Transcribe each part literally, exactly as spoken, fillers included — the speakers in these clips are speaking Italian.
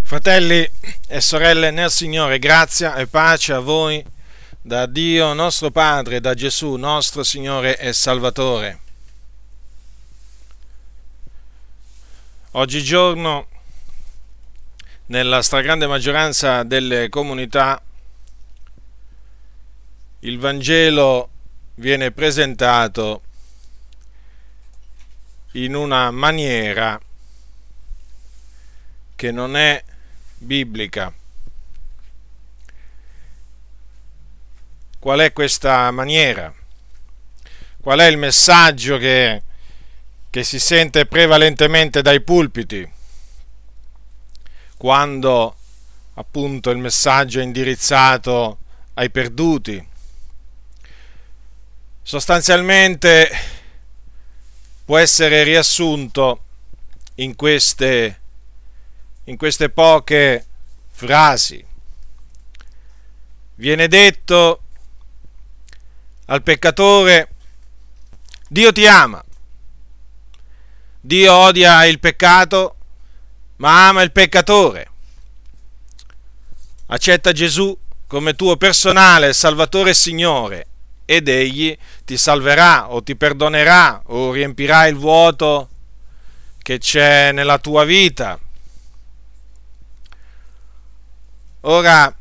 Fratelli e sorelle nel Signore, grazia e pace a voi da Dio nostro Padre, da Gesù nostro Signore e Salvatore. Oggigiorno, nella stragrande maggioranza delle comunità, il Vangelo viene presentato in una maniera che non è biblica. Qual è questa maniera? Qual è il messaggio che, che si sente prevalentemente dai pulpiti, quando appunto il messaggio è indirizzato ai perduti? Sostanzialmente può essere riassunto in queste in queste poche frasi. Viene detto al peccatore: Dio ti ama, Dio odia il peccato, ma ama il peccatore. Accetta Gesù come tuo personale Salvatore e Signore ed Egli ti salverà o ti perdonerà o riempirà il vuoto che c'è nella tua vita. Ora,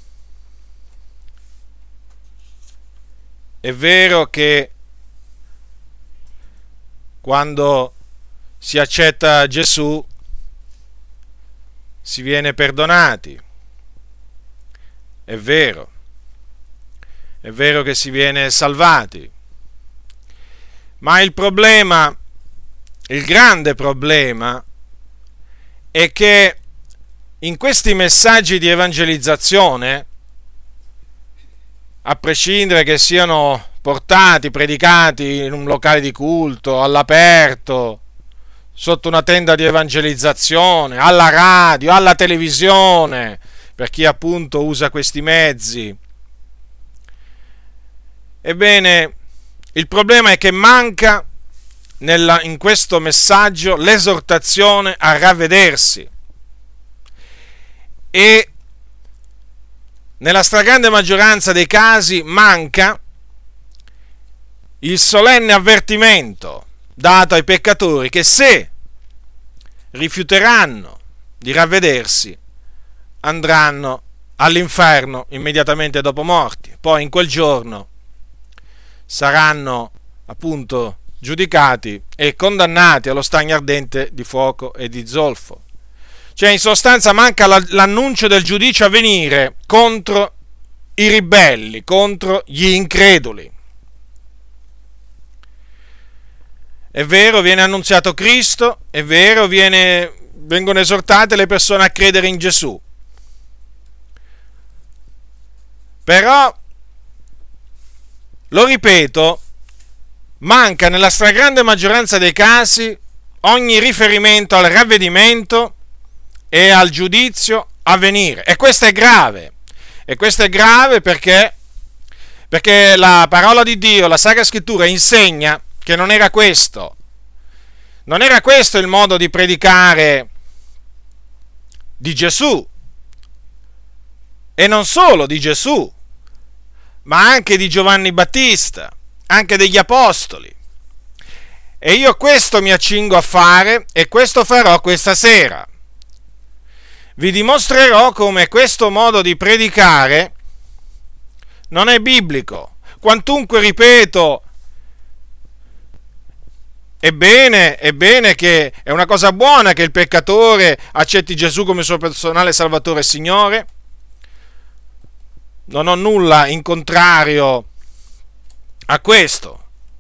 è vero che quando si accetta Gesù si viene perdonati, è vero, è vero che si viene salvati, ma il problema, il grande problema, è che in questi messaggi di evangelizzazione, a prescindere che siano portati, predicati in un locale di culto, all'aperto, sotto una tenda di evangelizzazione, alla radio, alla televisione, per chi appunto usa questi mezzi, ebbene, il problema è che manca nella, in questo messaggio l'esortazione a ravvedersi. E nella stragrande maggioranza dei casi manca il solenne avvertimento dato ai peccatori che se rifiuteranno di ravvedersi andranno all'inferno immediatamente dopo morti. Poi in quel giorno saranno appunto giudicati e condannati allo stagno ardente di fuoco e di zolfo. Cioè, in sostanza, manca l'annuncio del giudizio a venire contro i ribelli, contro gli increduli. È vero, viene annunziato Cristo, è vero, viene, vengono esortate le persone a credere in Gesù. Però, lo ripeto, manca nella stragrande maggioranza dei casi ogni riferimento al ravvedimento e al giudizio a venire, e questo è grave, e questo è grave perché, perché la parola di Dio, la Sacra Scrittura, insegna che non era questo, non era questo il modo di predicare di Gesù, e non solo di Gesù, ma anche di Giovanni Battista, anche degli Apostoli, e io questo mi accingo a fare, e questo farò questa sera. Vi dimostrerò come questo modo di predicare non è biblico. Quantunque, ripeto, è bene, è bene che è una cosa buona che il peccatore accetti Gesù come suo personale Salvatore e Signore. Non ho nulla in contrario a questo.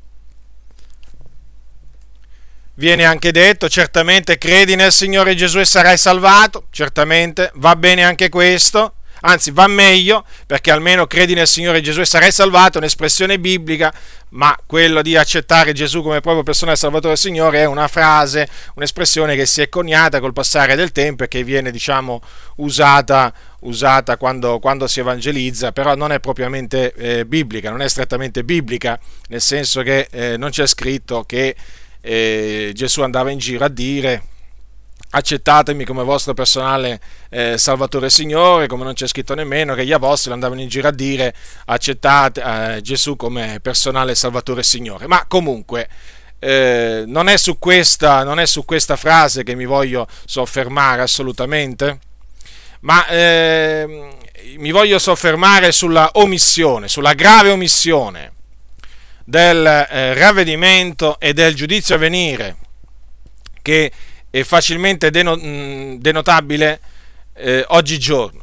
Viene anche detto, certamente credi nel Signore Gesù e sarai salvato, certamente, va bene anche questo, anzi va meglio, perché almeno credi nel Signore Gesù e sarai salvato, è un'espressione biblica, ma quello di accettare Gesù come proprio personale Salvatore e Signore è una frase, un'espressione che si è coniata col passare del tempo e che viene, diciamo, usata, usata quando, quando si evangelizza, però non è propriamente eh, biblica, non è strettamente biblica, nel senso che eh, non c'è scritto che Eh, Gesù andava in giro a dire accettatemi come vostro personale eh, Salvatore e Signore, come non c'è scritto nemmeno che gli apostoli andavano in giro a dire accettate eh, Gesù come personale Salvatore e Signore. Ma comunque eh, non è su questa, non è su questa frase che mi voglio soffermare assolutamente, ma eh, mi voglio soffermare sulla omissione, sulla grave omissione del eh, ravvedimento e del giudizio a venire, che è facilmente denotabile eh, oggigiorno.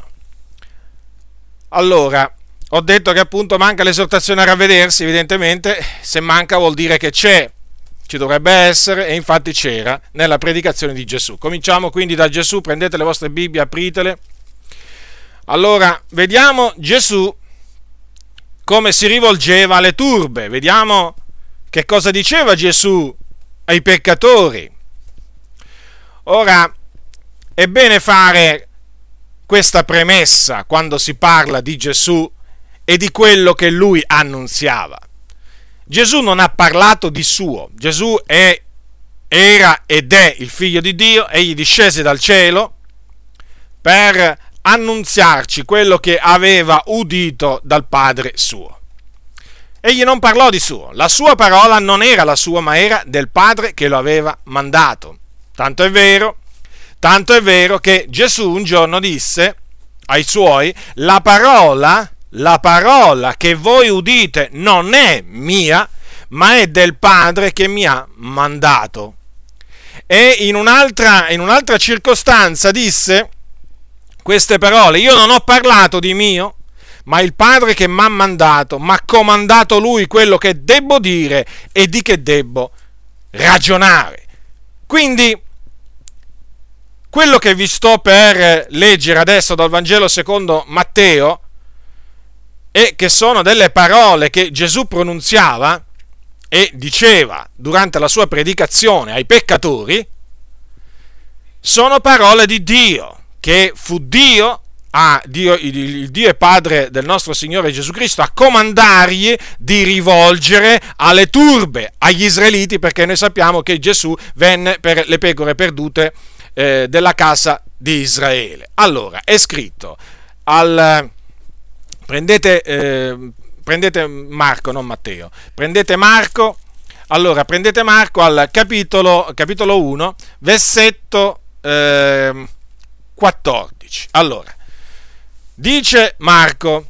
Allora, ho detto che appunto manca l'esortazione a ravvedersi. Evidentemente, se manca vuol dire che c'è, ci dovrebbe essere, e infatti c'era nella predicazione di Gesù. Cominciamo quindi da Gesù, prendete le vostre Bibbie, apritele. Allora, vediamo Gesù come si rivolgeva alle turbe, vediamo che cosa diceva Gesù ai peccatori. Ora, è bene fare questa premessa quando si parla di Gesù e di quello che lui annunziava. Gesù non ha parlato di suo. Gesù è, era ed è il Figlio di Dio, egli discese dal cielo per annunziarci quello che aveva udito dal Padre suo. Egli non parlò di suo, la sua parola non era la sua, ma era del Padre che lo aveva mandato. Tanto è vero, tanto è vero che Gesù un giorno disse ai suoi: la parola, la parola che voi udite non è mia, ma è del Padre che mi ha mandato. E in un'altra, in un'altra circostanza disse queste parole: io non ho parlato di mio, ma il Padre che mi ha mandato, mi ha comandato lui quello che debbo dire e di che debbo ragionare. Quindi, quello che vi sto per leggere adesso dal Vangelo secondo Matteo, e che sono delle parole che Gesù pronunziava e diceva durante la sua predicazione ai peccatori, sono parole di Dio, che fu Dio, a Dio, il Dio e Padre del nostro Signore Gesù Cristo, a comandargli di rivolgere alle turbe, agli israeliti, perché noi sappiamo che Gesù venne per le pecore perdute eh, della casa di Israele. Allora, è scritto, al, prendete, eh, prendete Marco, non Matteo, prendete Marco, allora prendete Marco al capitolo, capitolo uno, versetto eh, quattordici. Allora, dice Marco,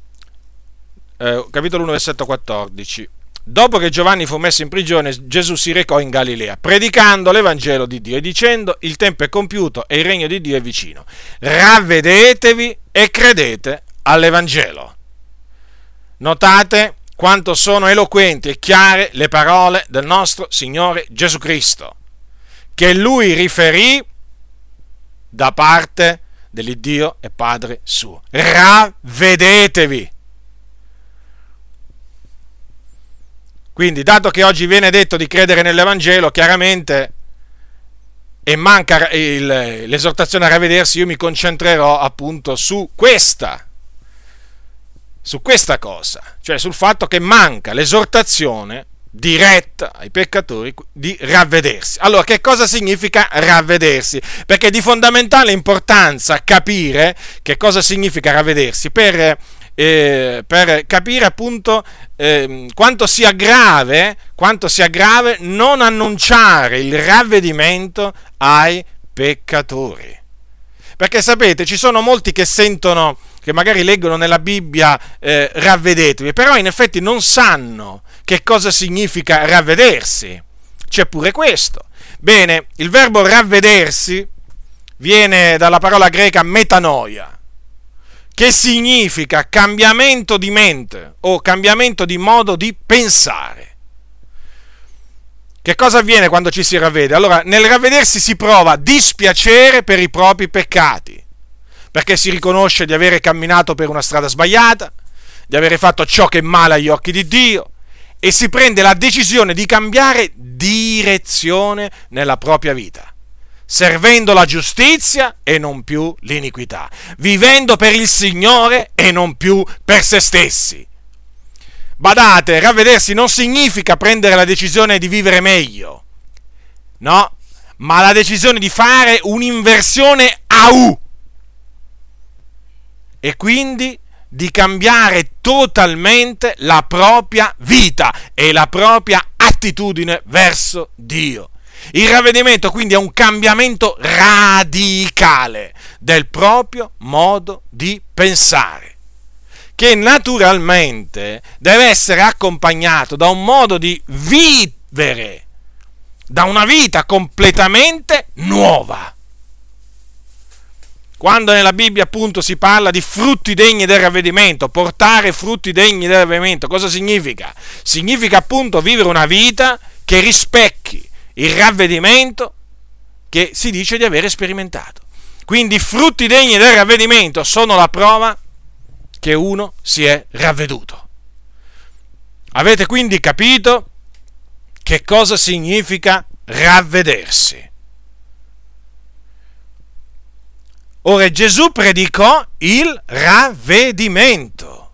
eh, capitolo uno, versetto quattordici: dopo che Giovanni fu messo in prigione, Gesù si recò in Galilea, predicando l'Evangelo di Dio e dicendo: il tempo è compiuto e il regno di Dio è vicino. Ravvedetevi e credete all'Evangelo. Notate quanto sono eloquenti e chiare le parole del nostro Signore Gesù Cristo, che Lui riferì da parte dell'Iddio e Padre suo. Ravvedetevi. Quindi, dato che oggi viene detto di credere nell'Evangelo, chiaramente, e manca il, l'esortazione a ravvedersi, io mi concentrerò appunto su questa, su questa cosa, cioè sul fatto che manca l'esortazione diretta ai peccatori di ravvedersi. Allora, che cosa significa ravvedersi? Perché è di fondamentale importanza capire che cosa significa ravvedersi per, eh, per capire appunto eh, quanto sia grave, quanto sia grave non annunciare il ravvedimento ai peccatori. Perché sapete, ci sono molti che sentono, che magari leggono nella Bibbia eh, ravvedetevi, però in effetti non sanno che cosa significa ravvedersi. C'è pure questo. Bene, il verbo ravvedersi viene dalla parola greca metanoia, che significa cambiamento di mente o cambiamento di modo di pensare. Che cosa avviene quando ci si ravvede? Allora, nel ravvedersi si prova dispiacere per i propri peccati, perché si riconosce di avere camminato per una strada sbagliata, di avere fatto ciò che è male agli occhi di Dio, e si prende la decisione di cambiare direzione nella propria vita, servendo la giustizia e non più l'iniquità, vivendo per il Signore e non più per se stessi. Badate, ravvedersi non significa prendere la decisione di vivere meglio, no, ma la decisione di fare un'inversione a U e quindi di cambiare totalmente la propria vita e la propria attitudine verso Dio. Il ravvedimento quindi è un cambiamento radicale del proprio modo di pensare, che naturalmente deve essere accompagnato da un modo di vivere, da una vita completamente nuova. Quando nella Bibbia appunto si parla di frutti degni del ravvedimento, portare frutti degni del ravvedimento, cosa significa? Significa appunto vivere una vita che rispecchi il ravvedimento che si dice di avere sperimentato. Quindi i frutti degni del ravvedimento sono la prova che uno si è ravveduto. Avete quindi capito che cosa significa ravvedersi? Ora Gesù predicò il ravvedimento.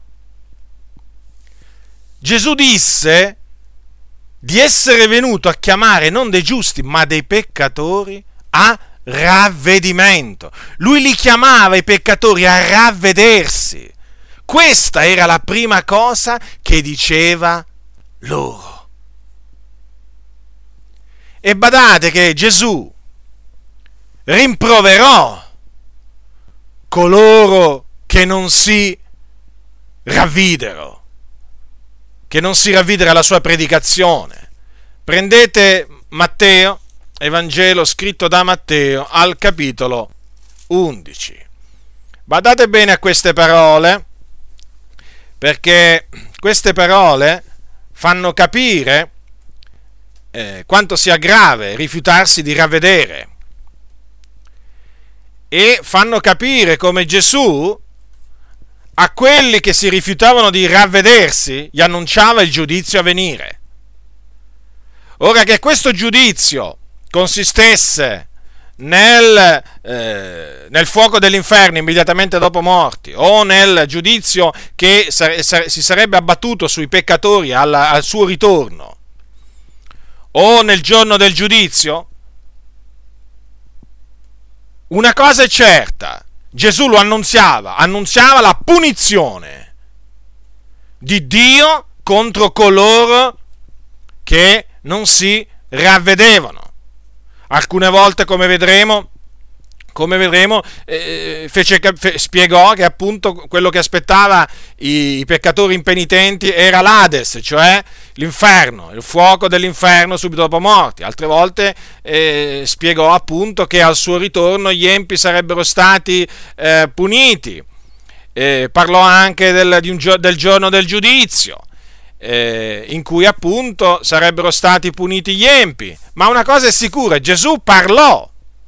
Gesù disse di essere venuto a chiamare non dei giusti, ma dei peccatori a ravvedimento. Lui li chiamava i peccatori a ravvedersi. Questa era la prima cosa che diceva loro. E badate che Gesù rimproverò coloro che non si ravvidero, che non si ravvidero alla sua predicazione. Prendete Matteo, Evangelo scritto da Matteo, al capitolo undici. Badate bene a queste parole, perché queste parole fanno capire eh, quanto sia grave rifiutarsi di ravvedere, e fanno capire come Gesù a quelli che si rifiutavano di ravvedersi gli annunciava il giudizio a venire. Ora, che questo giudizio consistesse nel, eh, nel fuoco dell'inferno immediatamente dopo morti, o nel giudizio che sare, sare, si sarebbe abbattuto sui peccatori al, al suo ritorno, o nel giorno del giudizio, una cosa è certa: Gesù lo annunziava, annunziava la punizione di Dio contro coloro che non si ravvedevano. Alcune volte, come vedremo, come vedremo, eh, fece, fe, spiegò che appunto quello che aspettava i, i peccatori impenitenti era l'Ades, cioè l'inferno, il fuoco dell'inferno subito dopo morti. Altre volte eh, spiegò appunto che al suo ritorno gli empi sarebbero stati eh, puniti. Eh, parlò anche del, di un, del giorno del giudizio, eh, in cui appunto sarebbero stati puniti gli empi. Ma una cosa è sicura: Gesù parlò,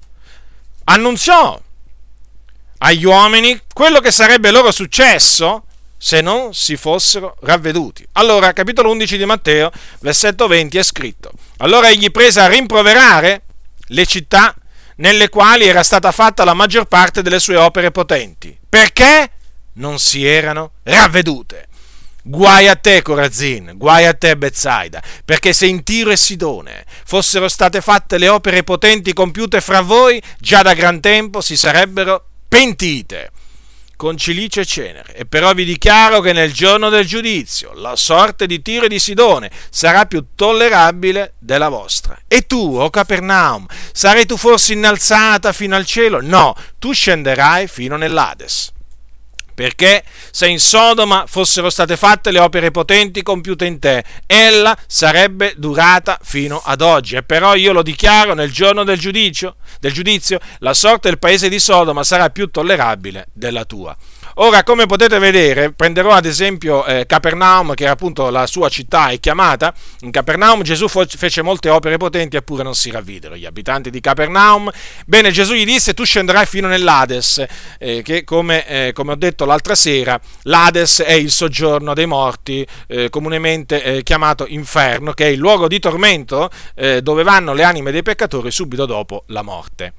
annunziò agli uomini quello che sarebbe loro successo se non si fossero ravveduti. Allora, capitolo undici di Matteo, versetto venti, è scritto: allora egli prese a rimproverare le città nelle quali era stata fatta la maggior parte delle sue opere potenti, perché non si erano ravvedute. Guai a te, Corazin, guai a te, Betsaida, perché se in Tiro e Sidone fossero state fatte le opere potenti compiute fra voi, già da gran tempo si sarebbero pentite con cilicio e cenere. E però vi dichiaro che nel giorno del giudizio la sorte di Tiro e di Sidone sarà più tollerabile della vostra. E tu, o Capernaum, sarai tu forse innalzata fino al cielo? No, tu scenderai fino nell'Ades. Perché se in Sodoma fossero state fatte le opere potenti compiute in te, ella sarebbe durata fino ad oggi. E però io lo dichiaro, nel giorno del giudizio, del giudizio, la sorte del paese di Sodoma sarà più tollerabile della tua. Ora, come potete vedere, prenderò ad esempio eh, Capernaum, che era appunto la sua città è chiamata. In Capernaum Gesù fo- fece molte opere potenti, eppure non si ravvidero gli abitanti di Capernaum. Bene, Gesù gli disse: tu scenderai fino nell'Ades, eh, che come, eh, come ho detto l'altra sera, l'Ades è il soggiorno dei morti, eh, comunemente eh, chiamato inferno, che è il luogo di tormento eh, dove vanno le anime dei peccatori subito dopo la morte.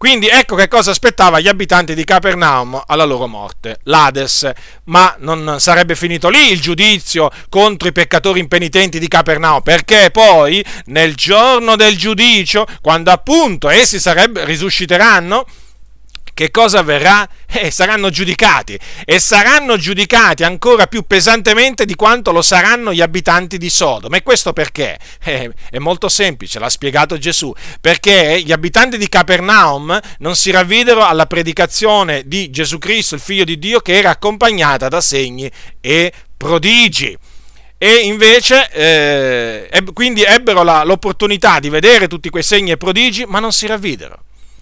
Quindi ecco che cosa aspettava gli abitanti di Capernaum alla loro morte, l'Ades. Ma non sarebbe finito lì il giudizio contro i peccatori impenitenti di Capernaum, perché poi nel giorno del giudizio, quando appunto essi sarebbe, risusciteranno, che cosa avverrà? Eh, saranno giudicati, e saranno giudicati ancora più pesantemente di quanto lo saranno gli abitanti di Sodoma. E questo perché? Eh, è molto semplice, l'ha spiegato Gesù, perché gli abitanti di Capernaum non si ravvidero alla predicazione di Gesù Cristo, il Figlio di Dio, che era accompagnata da segni e prodigi. E invece, eh, eb- quindi ebbero la, l'opportunità di vedere tutti quei segni e prodigi, ma non si ravvidero.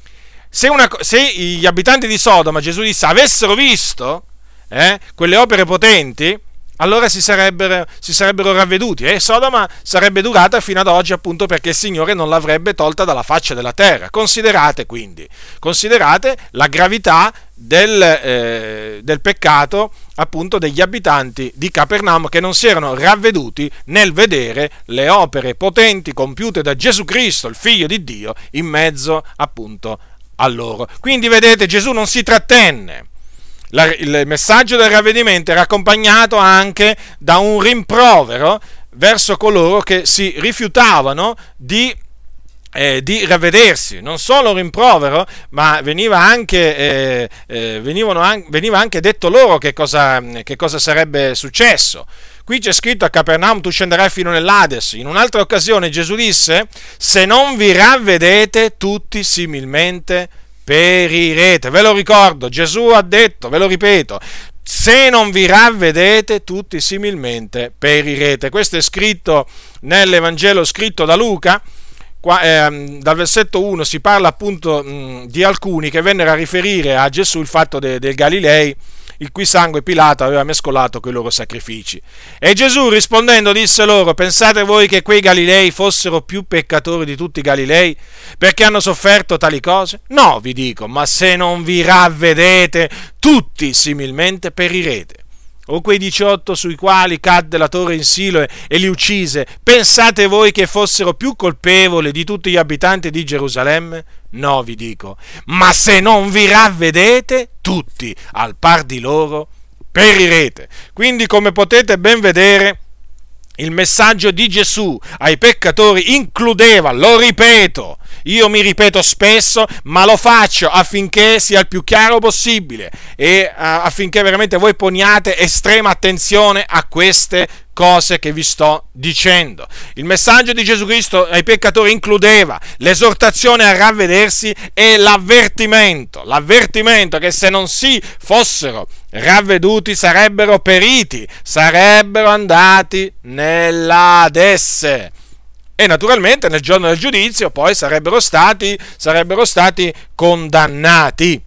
Se, una, se gli abitanti di Sodoma, Gesù disse, avessero visto eh, quelle opere potenti, allora si sarebbero, si sarebbero ravveduti, e Sodoma sarebbe durata fino ad oggi, appunto perché il Signore non l'avrebbe tolta dalla faccia della terra. Considerate quindi, considerate la gravità del, eh, del peccato, appunto, degli abitanti di Capernaum, che non si erano ravveduti nel vedere le opere potenti compiute da Gesù Cristo, il Figlio di Dio, in mezzo, appunto, a loro. Quindi vedete, Gesù non si trattenne. La, il messaggio del ravvedimento era accompagnato anche da un rimprovero verso coloro che si rifiutavano di, eh, di ravvedersi. Non solo un rimprovero, ma veniva anche, eh, eh, venivano an- veniva anche detto loro che cosa, che cosa sarebbe successo. Qui c'è scritto: a Capernaum tu scenderai fino nell'Ades. In un'altra occasione Gesù disse: se non vi ravvedete, tutti similmente perirete. Ve lo ricordo, Gesù ha detto, ve lo ripeto, se non vi ravvedete, tutti similmente perirete. Questo è scritto nell'Evangelo scritto da Luca. Qua, eh, dal versetto uno si parla appunto mh, di alcuni che vennero a riferire a Gesù il fatto de, del Galilei, il cui sangue Pilato aveva mescolato coi loro sacrifici. E Gesù rispondendo disse loro: pensate voi che quei Galilei fossero più peccatori di tutti i Galilei, perché hanno sofferto tali cose? No, vi dico, ma se non vi ravvedete, tutti similmente perirete. O quei diciotto sui quali cadde la torre in Siloe e li uccise, pensate voi che fossero più colpevoli di tutti gli abitanti di Gerusalemme? No, vi dico, ma se non vi ravvedete, tutti, al par di loro, perirete. Quindi, come potete ben vedere, il messaggio di Gesù ai peccatori includeva, lo ripeto, io mi ripeto spesso, ma lo faccio affinché sia il più chiaro possibile e uh, affinché veramente voi poniate estrema attenzione a queste cose che vi sto dicendo. Il messaggio di Gesù Cristo ai peccatori includeva l'esortazione a ravvedersi e l'avvertimento, l'avvertimento che se non si fossero ravveduti sarebbero periti, sarebbero andati nell'Ades. E naturalmente nel giorno del giudizio poi sarebbero stati, sarebbero stati condannati.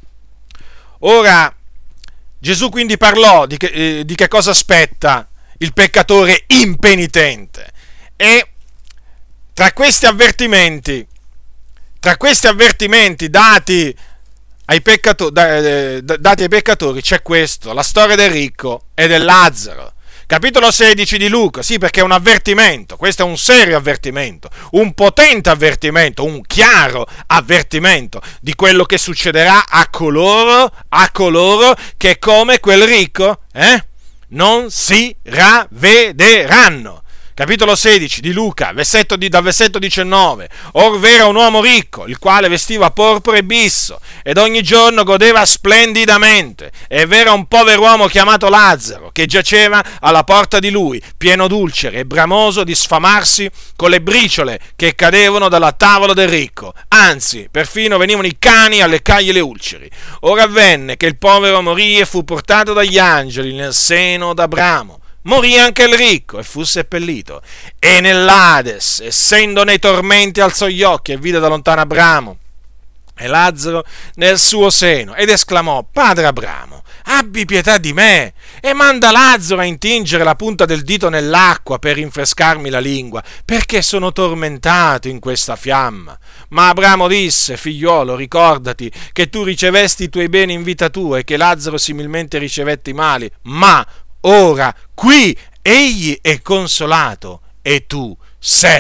Ora, Gesù quindi parlò di che, eh, di che cosa aspetta il peccatore impenitente. E tra questi avvertimenti, tra questi avvertimenti dati ai peccatori, dati ai peccatori c'è questo, la storia del ricco e del Lazzaro. Capitolo sedici di Luca, sì, perché è un avvertimento, questo è un serio avvertimento, un potente avvertimento, un chiaro avvertimento di quello che succederà a coloro, a coloro che come quel ricco, eh, non si ravvederanno. Capitolo sedici di Luca, versetto di, dal versetto diciannove. Or v'era un uomo ricco, il quale vestiva porpora e bisso, ed ogni giorno godeva splendidamente. E v'era un povero uomo chiamato Lazzaro, che giaceva alla porta di lui, pieno d'ulcere e bramoso di sfamarsi con le briciole che cadevano dalla tavola del ricco. Anzi, perfino venivano i cani a leccargli le ulceri. Ora avvenne che il povero morì e fu portato dagli angeli nel seno d'Abramo. Morì anche il ricco e fu seppellito. E nell'Ades, essendo nei tormenti, alzò gli occhi e vide da lontano Abramo e Lazzaro nel suo seno, ed esclamò: Padre Abramo, abbi pietà di me e manda Lazzaro a intingere la punta del dito nell'acqua per rinfrescarmi la lingua, perché sono tormentato in questa fiamma. Ma Abramo disse: figliuolo, ricordati che tu ricevesti i tuoi beni in vita tua e che Lazzaro similmente ricevette i mali, ma ora qui egli è consolato e tu sei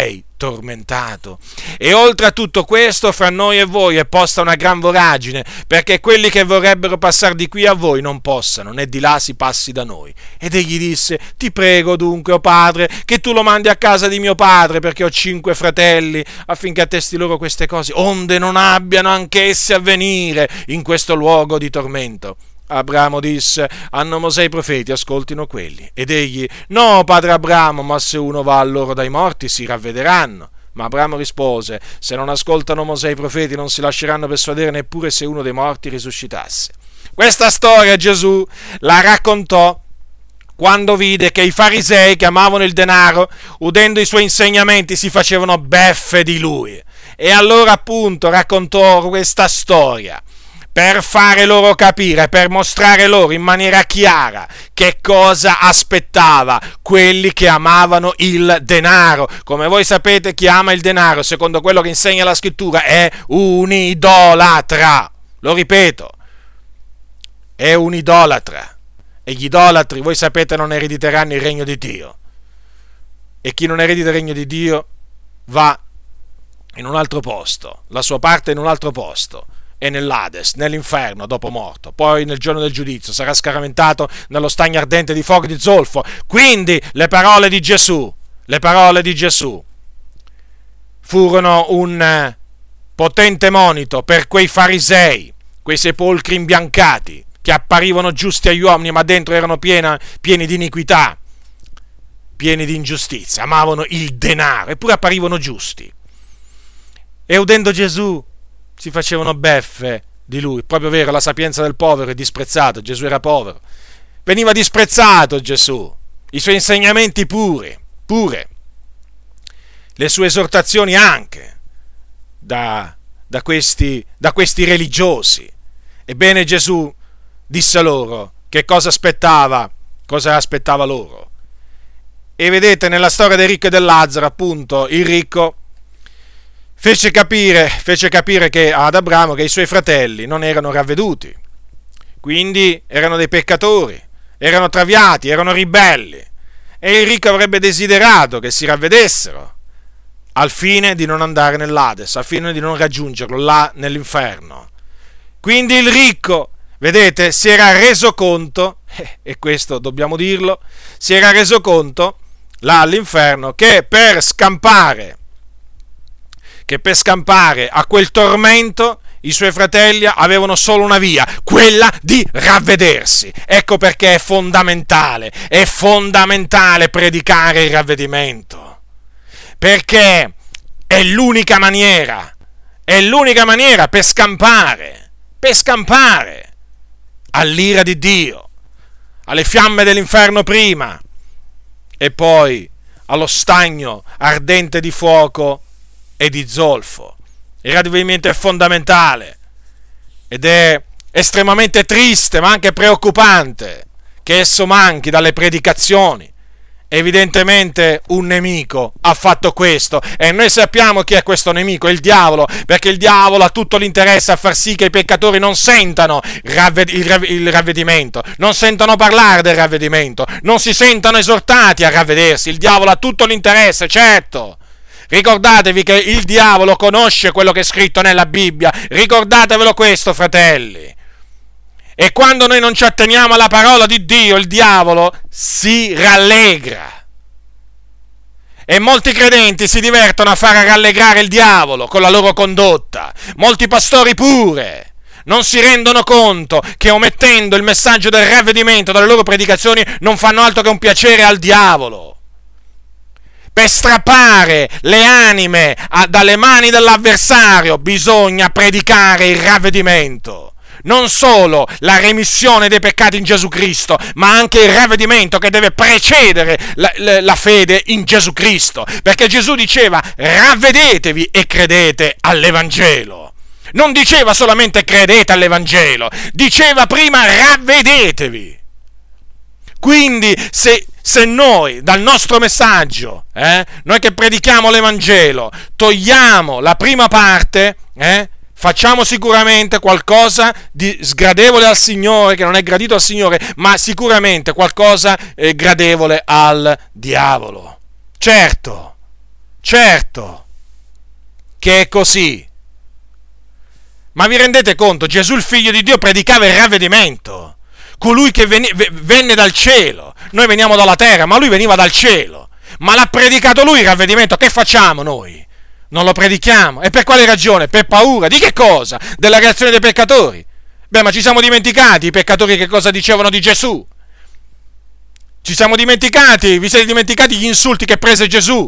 tormentato. E oltre a tutto questo, fra noi e voi è posta una gran voragine, perché quelli che vorrebbero passare di qui a voi non possano, né di là si passi da noi. Ed egli disse: ti prego dunque, o padre, che tu lo mandi a casa di mio padre, perché ho cinque fratelli, affinché attesti loro queste cose, onde non abbiano anch'essi a venire in questo luogo di tormento. Abramo disse: hanno Mosè i profeti, ascoltino quelli. Ed egli: no, padre Abramo, ma se uno va a loro dai morti si ravvederanno. Ma Abramo rispose: se non ascoltano Mosè i profeti non si lasceranno persuadere neppure se uno dei morti risuscitasse. Questa storia Gesù la raccontò quando vide che i farisei, che amavano il denaro, udendo i suoi insegnamenti si facevano beffe di lui. E allora appunto raccontò questa storia per fare loro capire, per mostrare loro in maniera chiara che cosa aspettava quelli che amavano il denaro. Come voi sapete, chi ama il denaro, secondo quello che insegna la scrittura, è un idolatra. Lo ripeto, è un idolatra. E gli idolatri, voi sapete, non erediteranno il regno di Dio. E chi non eredita il regno di Dio va in un altro posto, la sua parte è in un altro posto, e nell'Ades, nell'inferno, dopo morto. Poi nel giorno del giudizio sarà scaraventato nello stagno ardente di fuoco di zolfo. Quindi le parole di Gesù, le parole di Gesù furono un potente monito per quei farisei, quei sepolcri imbiancati, che apparivano giusti agli uomini, ma dentro erano piena, pieni di iniquità, pieni di ingiustizia, amavano il denaro, eppure apparivano giusti. E udendo Gesù si facevano beffe di lui. Proprio vero, la sapienza del povero è disprezzato. Gesù era povero, veniva disprezzato Gesù, i suoi insegnamenti pure, pure, le sue esortazioni anche da, da, questi, da questi religiosi. Ebbene Gesù disse loro che cosa aspettava, cosa aspettava loro. E vedete, nella storia del ricco e del Lazzaro, appunto, il ricco Fece capire, fece capire che ad Abramo che i suoi fratelli non erano ravveduti, quindi erano dei peccatori, erano traviati, erano ribelli, e il ricco avrebbe desiderato che si ravvedessero al fine di non andare nell'Ades, al fine di non raggiungerlo là nell'inferno. Quindi il ricco, vedete, si era reso conto, e questo dobbiamo dirlo, si era reso conto là all'inferno che per scampare che per scampare a quel tormento i suoi fratelli avevano solo una via, quella di ravvedersi. Ecco perché è fondamentale, è fondamentale predicare il ravvedimento, perché è l'unica maniera, è l'unica maniera per scampare, per scampare all'ira di Dio, alle fiamme dell'inferno prima, e poi allo stagno ardente di fuoco e di zolfo. Il ravvedimento è fondamentale ed è estremamente triste, ma anche preoccupante che esso manchi dalle predicazioni. Evidentemente un nemico ha fatto questo, e noi sappiamo chi è questo nemico, il diavolo, perché il diavolo ha tutto l'interesse a far sì che i peccatori non sentano il ravvedimento, non sentano parlare del ravvedimento, non si sentano esortati a ravvedersi. Il diavolo ha tutto l'interesse, certo. Ricordatevi che il diavolo conosce quello che è scritto nella Bibbia, ricordatevelo questo, fratelli. E quando noi non ci atteniamo alla parola di Dio, il diavolo si rallegra. E molti credenti si divertono a far rallegrare il diavolo con la loro condotta. Molti pastori pure non si rendono conto che, omettendo il messaggio del ravvedimento dalle loro predicazioni, non fanno altro che un piacere al diavolo. Per strappare le anime a, dalle mani dell'avversario bisogna predicare il ravvedimento. Non solo la remissione dei peccati in Gesù Cristo, ma anche il ravvedimento che deve precedere la, la, la fede in Gesù Cristo. Perché Gesù diceva: ravvedetevi e credete all'Evangelo. Non diceva solamente credete all'Evangelo, diceva prima ravvedetevi. Quindi se, se noi dal nostro messaggio, eh, noi che predichiamo l'Evangelo, togliamo la prima parte, eh, facciamo sicuramente qualcosa di sgradevole al Signore, che non è gradito al Signore, ma sicuramente qualcosa eh, gradevole al diavolo. Certo, Certo che è così. Ma vi rendete conto? Gesù, il figlio di Dio, predicava il ravvedimento. Colui che venne dal cielo. Noi veniamo dalla terra, ma lui veniva dal cielo. Ma l'ha predicato lui il ravvedimento. Che facciamo noi? Non lo predichiamo. E per quale ragione? Per paura. Di che cosa? Della reazione dei peccatori. Beh, ma ci siamo dimenticati i peccatori che cosa dicevano di Gesù? Ci siamo dimenticati, vi siete dimenticati gli insulti che prese Gesù?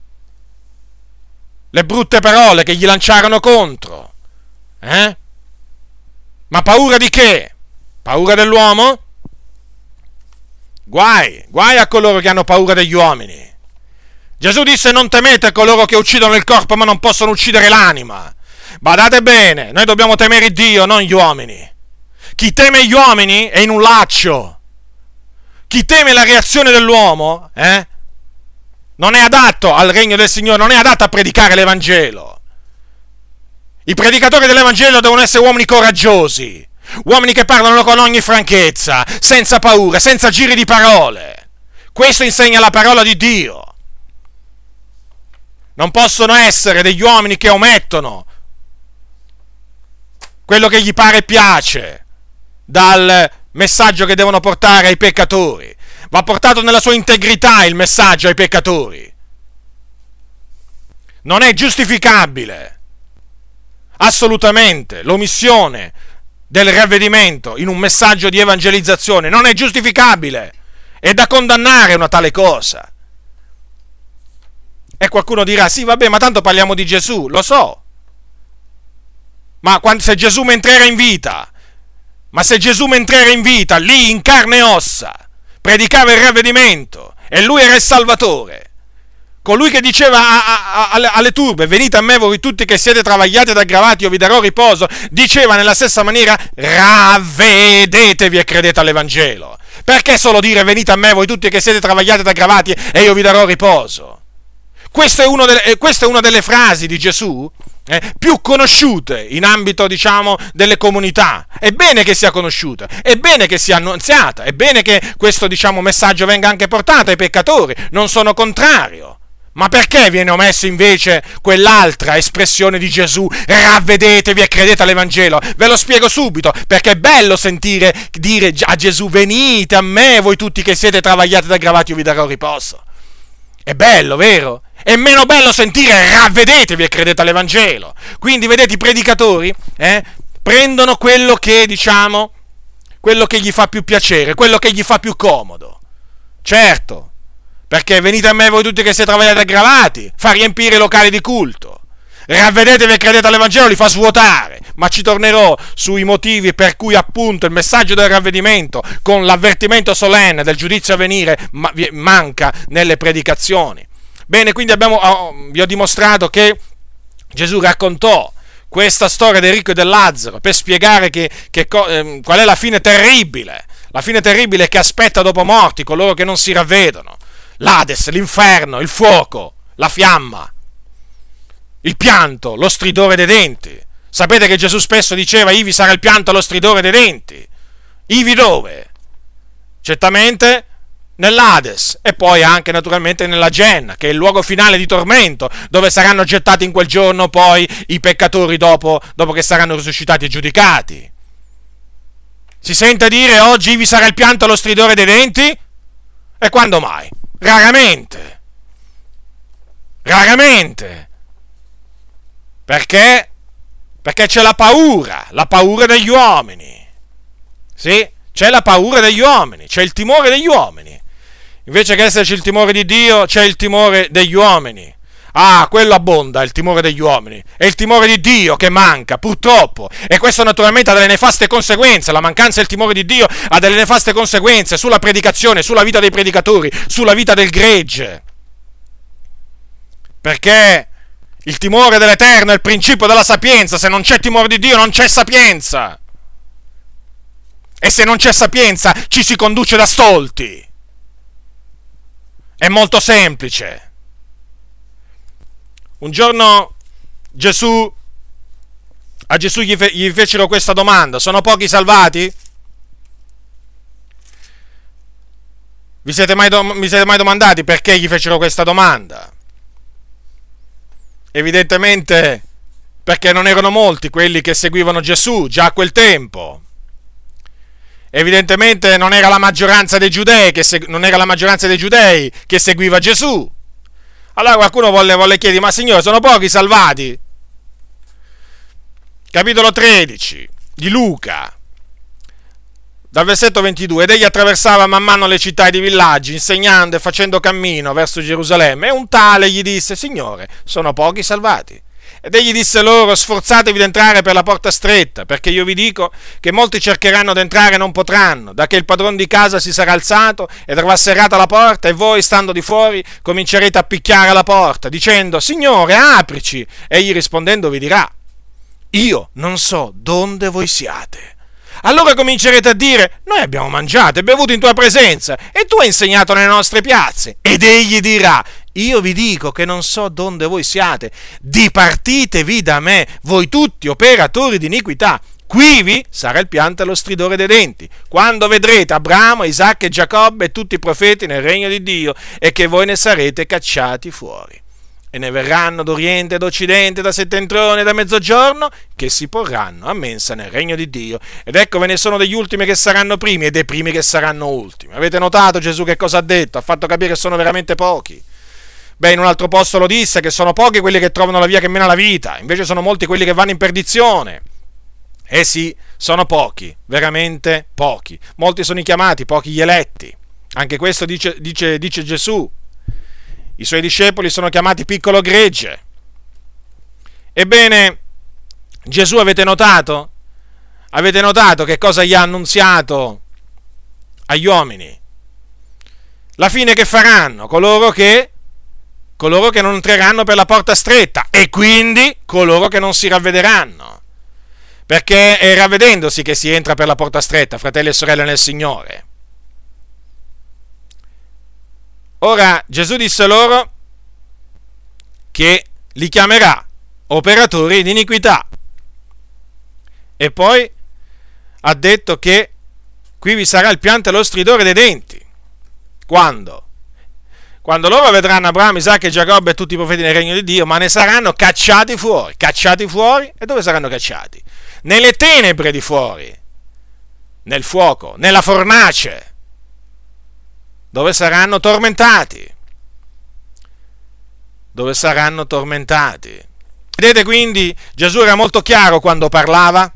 Le brutte parole che gli lanciarono contro. Eh? Ma paura di che? Paura dell'uomo? Guai, guai a coloro che hanno paura degli uomini. Gesù disse: non temete coloro che uccidono il corpo ma non possono uccidere l'anima. Badate bene, noi dobbiamo temere Dio, non gli uomini. Chi teme gli uomini è in un laccio. Chi teme la reazione dell'uomo, eh, non è adatto al regno del Signore, non è adatto a predicare l'Evangelo. I predicatori dell'Evangelo devono essere uomini coraggiosi, uomini che parlano con ogni franchezza, senza paura, senza giri di parole. Questo insegna la parola di Dio. Non possono essere degli uomini che omettono quello che gli pare e piace dal messaggio che devono portare ai peccatori. Va portato nella sua integrità il messaggio ai peccatori. Non è giustificabile assolutamente l'omissione del ravvedimento in un messaggio di evangelizzazione. Non è giustificabile. È da condannare una tale cosa. E qualcuno dirà: sì, vabbè, ma tanto parliamo di Gesù. Lo so. Ma quando, se Gesù mentre era in vita Ma se Gesù mentre era in vita, lì in carne e ossa, predicava il ravvedimento e lui era il Salvatore, colui che diceva a, a, a, alle turbe: venite a me voi tutti che siete travagliati ed aggravati, io vi darò riposo, diceva nella stessa maniera: ravvedetevi e credete all'Evangelo. Perché solo dire venite a me voi tutti che siete travagliati ed aggravati e io vi darò riposo? Questa è, uno delle, questa è una delle frasi di Gesù Eh, più conosciute in ambito, diciamo, delle comunità. È bene che sia conosciuta, è bene che sia annunziata, è bene che questo, diciamo, messaggio venga anche portato ai peccatori, non sono contrario. Ma perché viene omesso invece quell'altra espressione di Gesù: ravvedetevi e credete all'Evangelo? Ve lo spiego subito: perché è bello sentire dire a Gesù: venite a me voi tutti che siete travagliati ed aggravati, io vi darò riposo. È bello, vero? È meno bello sentire ravvedetevi e credete all'Evangelo. Quindi, vedete, i predicatori eh, prendono quello che, diciamo, quello che gli fa più piacere, quello che gli fa più comodo. Certo, perché venite a me voi tutti che siete travagliati e aggravati, fa riempire i locali di culto. Ravvedetevi e credete all'Evangelo li fa svuotare. Ma ci tornerò sui motivi per cui appunto il messaggio del ravvedimento, con l'avvertimento solenne del giudizio a venire, ma- manca nelle predicazioni. Bene, quindi abbiamo, oh, vi ho dimostrato che Gesù raccontò questa storia del ricco e del Lazzaro per spiegare che, che, eh, qual è la fine terribile, la fine terribile che aspetta dopo morti coloro che non si ravvedono. L'Ades, l'inferno, il fuoco, la fiamma, il pianto, lo stridore dei denti. Sapete che Gesù spesso diceva: ivi sarà il pianto e lo stridore dei denti. Ivi dove? Certamente nell'Ades, e poi anche naturalmente nella Genna, che è il luogo finale di tormento, dove saranno gettati in quel giorno poi i peccatori dopo, dopo che saranno risuscitati e giudicati. Si sente dire oggi ivi sarà il pianto e lo stridore dei denti? E quando mai? Raramente. Raramente. Perché? Perché c'è la paura, la paura degli uomini. Sì, c'è la paura degli uomini, c'è il timore degli uomini. Invece che esserci il timore di Dio, c'è il timore degli uomini. Ah, quello abbonda, il timore degli uomini. È il timore di Dio che manca, purtroppo. E questo naturalmente ha delle nefaste conseguenze. La mancanza del timore di Dio ha delle nefaste conseguenze sulla predicazione, sulla vita dei predicatori, sulla vita del gregge. Perché il timore dell'Eterno è il principio della sapienza. Se non c'è timore di Dio non c'è sapienza. E se non c'è sapienza ci si conduce da stolti. È molto semplice. Un giorno Gesù, a Gesù gli, fe, gli fecero questa domanda: sono pochi salvati? Vi siete mai, vi siete mai domandati perché gli fecero questa domanda? evidentemente perché non erano molti quelli che seguivano Gesù già a quel tempo. Evidentemente non era la maggioranza dei giudei che, segu- non era la maggioranza dei giudei che seguiva Gesù. Allora qualcuno volle, volle chiedere: ma Signore, sono pochi salvati? Capitolo tredici di Luca, dal versetto ventidue: ed egli attraversava man mano le città ed i villaggi, insegnando e facendo cammino verso Gerusalemme, e un tale gli disse: Signore, sono pochi salvati? Ed egli disse loro: sforzatevi di entrare per la porta stretta, perché io vi dico che molti cercheranno di entrare e non potranno, da che il padrone di casa si sarà alzato ed avrà serrata la porta, e voi, stando di fuori, comincerete a picchiare alla porta, dicendo: Signore, aprici! Egli rispondendo vi dirà: io non so donde voi siate. Allora comincerete a dire: noi abbiamo mangiato e bevuto in tua presenza, e tu hai insegnato nelle nostre piazze. Ed egli dirà: io vi dico che non so donde voi siate, dipartitevi da me, voi tutti operatori di iniquità. Quivi sarà il pianto e lo stridore dei denti, quando vedrete Abramo, Isacco e Giacobbe e tutti i profeti nel regno di Dio, e che voi ne sarete cacciati fuori. E ne verranno d'oriente, d'occidente, da settentrione e da mezzogiorno, che si porranno a mensa nel regno di Dio. Ed ecco, ve ne sono degli ultimi che saranno primi e dei primi che saranno ultimi. Avete notato Gesù che cosa ha detto? Ha fatto capire che sono veramente pochi. Beh, in un altro posto lo disse, che sono pochi quelli che trovano la via che mena alla vita, invece sono molti quelli che vanno in perdizione. Eh sì, sono pochi, veramente pochi. Molti sono i chiamati, pochi gli eletti. Anche questo dice, dice, dice Gesù. I suoi discepoli sono chiamati piccolo gregge. Ebbene, Gesù, avete notato? Avete notato che cosa gli ha annunziato agli uomini? La fine che faranno coloro che coloro che non entreranno per la porta stretta, e quindi coloro che non si ravvederanno, perché è ravvedendosi che si entra per la porta stretta, fratelli e sorelle nel Signore. Ora Gesù disse loro che li chiamerà operatori di iniquità, e poi ha detto che qui vi sarà il pianto e lo stridore dei denti. Quando? Quando loro vedranno Abramo, Isacco e Giacobbe e tutti i profeti nel regno di Dio, ma ne saranno cacciati fuori. Cacciati fuori? E dove saranno cacciati? Nelle tenebre di fuori, nel fuoco, nella fornace, dove saranno tormentati. Dove saranno tormentati. Vedete, quindi Gesù era molto chiaro quando parlava.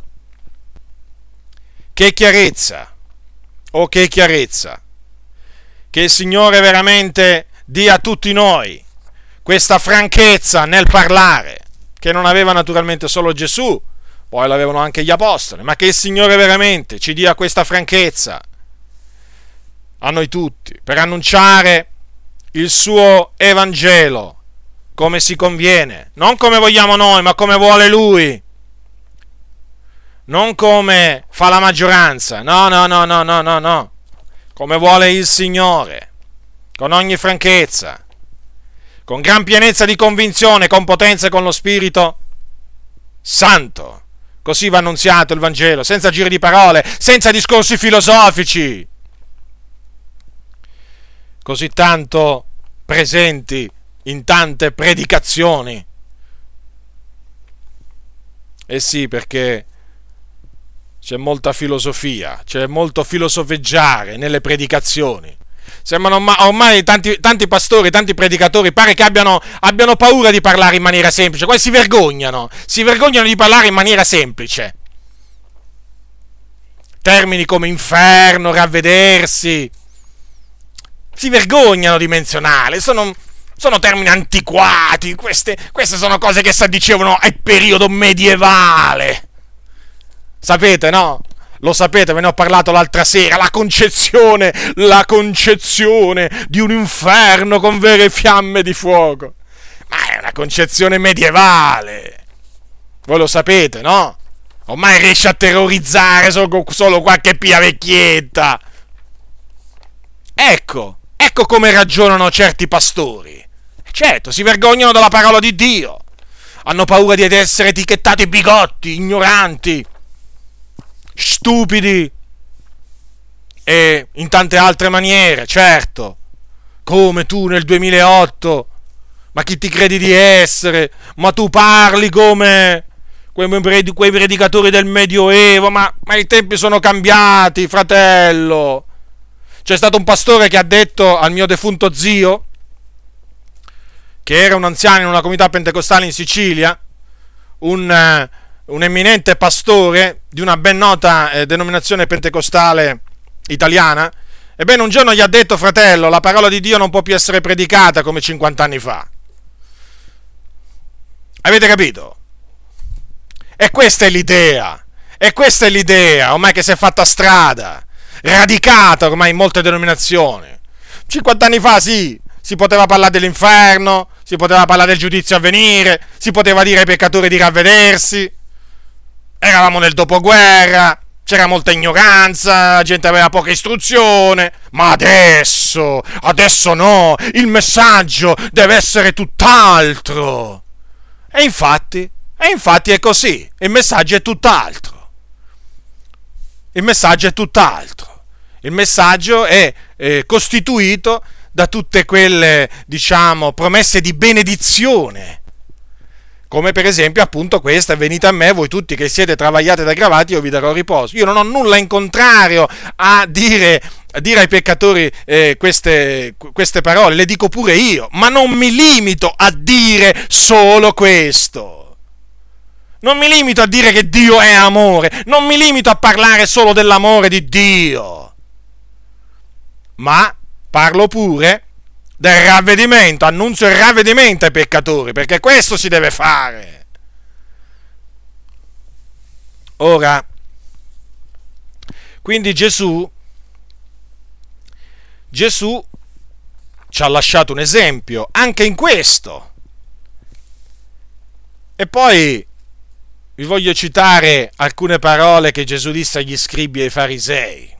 Che chiarezza, oh che chiarezza, che il Signore veramente dia a tutti noi questa franchezza nel parlare, che non aveva naturalmente solo Gesù, poi l'avevano anche gli apostoli, ma che il Signore veramente ci dia questa franchezza a noi tutti, per annunciare il suo Evangelo come si conviene, non come vogliamo noi, ma come vuole Lui, non come fa la maggioranza, no, no, no, no, no, no, no, come vuole il Signore, con ogni franchezza, con gran pienezza di convinzione, con potenza e con lo Spirito Santo. Così va annunziato il Vangelo, senza giri di parole, senza discorsi filosofici, così tanto presenti in tante predicazioni. Eh sì, perché c'è molta filosofia, c'è molto filosofeggiare nelle predicazioni. Sembrano ormai, ormai tanti, tanti pastori, tanti predicatori, pare che abbiano, abbiano paura di parlare in maniera semplice, quasi si vergognano, si vergognano di parlare in maniera semplice. Termini come inferno, ravvedersi, si vergognano di menzionarli, sono, sono termini antiquati, queste, queste sono cose che si dicevano al periodo medievale. Sapete, no? Lo sapete, ve ne ho parlato l'altra sera, la concezione, la concezione di un inferno con vere fiamme di fuoco. Ma è una concezione medievale. Voi lo sapete, no? Ormai riesce a terrorizzare solo, solo qualche pia vecchietta. Ecco, ecco come ragionano certi pastori. Certo, si vergognano della parola di Dio. Hanno paura di essere etichettati bigotti, ignoranti, stupidi e in tante altre maniere, certo, come tu nel duemilaotto Ma chi ti credi di essere? Ma tu parli come quei, quei predicatori del Medioevo, ma, ma i tempi sono cambiati, fratello. C'è stato un pastore che ha detto al mio defunto zio, che era un anziano in una comunità pentecostale in Sicilia, un, un eminente pastore di una ben nota eh, denominazione pentecostale italiana. Ebbene, un giorno gli ha detto: fratello, la parola di Dio non può più essere predicata come cinquanta anni fa. Avete capito? E questa è l'idea, e questa è l'idea, ormai che si è fatta strada, radicata ormai in molte denominazioni. cinquanta anni fa sì, si poteva parlare dell'inferno, si poteva parlare del giudizio a venire, si poteva dire ai peccatori di ravvedersi, eravamo nel dopoguerra, c'era molta ignoranza, la gente aveva poca istruzione, ma adesso, adesso no, il messaggio deve essere tutt'altro. E infatti, e infatti è così, il messaggio è tutt'altro. Il messaggio è tutt'altro. Il messaggio è eh, costituito da tutte quelle, diciamo, promesse di benedizione, come per esempio appunto questa: venite a me voi tutti che siete travagliati ed aggravati, io vi darò riposo. Io non ho nulla in contrario a dire, a dire ai peccatori eh, queste, queste parole, le dico pure io, ma non mi limito a dire solo questo. Non mi limito a dire che Dio è amore, non mi limito a parlare solo dell'amore di Dio, ma parlo pure del ravvedimento, annunzio il ravvedimento ai peccatori, perché questo si deve fare. Ora, quindi Gesù, Gesù ci ha lasciato un esempio anche in questo. E poi vi voglio citare alcune parole che Gesù disse agli scribi e ai farisei.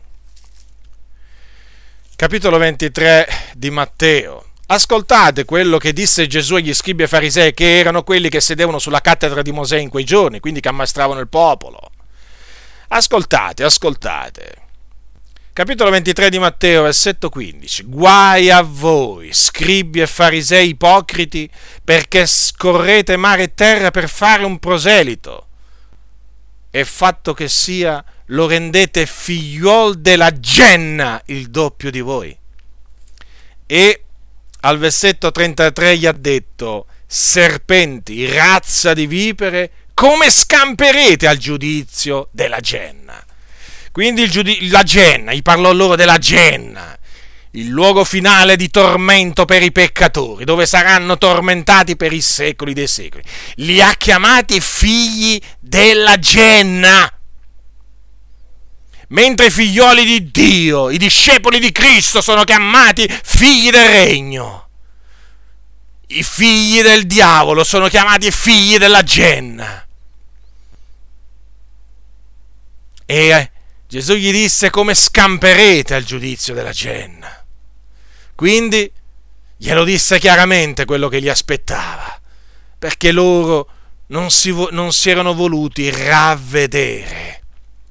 Capitolo ventitré di Matteo. Ascoltate quello che disse Gesù agli scribi e farisei, che erano quelli che sedevano sulla cattedra di Mosè in quei giorni, quindi che ammaestravano il popolo. Ascoltate, ascoltate. Capitolo ventitré di Matteo, versetto quindici. Guai a voi, scribi e farisei ipocriti, perché scorrete mare e terra per fare un proselito, e fatto che sia, lo rendete figliuol della genna, il doppio di voi. E al versetto trentatré gli ha detto: serpenti, razza di vipere, come scamperete al giudizio della genna? Quindi il giudi- la genna, gli parlò loro della genna, il luogo finale di tormento per i peccatori, dove saranno tormentati per i secoli dei secoli. Li ha chiamati figli della genna, mentre i figlioli di Dio, i discepoli di Cristo, sono chiamati figli del regno. I figli del diavolo sono chiamati figli della genna. E eh, Gesù gli disse: come scamperete al giudizio della genna. Quindi glielo disse chiaramente quello che gli aspettava, perché loro non si, non si erano voluti ravvedere.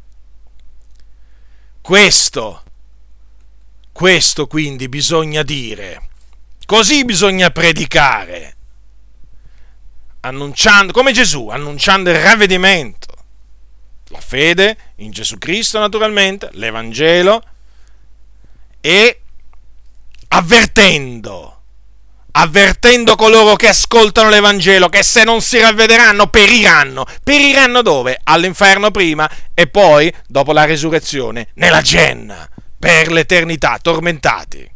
Questo, questo quindi bisogna dire, così bisogna predicare, annunciando, come Gesù, annunciando il ravvedimento, la fede in Gesù Cristo naturalmente, l'Evangelo, e avvertendo, avvertendo coloro che ascoltano l'Evangelo che se non si ravvederanno periranno. Periranno dove? All'inferno prima e poi, dopo la resurrezione, nella genna, per l'eternità, tormentati.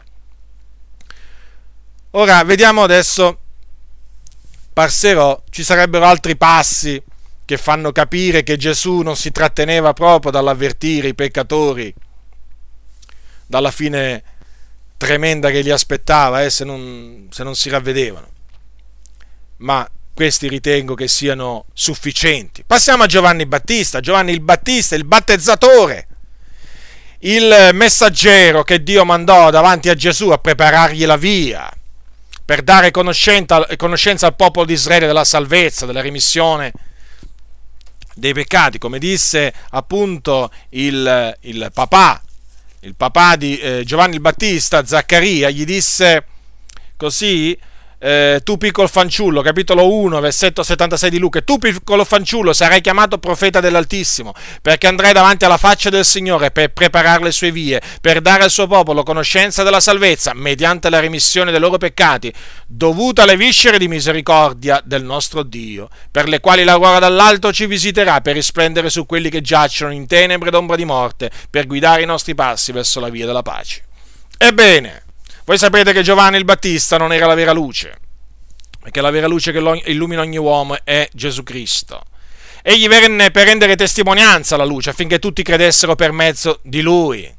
Ora, vediamo adesso, passerò, ci sarebbero altri passi che fanno capire che Gesù non si tratteneva proprio dall'avvertire i peccatori dalla fine tremenda che li aspettava eh, se, non, se non si ravvedevano, ma questi ritengo che siano sufficienti. Passiamo a Giovanni Battista. Giovanni il Battista, il battezzatore, il messaggero che Dio mandò davanti a Gesù a preparargli la via per dare conoscenza, conoscenza al popolo di Israele della salvezza, della remissione dei peccati, come disse appunto il, il papà il papà di eh, Giovanni il Battista, Zaccaria, gli disse così: eh, tu piccolo fanciullo, capitolo uno, versetto settantasei di Luca, tu piccolo fanciullo sarai chiamato profeta dell'Altissimo, perché andrai davanti alla faccia del Signore per preparare le sue vie, per dare al suo popolo conoscenza della salvezza, mediante la remissione dei loro peccati, dovuta alle viscere di misericordia del nostro Dio, per le quali la gloria dall'alto ci visiterà per risplendere su quelli che giacciono in tenebre d'ombra di morte, per guidare i nostri passi verso la via della pace. Ebbene, voi sapete che Giovanni il Battista non era la vera luce, perché la vera luce che illumina ogni uomo è Gesù Cristo. Egli venne per rendere testimonianza alla luce, affinché tutti credessero per mezzo di Lui.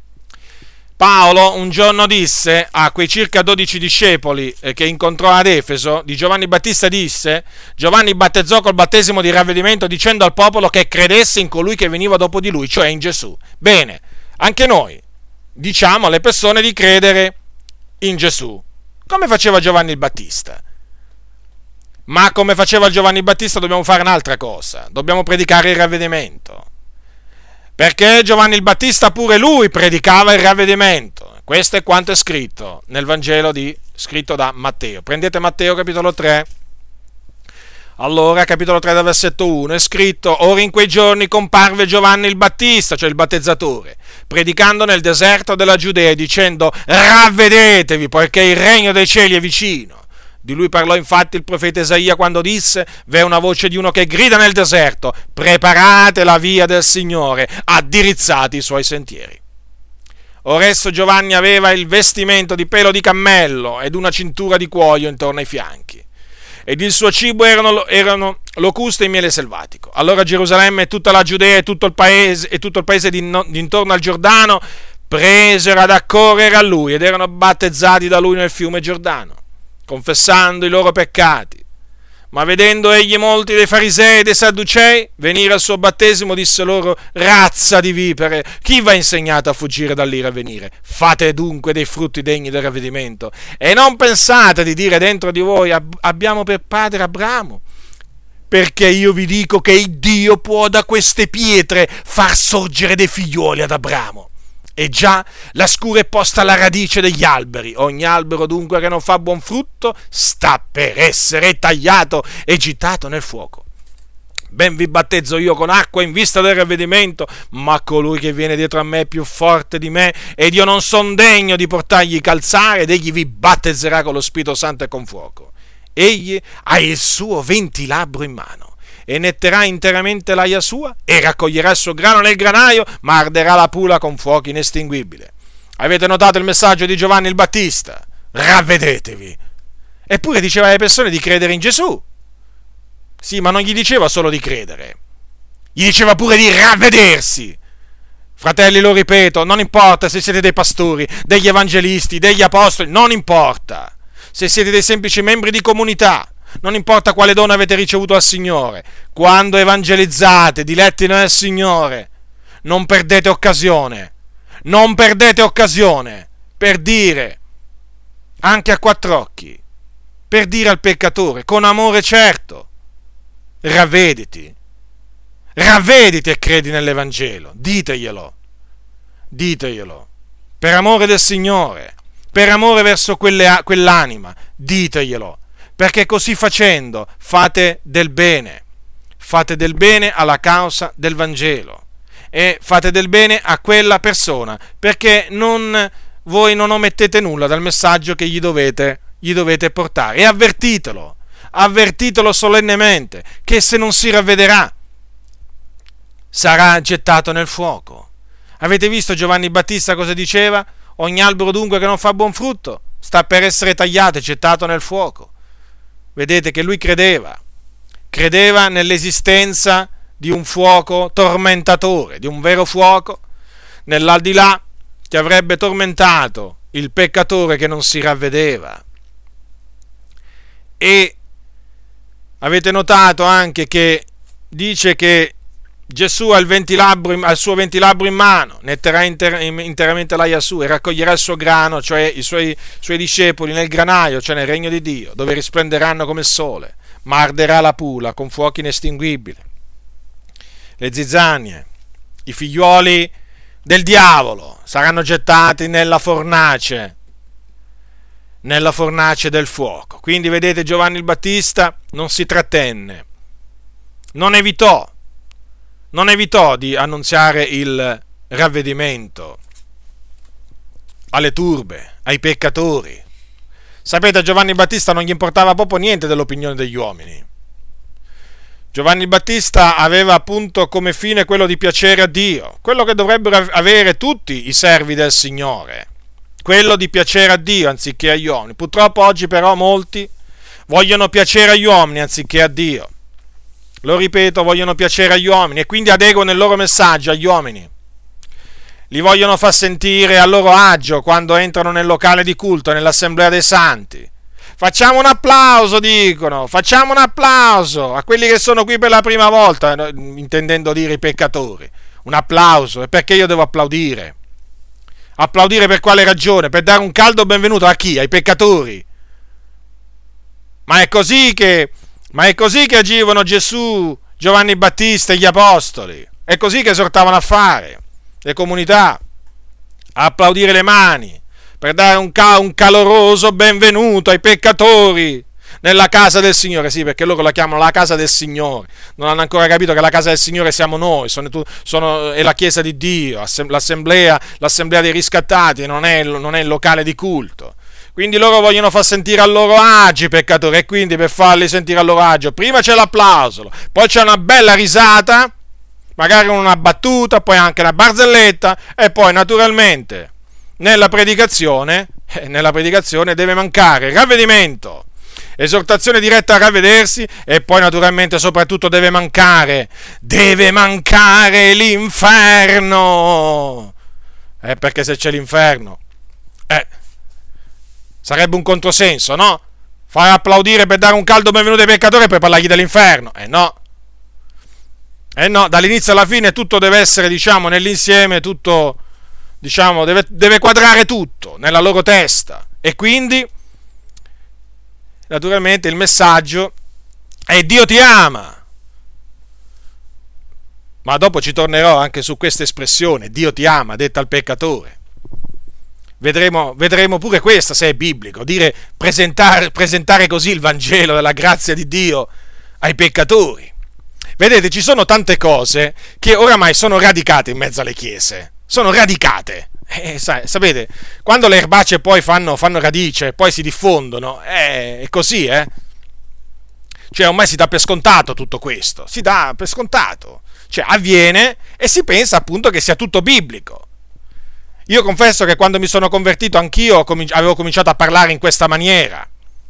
Paolo un giorno disse a quei circa dodici discepoli che incontrò ad Efeso, di Giovanni Battista disse: Giovanni battezzò col battesimo di ravvedimento dicendo al popolo che credesse in colui che veniva dopo di lui, cioè in Gesù. Bene, anche noi diciamo alle persone di credere in Gesù, come faceva Giovanni il Battista. Ma come faceva Giovanni Battista dobbiamo fare un'altra cosa, dobbiamo predicare il ravvedimento. Perché Giovanni il Battista pure lui predicava il ravvedimento. Questo è quanto è scritto nel Vangelo di, scritto da Matteo. Prendete Matteo capitolo tre. Allora, capitolo tre, da versetto uno, è scritto: ora in quei giorni comparve Giovanni il Battista, cioè il battezzatore, predicando nel deserto della Giudea, dicendo: ravvedetevi, poiché il regno dei cieli è vicino. Di lui parlò infatti il profeta Isaia quando disse: v'è una voce di uno che grida nel deserto, preparate la via del Signore, addirizzati i suoi sentieri. Or esso Giovanni aveva il vestimento di pelo di cammello ed una cintura di cuoio intorno ai fianchi, ed il suo cibo erano, erano locuste e miele selvatico. Allora Gerusalemme e tutta la Giudea e tutto il paese, e tutto il paese d'intorno al Giordano presero ad accorrere a lui ed erano battezzati da lui nel fiume Giordano, confessando i loro peccati. Ma vedendo egli molti dei farisei e dei sadducei venire al suo battesimo, disse loro: razza di vipere, chi vi ha insegnato a fuggire dall'ira a venire? Fate dunque dei frutti degni del ravvedimento, e non pensate di dire dentro di voi: abbiamo per padre Abramo. Perché io vi dico che il Dio può da queste pietre far sorgere dei figlioli ad Abramo. E già la scura è posta alla radice degli alberi. Ogni albero dunque che non fa buon frutto sta per essere tagliato e gettato nel fuoco. Ben vi battezzo io con acqua in vista del ravvedimento, ma colui che viene dietro a me è più forte di me, ed io non son degno di portargli i calzari, ed egli vi battezzerà con lo Spirito Santo e con fuoco. Egli ha il suo ventilabro in mano, e netterà interamente l'aia sua, e raccoglierà il suo grano nel granaio, ma arderà la pula con fuoco inestinguibile. Avete notato il messaggio di Giovanni il Battista? Ravvedetevi! Eppure diceva alle persone di credere in Gesù. Sì, ma non gli diceva solo di credere, gli diceva pure di ravvedersi. Fratelli, lo ripeto, non importa se siete dei pastori, degli evangelisti, degli apostoli, non importa. Se siete dei semplici membri di comunità, non importa quale dono avete ricevuto dal Signore, quando evangelizzate, diletti nel Signore, non perdete occasione, non perdete occasione per dire, anche a quattro occhi, per dire al peccatore, con amore certo: ravvediti, ravvediti e credi nell'Evangelo. Diteglielo, diteglielo, per amore del Signore, per amore verso quelle, quell'anima, diteglielo. Perché così facendo fate del bene, fate del bene alla causa del Vangelo e fate del bene a quella persona, perché non, voi non omettete nulla dal messaggio che gli dovete, gli dovete portare. E avvertitelo, avvertitelo solennemente, che se non si ravvederà sarà gettato nel fuoco. Avete visto Giovanni Battista cosa diceva? Ogni albero dunque che non fa buon frutto sta per essere tagliato e gettato nel fuoco. Vedete che lui credeva, credeva nell'esistenza di un fuoco tormentatore, di un vero fuoco nell'aldilà che avrebbe tormentato il peccatore che non si ravvedeva. E avete notato anche che dice che Gesù ha il ventilabro, ha il suo ventilabro in mano, netterà inter, interamente l'aia sua e raccoglierà il suo grano, cioè i suoi, suoi discepoli, nel granaio, cioè nel regno di Dio, dove risplenderanno come il sole, ma arderà la pula con fuoco inestinguibile. Le zizzanie, i figliuoli del diavolo, saranno gettati nella fornace, nella fornace del fuoco. Quindi vedete, Giovanni il Battista non si trattenne, non evitò, non evitò di annunziare il ravvedimento alle turbe, ai peccatori. Sapete, a Giovanni Battista non gli importava proprio niente dell'opinione degli uomini. Giovanni Battista aveva appunto come fine quello di piacere a Dio, quello che dovrebbero avere tutti i servi del Signore, quello di piacere a Dio anziché agli uomini. Purtroppo oggi però molti vogliono piacere agli uomini anziché a Dio. Lo ripeto, vogliono piacere agli uomini e quindi adeguano il loro messaggio agli uomini. Li vogliono far sentire a loro agio quando entrano nel locale di culto, nell'assemblea dei santi. Facciamo un applauso, dicono, facciamo un applauso a quelli che sono qui per la prima volta, intendendo dire i peccatori. Un applauso, e perché io devo applaudire? Applaudire per quale ragione? Per dare un caldo benvenuto a chi? Ai peccatori. Ma è così che, ma è così che agivano Gesù, Giovanni Battista e gli apostoli. È così che esortavano a fare le comunità, a applaudire le mani, per dare un, ca- un caloroso benvenuto ai peccatori nella casa del Signore. Sì, perché loro la chiamano la casa del Signore, non hanno ancora capito che la casa del Signore siamo noi, sono, sono, è la chiesa di Dio, l'assemblea, l'assemblea dei riscattati, non è, non è il locale di culto. Quindi loro vogliono far sentire a loro agio i peccatori, e quindi per farli sentire a loro agio prima c'è l'applauso, poi c'è una bella risata, magari una battuta, poi anche una barzelletta, e poi naturalmente nella predicazione, eh, nella predicazione deve mancare il ravvedimento, esortazione diretta a ravvedersi, e poi naturalmente soprattutto deve mancare, deve mancare l'inferno, eh, perché se c'è l'inferno, eh, sarebbe un controsenso, no? Fare applaudire per dare un caldo benvenuto ai peccatori e poi parlargli dell'inferno, eh no. Eh no, dall'inizio alla fine tutto deve essere, diciamo, nell'insieme, tutto, diciamo, deve, deve quadrare tutto nella loro testa. E quindi, naturalmente, il messaggio è: Dio ti ama. Ma dopo ci tornerò anche su questa espressione, Dio ti ama, detta al peccatore. Vedremo, vedremo pure questa, se è biblico, dire presentare, presentare così il Vangelo della grazia di Dio ai peccatori. Vedete, ci sono tante cose che oramai sono radicate in mezzo alle chiese, sono radicate. Eh, sa, sapete, quando le erbacee poi fanno, fanno radice e poi si diffondono, eh, è così, eh? Cioè ormai si dà per scontato tutto questo, si dà per scontato, cioè avviene e si pensa appunto che sia tutto biblico. Io confesso che quando mi sono convertito anch'io avevo cominciato a parlare in questa maniera.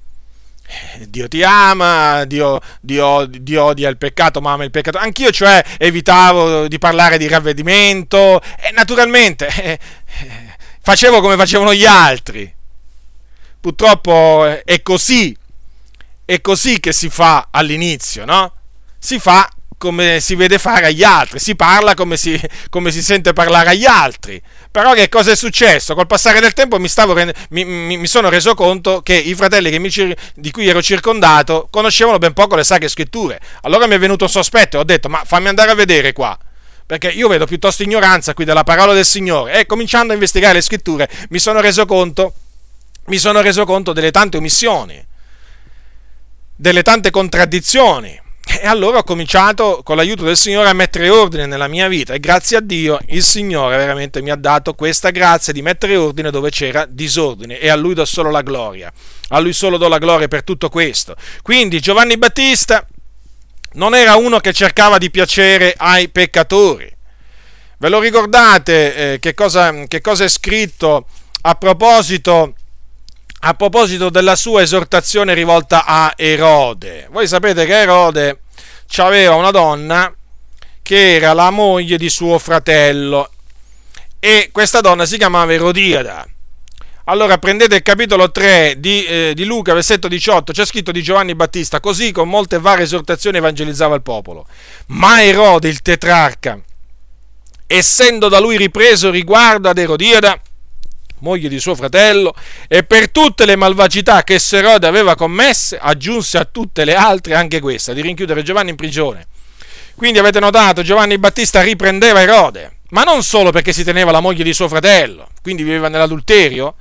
Dio ti ama, Dio, Dio, Dio odia il peccato, ma ama il peccato. Anch'io, cioè, evitavo di parlare di ravvedimento e naturalmente eh, facevo come facevano gli altri. Purtroppo è così, è così che si fa all'inizio, no? Si fa come si vede fare agli altri, si parla come si, come si sente parlare agli altri. Però che cosa è successo? Col passare del tempo mi, stavo, mi, mi, mi sono reso conto che i fratelli che mi, di cui ero circondato conoscevano ben poco le Sacre Scritture. Allora mi è venuto un sospetto e ho detto: ma fammi andare a vedere qua, perché io vedo piuttosto ignoranza qui della parola del Signore. E cominciando a investigare le Scritture mi sono reso conto, mi sono reso conto delle tante omissioni, delle tante contraddizioni. E allora ho cominciato, con l'aiuto del Signore, a mettere ordine nella mia vita, e grazie a Dio il Signore veramente mi ha dato questa grazia di mettere ordine dove c'era disordine, e a Lui do solo la gloria, a Lui solo do la gloria per tutto questo. Quindi Giovanni Battista non era uno che cercava di piacere ai peccatori. Ve lo ricordate eh, che cosa, che cosa è scritto a proposito A proposito della sua esortazione rivolta a Erode? Voi sapete che Erode aveva una donna che era la moglie di suo fratello, e questa donna si chiamava Erodiada. Allora prendete il capitolo tre di, eh, di Luca, versetto diciotto, c'è scritto di Giovanni Battista: così con molte varie esortazioni evangelizzava il popolo. Ma Erode, il tetrarca, essendo da lui ripreso riguardo ad Erodiada, moglie di suo fratello, e per tutte le malvagità che Erode aveva commesse, aggiunse a tutte le altre anche questa, di rinchiudere Giovanni in prigione. Quindi avete notato, Giovanni Battista riprendeva Erode, ma non solo perché si teneva la moglie di suo fratello, quindi viveva nell'adulterio,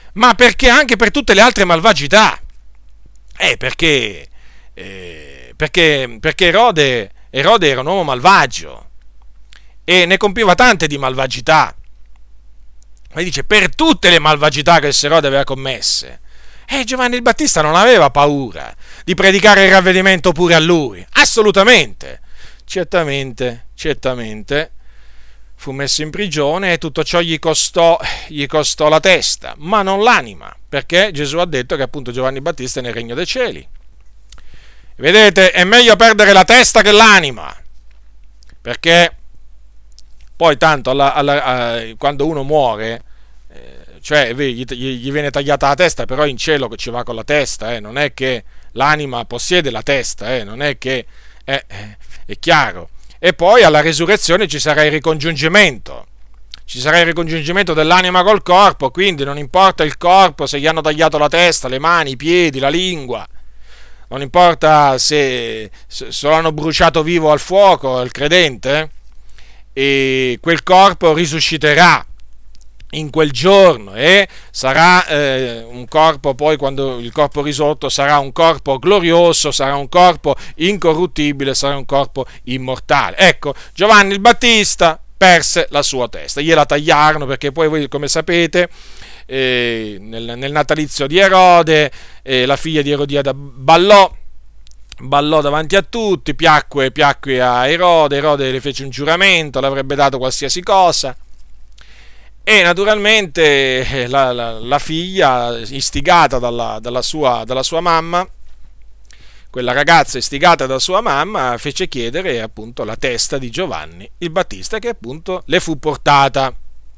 ma perché anche per tutte le altre malvagità. Eh, perché, eh, perché, perché Erode, Erode era un uomo malvagio e ne compiva tante di malvagità. Ma dice, per tutte le malvagità che Erode aveva commesse. E Giovanni il Battista non aveva paura di predicare il ravvedimento pure a lui, assolutamente. Certamente, certamente fu messo in prigione e tutto ciò gli costò, gli costò la testa, ma non l'anima, perché Gesù ha detto che appunto Giovanni Battista è nel regno dei cieli. Vedete, è meglio perdere la testa che l'anima, perché poi tanto alla, alla, a, quando uno muore, eh, cioè gli, gli viene tagliata la testa, però in cielo ci va con la testa, eh, non è che l'anima possiede la testa, eh, non è che eh, è chiaro. E poi alla resurrezione ci sarà il ricongiungimento, ci sarà il ricongiungimento dell'anima col corpo, quindi non importa il corpo, se gli hanno tagliato la testa, le mani, i piedi, la lingua, non importa se, se lo hanno bruciato vivo al fuoco, il credente, e quel corpo risusciterà in quel giorno e sarà eh, un corpo, poi quando il corpo risorto sarà un corpo glorioso, sarà un corpo incorruttibile, sarà un corpo immortale. Ecco, Giovanni il Battista perse la sua testa, gliela tagliarono perché poi voi, come sapete, eh, nel, nel natalizio di Erode eh, la figlia di Erodiada ballò ballò davanti a tutti, piacque, piacque a Erode, Erode le fece un giuramento, le avrebbe dato qualsiasi cosa. E naturalmente la, la, la figlia, istigata dalla, dalla, sua, dalla sua mamma, quella ragazza istigata dalla sua mamma, fece chiedere appunto la testa di Giovanni il Battista, che appunto le fu portata.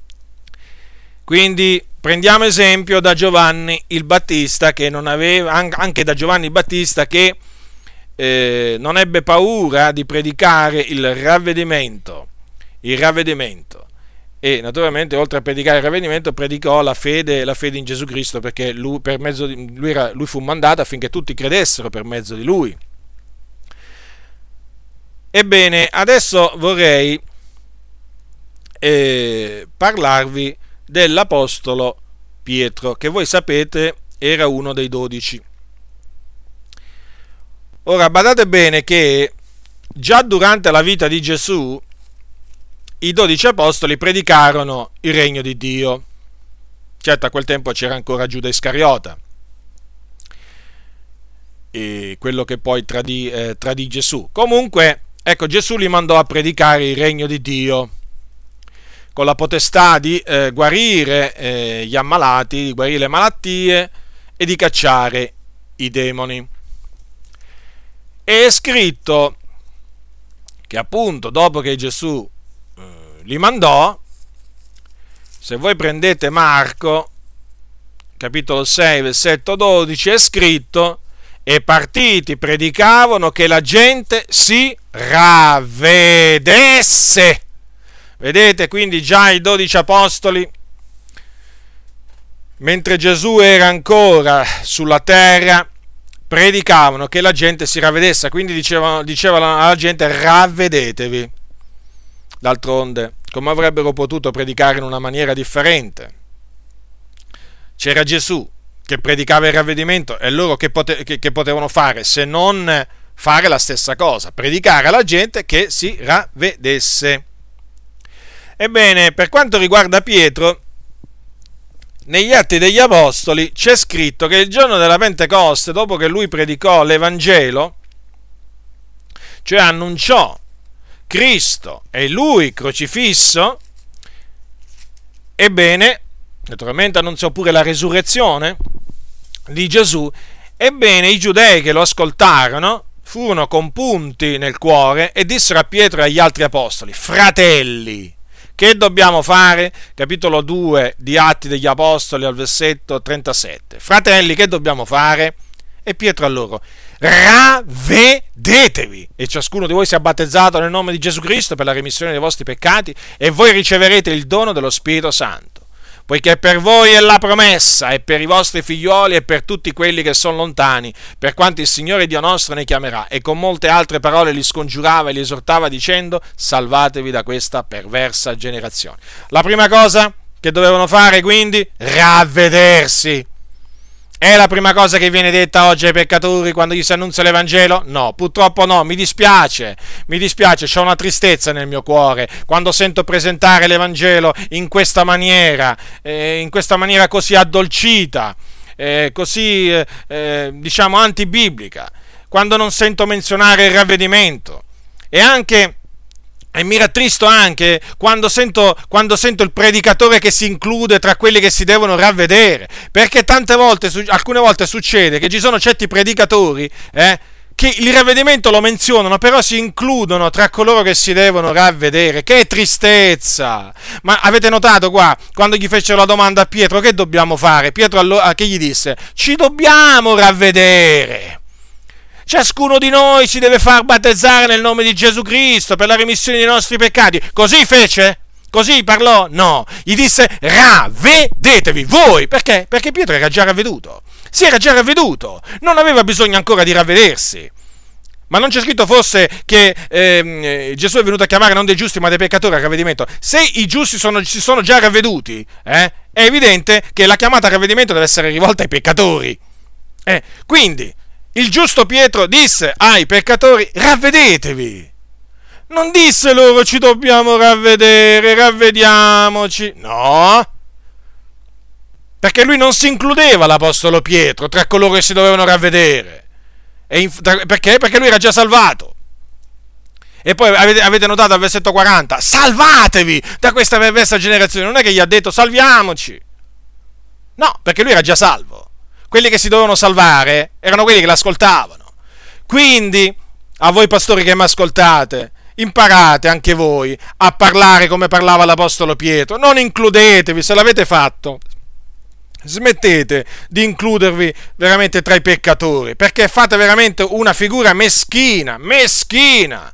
Quindi prendiamo esempio da Giovanni il Battista, che non aveva, anche da Giovanni il Battista che eh, non ebbe paura di predicare il ravvedimento, il ravvedimento. E naturalmente, oltre a predicare il ravvedimento, predicò la fede, la fede in Gesù Cristo, perché lui, per mezzo di, lui, era, lui fu mandato affinché tutti credessero per mezzo di lui. Ebbene, adesso vorrei eh, parlarvi dell'apostolo Pietro, che voi sapete era uno dei dodici. Ora, badate bene che già durante la vita di Gesù i dodici apostoli predicarono il regno di Dio. Certo, a quel tempo c'era ancora Giuda Iscariota, e quello che poi tradì, eh, tradì Gesù. Comunque, ecco, Gesù li mandò a predicare il regno di Dio, con la potestà di eh, guarire eh, gli ammalati, di guarire le malattie e di cacciare i demoni. E è scritto che appunto dopo che Gesù li mandò, se voi prendete Marco, capitolo sei, versetto dodici, è scritto: e partiti predicavano che la gente si ravvedesse. Vedete, quindi già i dodici apostoli, mentre Gesù era ancora sulla terra, predicavano che la gente si ravvedesse, quindi dicevano, dicevano alla gente: ravvedetevi. D'altronde, come avrebbero potuto predicare in una maniera differente? C'era Gesù che predicava il ravvedimento, e loro che, pote- che, che potevano fare se non fare la stessa cosa, predicare alla gente che si ravvedesse. Ebbene, per quanto riguarda Pietro, negli Atti degli Apostoli c'è scritto che il giorno della Pentecoste, dopo che lui predicò l'Evangelo, cioè annunciò Cristo e lui crocifisso, ebbene, naturalmente annunziò pure la resurrezione di Gesù, ebbene i giudei che lo ascoltarono furono compunti nel cuore e dissero a Pietro e agli altri apostoli: fratelli, che dobbiamo fare? Capitolo due di Atti degli Apostoli al versetto trentasette. Fratelli, che dobbiamo fare? E Pietro a loro: ravvedetevi e ciascuno di voi sia battezzato nel nome di Gesù Cristo per la remissione dei vostri peccati e voi riceverete il dono dello Spirito Santo, poiché per voi è la promessa e per i vostri figlioli e per tutti quelli che sono lontani, per quanto il Signore Dio nostro ne chiamerà. E con molte altre parole li scongiurava e li esortava dicendo: salvatevi da questa perversa generazione. La prima cosa che dovevano fare quindi? Ravvedersi. È la prima cosa che viene detta oggi ai peccatori quando gli si annunzia l'Evangelo? No, purtroppo no, mi dispiace, mi dispiace, c'ho una tristezza nel mio cuore quando sento presentare l'Evangelo in questa maniera, eh, in questa maniera così addolcita, eh, così, eh, diciamo, antibiblica, quando non sento menzionare il ravvedimento. E anche... E mi rattristo anche quando sento, quando sento il predicatore che si include tra quelli che si devono ravvedere, perché tante volte, alcune volte succede che ci sono certi predicatori eh, che il ravvedimento lo menzionano, però si includono tra coloro che si devono ravvedere. Che tristezza! Ma avete notato qua, quando gli fecero la domanda a Pietro, che dobbiamo fare? Pietro allora, che gli disse? Ci dobbiamo ravvedere! Ciascuno di noi si deve far battezzare nel nome di Gesù Cristo per la remissione dei nostri peccati. Così fece? Così parlò? No. Gli disse ravvedetevi voi. Perché? Perché Pietro era già ravveduto. Si era già ravveduto. Non aveva bisogno ancora di ravvedersi. Ma non c'è scritto forse che eh, Gesù è venuto a chiamare non dei giusti ma dei peccatori al ravvedimento? Se i giusti sono, si sono già ravveduti, eh, è evidente che la chiamata al ravvedimento deve essere rivolta ai peccatori. Eh, quindi... Il giusto Pietro disse ai peccatori: ravvedetevi. Non disse loro: ci dobbiamo ravvedere, ravvediamoci. No, perché lui non si includeva, l'apostolo Pietro, tra coloro che si dovevano ravvedere. E in, tra, perché? Perché lui era già salvato. E poi avete, avete notato al versetto quaranta: salvatevi da questa perversa generazione. Non è che gli ha detto salviamoci. No, perché lui era già salvo. Quelli che si dovevano salvare erano quelli che l'ascoltavano. Quindi, a voi pastori che mi ascoltate, imparate anche voi a parlare come parlava l'apostolo Pietro. Non includetevi, se l'avete fatto, smettete di includervi veramente tra i peccatori, perché fate veramente una figura meschina, meschina.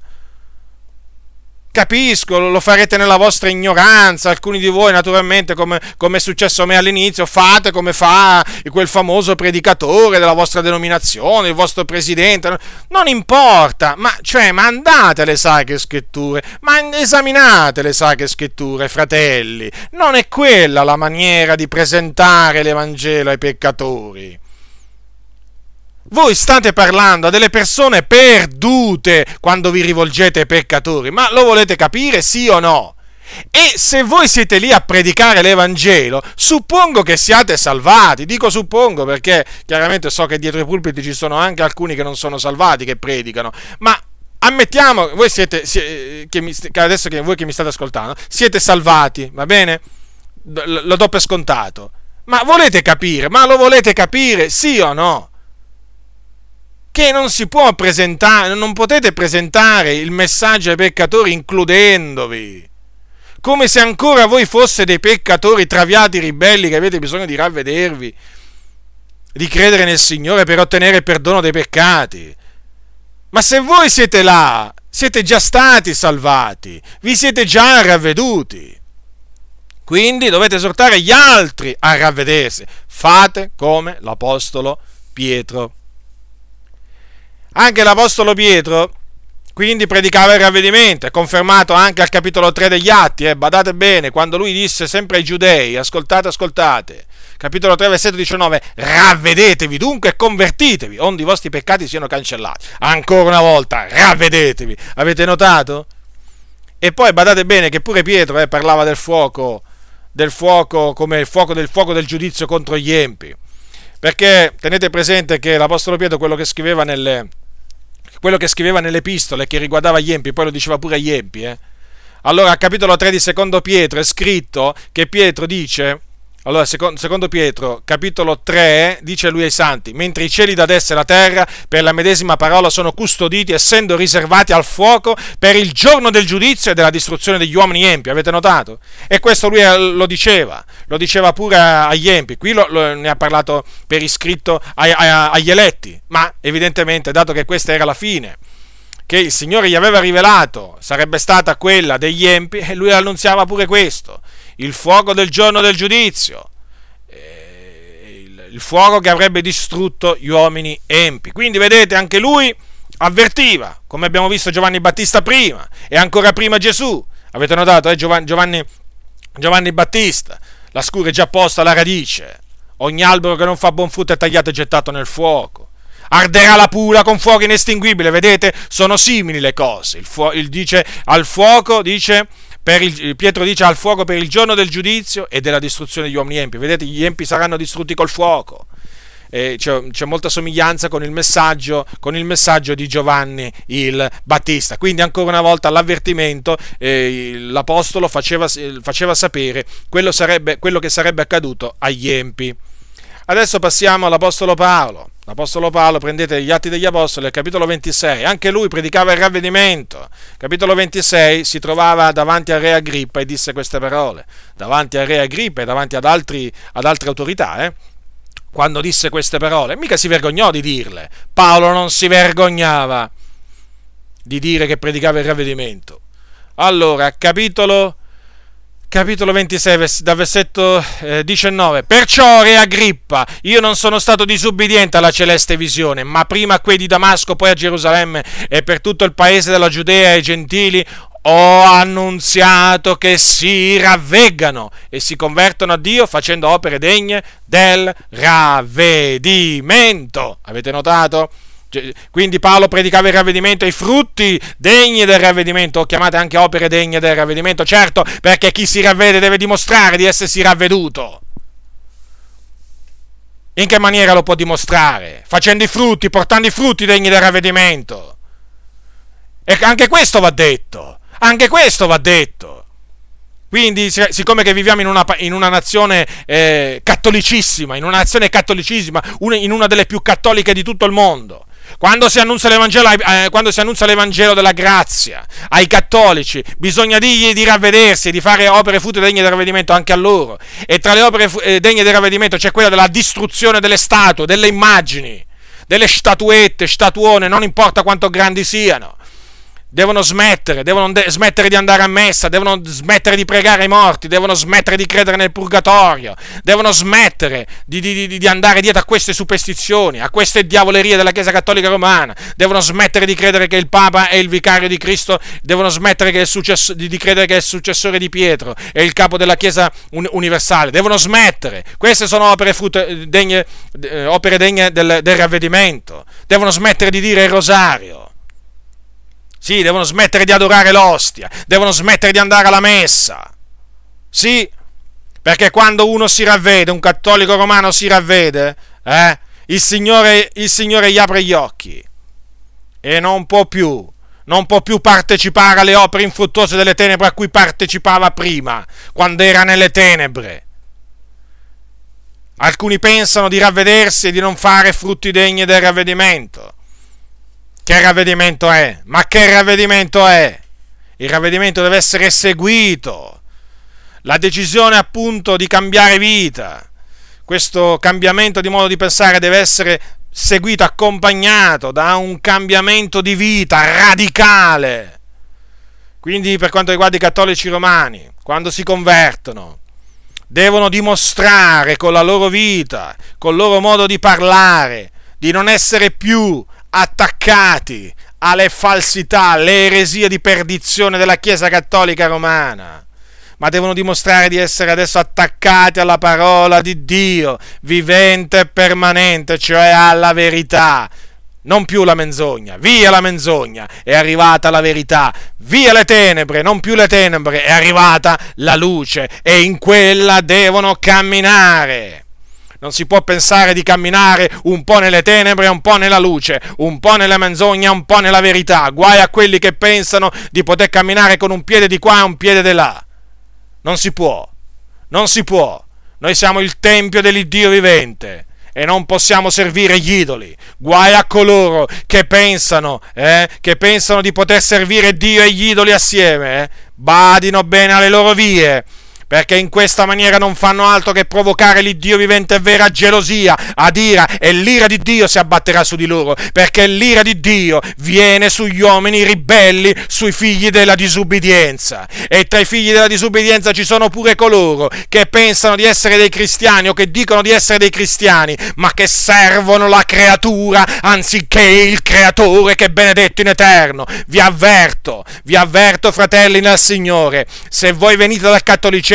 Capisco, lo farete nella vostra ignoranza, alcuni di voi naturalmente, come, come è successo a me all'inizio, fate come fa quel famoso predicatore della vostra denominazione, il vostro presidente, non importa, ma, cioè, ma andate alle Sacre Scritture, ma esaminate le Sacre Scritture, fratelli, non è quella la maniera di presentare l'Evangelo ai peccatori. Voi state parlando a delle persone perdute quando vi rivolgete ai peccatori, ma lo volete capire, sì o no? E se voi siete lì a predicare l'Evangelo, suppongo che siate salvati. Dico suppongo perché chiaramente so che dietro i pulpiti ci sono anche alcuni che non sono salvati, che predicano, ma ammettiamo, voi siete, che mi, che adesso che voi che mi state ascoltando, siete salvati, va bene? Lo do per scontato. Ma volete capire? Ma lo volete capire, sì o no? Che non si può presentare, non potete presentare il messaggio ai peccatori includendovi, come se ancora voi foste dei peccatori traviati, ribelli, che avete bisogno di ravvedervi, di credere nel Signore per ottenere il perdono dei peccati. Ma se voi siete là, siete già stati salvati, vi siete già ravveduti, quindi dovete esortare gli altri a ravvedersi. Fate come l'apostolo Pietro. Anche l'apostolo Pietro quindi predicava il ravvedimento, è confermato anche al capitolo tre degli Atti, eh, badate bene, quando lui disse sempre ai giudei, ascoltate, ascoltate, capitolo tre, versetto diciannove, ravvedetevi dunque e convertitevi, onde i vostri peccati siano cancellati. Ancora una volta, ravvedetevi, avete notato? E poi badate bene che pure Pietro eh, parlava del fuoco, del fuoco come il fuoco del fuoco del giudizio contro gli empi, perché tenete presente che l'apostolo Pietro quello che scriveva nelle quello che scriveva nelle epistole che riguardava gli empi, poi lo diceva pure agli empi, eh. Allora al capitolo tre di secondo Pietro è scritto che Pietro dice, allora secondo, secondo Pietro capitolo tre dice lui ai santi: mentre i cieli da destra e la terra per la medesima parola sono custoditi, essendo riservati al fuoco per il giorno del giudizio e della distruzione degli uomini empi. Avete notato? E questo lui lo diceva, lo diceva pure agli empi. Qui lo, lo, ne ha parlato per iscritto ai, ai, agli eletti, ma evidentemente, dato che questa era la fine che il Signore gli aveva rivelato, sarebbe stata quella degli empi, e lui annunziava pure questo: il fuoco del giorno del giudizio, eh, il, il fuoco che avrebbe distrutto gli uomini empi. Quindi vedete, anche lui avvertiva, come abbiamo visto Giovanni Battista prima, e ancora prima Gesù. Avete notato, eh, Giovanni, Giovanni, Giovanni Battista La scure è già posta alla radice. Ogni albero che non fa buon frutto è tagliato e gettato nel fuoco. Arderà la pula con fuoco inestinguibile. Vedete? Sono simili le cose. Il, fu- il dice al fuoco, dice, per il, Pietro dice al fuoco per il giorno del giudizio e della distruzione degli uomini empi. Vedete? Gli empi saranno distrutti col fuoco. Eh, c'è, c'è molta somiglianza con il messaggio con il messaggio di Giovanni il Battista. Quindi ancora una volta l'avvertimento, eh, l'apostolo faceva, faceva sapere quello, sarebbe, quello che sarebbe accaduto agli empi. Adesso passiamo all'apostolo Paolo. L'apostolo Paolo, prendete gli Atti degli Apostoli, al capitolo ventisei, anche lui predicava il ravvedimento. Capitolo ventisei, si trovava davanti al re Agrippa e disse queste parole, davanti al re Agrippa e davanti ad, altri, ad altre autorità, eh? Quando disse queste parole, mica si vergognò di dirle. Paolo non si vergognava di dire che predicava il ravvedimento. Allora, capitolo, capitolo ventisei, dal versetto eh, diciannove. Perciò, re Agrippa, io non sono stato disubbidiente alla celeste visione, ma prima a quei di Damasco, poi a Gerusalemme e per tutto il paese della Giudea e ai gentili, ho annunziato che si ravveggano e si convertono a Dio facendo opere degne del ravvedimento. Avete notato? Quindi Paolo predicava il ravvedimento e i frutti degni del ravvedimento, o chiamate anche opere degne del ravvedimento, certo, perché chi si ravvede deve dimostrare di essersi ravveduto. In che maniera lo può dimostrare? Facendo i frutti, portando i frutti degni del ravvedimento. E anche questo va detto. Anche questo va detto. Quindi, siccome che viviamo in una, in una nazione eh, cattolicissima, in una nazione cattolicissima, una, in una delle più cattoliche di tutto il mondo, quando si annuncia l'Evangelo, eh, quando si annuncia l'Evangelo della grazia ai cattolici, bisogna dirgli di ravvedersi, di fare opere frutti degne del ravvedimento anche a loro. E tra le opere eh, degne del ravvedimento c'è quella della distruzione delle statue, delle immagini, delle statuette, statuone, non importa quanto grandi siano. Devono smettere, devono de- smettere di andare a messa, devono smettere di pregare ai morti, devono smettere di credere nel purgatorio, devono smettere di, di, di andare dietro a queste superstizioni, a queste diavolerie della Chiesa Cattolica Romana, devono smettere di credere che il Papa è il vicario di Cristo, devono smettere che è il successo- di, di credere che è il successore di Pietro, è il capo della Chiesa un- universale, devono smettere. Queste sono opere, frute, degne, eh, opere degne del, del ravvedimento, devono smettere di dire il rosario. Sì, devono smettere di adorare l'ostia, devono smettere di andare alla messa. Sì, perché quando uno si ravvede, un cattolico romano si ravvede, eh, il Signore, il Signore gli apre gli occhi e non può più, non può più partecipare alle opere infruttuose delle tenebre a cui partecipava prima, quando era nelle tenebre. Alcuni pensano di ravvedersi e di non fare frutti degni del ravvedimento. Che ravvedimento è? Ma che ravvedimento è? Il ravvedimento deve essere seguito. La decisione appunto di cambiare vita, questo cambiamento di modo di pensare deve essere seguito, accompagnato da un cambiamento di vita radicale. Quindi per quanto riguarda i cattolici romani, quando si convertono, devono dimostrare con la loro vita, col loro modo di parlare, di non essere più attaccati alle falsità, alle eresie di perdizione della Chiesa Cattolica Romana, ma devono dimostrare di essere adesso attaccati alla parola di Dio, vivente e permanente, cioè alla verità. Non più la menzogna, via la menzogna, è arrivata la verità, via le tenebre, non più le tenebre, è arrivata la luce e in quella devono camminare. Non si può pensare di camminare un po' nelle tenebre, un po' nella luce, un po' nella menzogna, un po' nella verità. Guai a quelli che pensano di poter camminare con un piede di qua e un piede di là. Non si può, non si può. Noi siamo il tempio dell'Iddio vivente e non possiamo servire gli idoli. Guai a coloro che pensano, eh, che pensano di poter servire Dio e gli idoli assieme. Eh. Badino bene alle loro vie, perché in questa maniera non fanno altro che provocare l'Iddio vivente e vera gelosia, adira, e l'ira di Dio si abbatterà su di loro, perché l'ira di Dio viene sugli uomini ribelli, sui figli della disubbidienza, e tra i figli della disubbidienza ci sono pure coloro che pensano di essere dei cristiani o che dicono di essere dei cristiani, ma che servono la creatura anziché il creatore che è benedetto in eterno. Vi avverto, vi avverto fratelli nel Signore, se voi venite dal cattolicesimo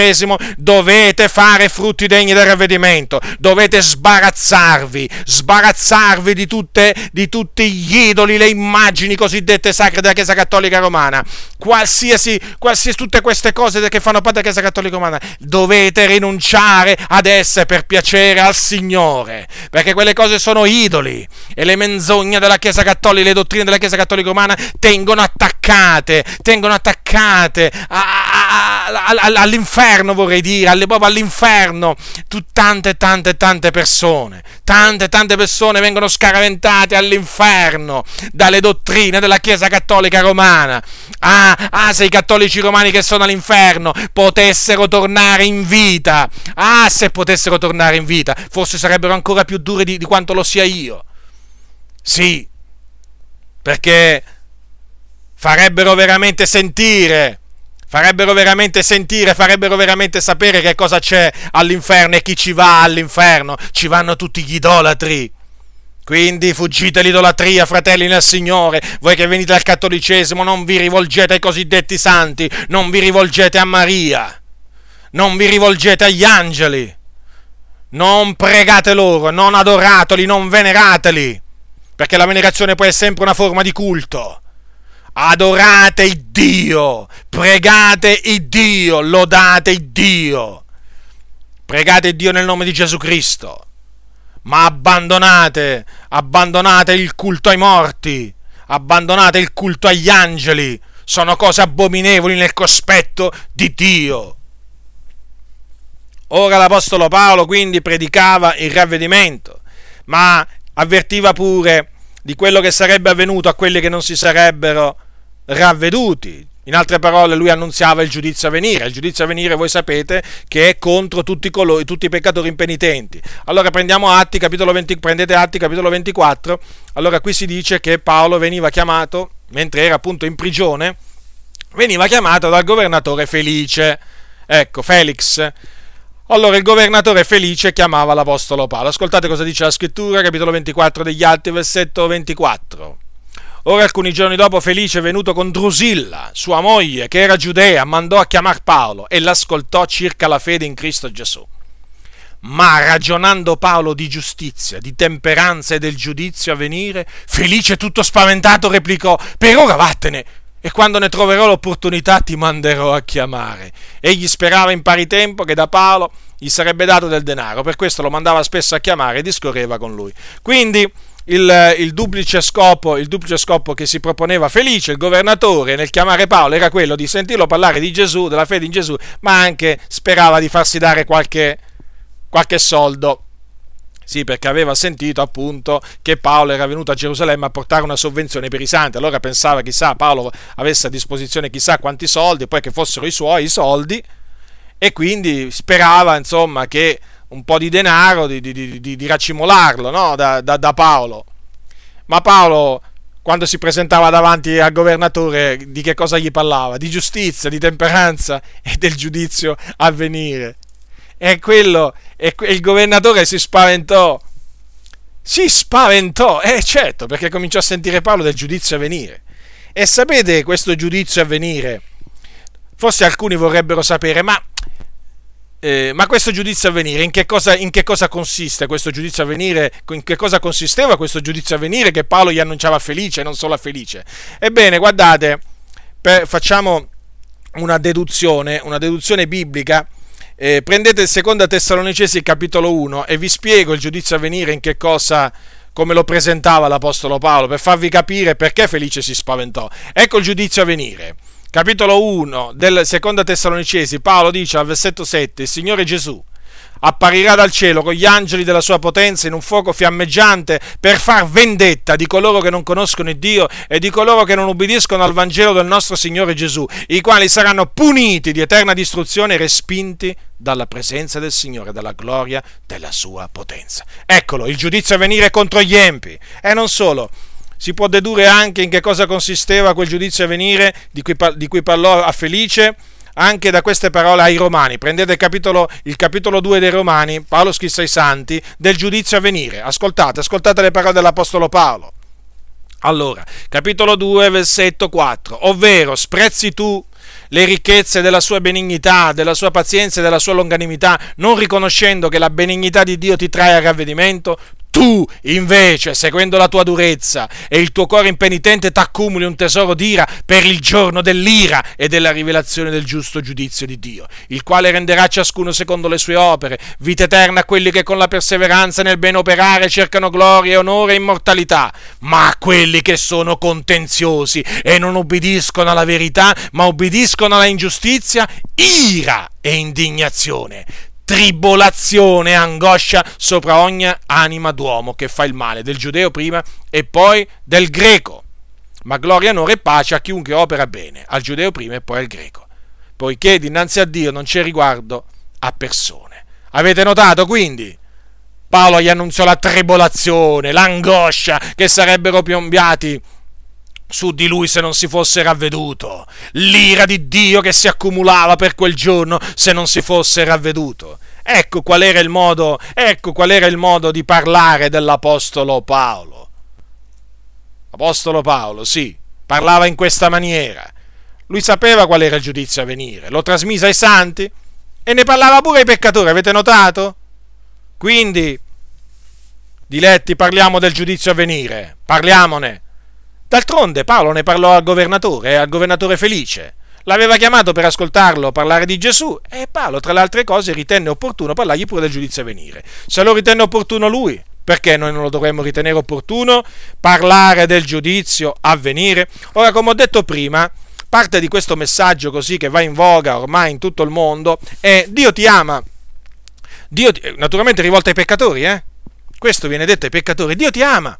cattolicesimo, dovete fare frutti degni del ravvedimento, dovete sbarazzarvi, sbarazzarvi di tutte, di tutti gli idoli, le immagini cosiddette sacre della Chiesa Cattolica Romana, qualsiasi, qualsiasi tutte queste cose che fanno parte della Chiesa Cattolica Romana, dovete rinunciare ad esse per piacere al Signore, perché quelle cose sono idoli, e le menzogne della Chiesa Cattolica, le dottrine della Chiesa Cattolica Romana tengono attaccate, tengono attaccate a, a, a, a, all'inferno, vorrei dire, alle, proprio all'inferno, tu, tante, tante, tante persone, tante, tante persone vengono scaraventate all'inferno dalle dottrine della Chiesa Cattolica Romana. Ah, ah, se i cattolici romani che sono all'inferno potessero tornare in vita, ah, se potessero tornare in vita, forse sarebbero ancora più duri di, di quanto lo sia io. Sì, perché farebbero veramente sentire, farebbero veramente sentire, farebbero veramente sapere che cosa c'è all'inferno e chi ci va all'inferno. Ci vanno tutti gli idolatri. Quindi fuggite l'idolatria, fratelli nel Signore. Voi che venite dal cattolicesimo, non vi rivolgete ai cosiddetti santi, non vi rivolgete a Maria, non vi rivolgete agli angeli, non pregate loro, non adorateli, non venerateli, perché la venerazione poi è sempre una forma di culto. Adorate il Dio, pregate il Dio, lodate il Dio, pregate il Dio nel nome di Gesù Cristo, ma abbandonate, abbandonate il culto ai morti, abbandonate il culto agli angeli, sono cose abominevoli nel cospetto di Dio. Ora l'Apostolo Paolo quindi predicava il ravvedimento, ma avvertiva pure di quello che sarebbe avvenuto a quelli che non si sarebbero ravveduti. In altre parole, lui annunziava il giudizio a venire. Il giudizio a venire, voi sapete, che è contro tutti, coloro, tutti i peccatori impenitenti. Allora prendiamo Atti, capitolo venti, prendete Atti, capitolo ventiquattro. Allora qui si dice che Paolo veniva chiamato, mentre era appunto in prigione, veniva chiamato dal governatore Felice. Ecco, Felix. Allora il governatore Felice chiamava l'Apostolo Paolo. Ascoltate cosa dice la scrittura, capitolo ventiquattro degli Atti, versetto ventiquattro. Ora alcuni giorni dopo Felice, venuto con Drusilla, sua moglie, che era giudea, mandò a chiamar Paolo e l'ascoltò circa la fede in Cristo Gesù. Ma ragionando Paolo di giustizia, di temperanza e del giudizio a venire, Felice tutto spaventato replicò: per ora vattene, e quando ne troverò l'opportunità ti manderò a chiamare. Egli sperava in pari tempo che da Paolo gli sarebbe dato del denaro, per questo lo mandava spesso a chiamare e discorreva con lui. Quindi il, il, duplice scopo, il duplice scopo che si proponeva Felice, il governatore, nel chiamare Paolo era quello di sentirlo parlare di Gesù, della fede in Gesù, ma anche sperava di farsi dare qualche, qualche soldo. Sì, perché aveva sentito appunto che Paolo era venuto a Gerusalemme a portare una sovvenzione per i santi. Allora pensava, chissà, Paolo avesse a disposizione chissà quanti soldi, poi che fossero i suoi soldi, e quindi sperava, insomma, che un po' di denaro di, di, di, di racimolarlo, no? da, da, da Paolo. Ma Paolo, quando si presentava davanti al governatore, di che cosa gli parlava? Di giustizia, di temperanza e del giudizio a venire. E quello, e il governatore si spaventò, si spaventò, eh certo, perché cominciò a sentire Paolo del giudizio a venire. E sapete questo giudizio a venire? Forse alcuni vorrebbero sapere, ma, eh, ma questo giudizio a venire, in che cosa, in che cosa consiste questo giudizio a venire? In che cosa consisteva questo giudizio a venire che Paolo gli annunciava a Felice e non solo a Felice? Ebbene, guardate, per, facciamo una deduzione, una deduzione biblica. Eh, prendete il secondo Tessalonicesi capitolo uno e vi spiego il giudizio a venire in che cosa, come lo presentava l'Apostolo Paolo, per farvi capire perché Felice si spaventò. Ecco il giudizio a venire. Capitolo uno del secondo Tessalonicesi, Paolo dice al versetto sette: il Signore Gesù apparirà dal cielo con gli angeli della sua potenza in un fuoco fiammeggiante per far vendetta di coloro che non conoscono il Dio e di coloro che non ubbidiscono al Vangelo del nostro Signore Gesù, i quali saranno puniti di eterna distruzione e respinti dalla presenza del Signore, dalla gloria della sua potenza. Eccolo, il giudizio a venire contro gli empi. E non solo, si può dedurre anche in che cosa consisteva quel giudizio a venire di cui, di cui parlò a Felice, anche da queste parole ai Romani. Prendete il capitolo, il capitolo due dei Romani, Paolo scrisse ai santi del giudizio a venire. Ascoltate, ascoltate le parole dell'Apostolo Paolo. Allora, capitolo due, versetto quattro: ovvero sprezzi tu le ricchezze della sua benignità, della sua pazienza e della sua longanimità, non riconoscendo che la benignità di Dio ti trae al ravvedimento, tu invece, seguendo la tua durezza e il tuo cuore impenitente, t'accumuli un tesoro d'ira per il giorno dell'ira e della rivelazione del giusto giudizio di Dio, il quale renderà ciascuno secondo le sue opere, vita eterna a quelli che con la perseveranza nel bene operare cercano gloria, onore e immortalità, ma a quelli che sono contenziosi e non obbediscono alla verità, ma obbediscono alla ingiustizia, ira e indignazione, tribolazione e angoscia sopra ogni anima d'uomo che fa il male, del giudeo prima e poi del greco. Ma gloria, onore e pace a chiunque opera bene, al giudeo prima e poi al greco, poiché dinanzi a Dio non c'è riguardo a persone. Avete notato quindi? Paolo gli annunziò la tribolazione, l'angoscia che sarebbero piombiati su di lui se non si fosse ravveduto, l'ira di Dio che si accumulava per quel giorno se non si fosse ravveduto. Ecco qual era il modo, ecco qual era il modo di parlare dell'apostolo Paolo. L'apostolo Paolo, sì, parlava in questa maniera. Lui sapeva qual era il giudizio a venire, lo trasmise ai santi e ne parlava pure ai peccatori, avete notato? Quindi, diletti, parliamo del giudizio a venire, parliamone. D'altronde Paolo ne parlò al governatore, al governatore Felice. L'aveva chiamato per ascoltarlo parlare di Gesù e Paolo, tra le altre cose, ritenne opportuno parlargli pure del giudizio a venire. Se lo ritenne opportuno lui, perché noi non lo dovremmo ritenere opportuno parlare del giudizio a venire? Ora, come ho detto prima, parte di questo messaggio così che va in voga ormai in tutto il mondo è: Dio ti ama. Dio ti, naturalmente rivolto ai peccatori, eh? Questo viene detto ai peccatori: Dio ti ama.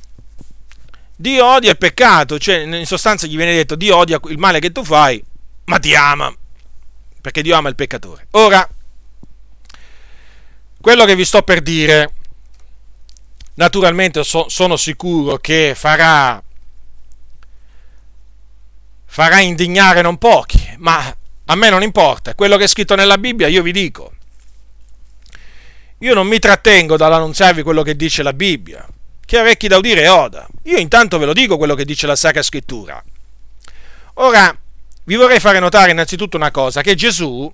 Dio odia il peccato, cioè in sostanza gli viene detto: Dio odia il male che tu fai, ma ti ama, perché Dio ama il peccatore. Ora, quello che vi sto per dire, naturalmente so, sono sicuro che farà, farà indignare non pochi, ma a me non importa, quello che è scritto nella Bibbia io vi dico. Io non mi trattengo dall'annunziarvi quello che dice la Bibbia. Chi ha orecchi da udire oda. Io intanto ve lo dico quello che dice la Sacra Scrittura. Ora, vi vorrei fare notare innanzitutto una cosa, che Gesù,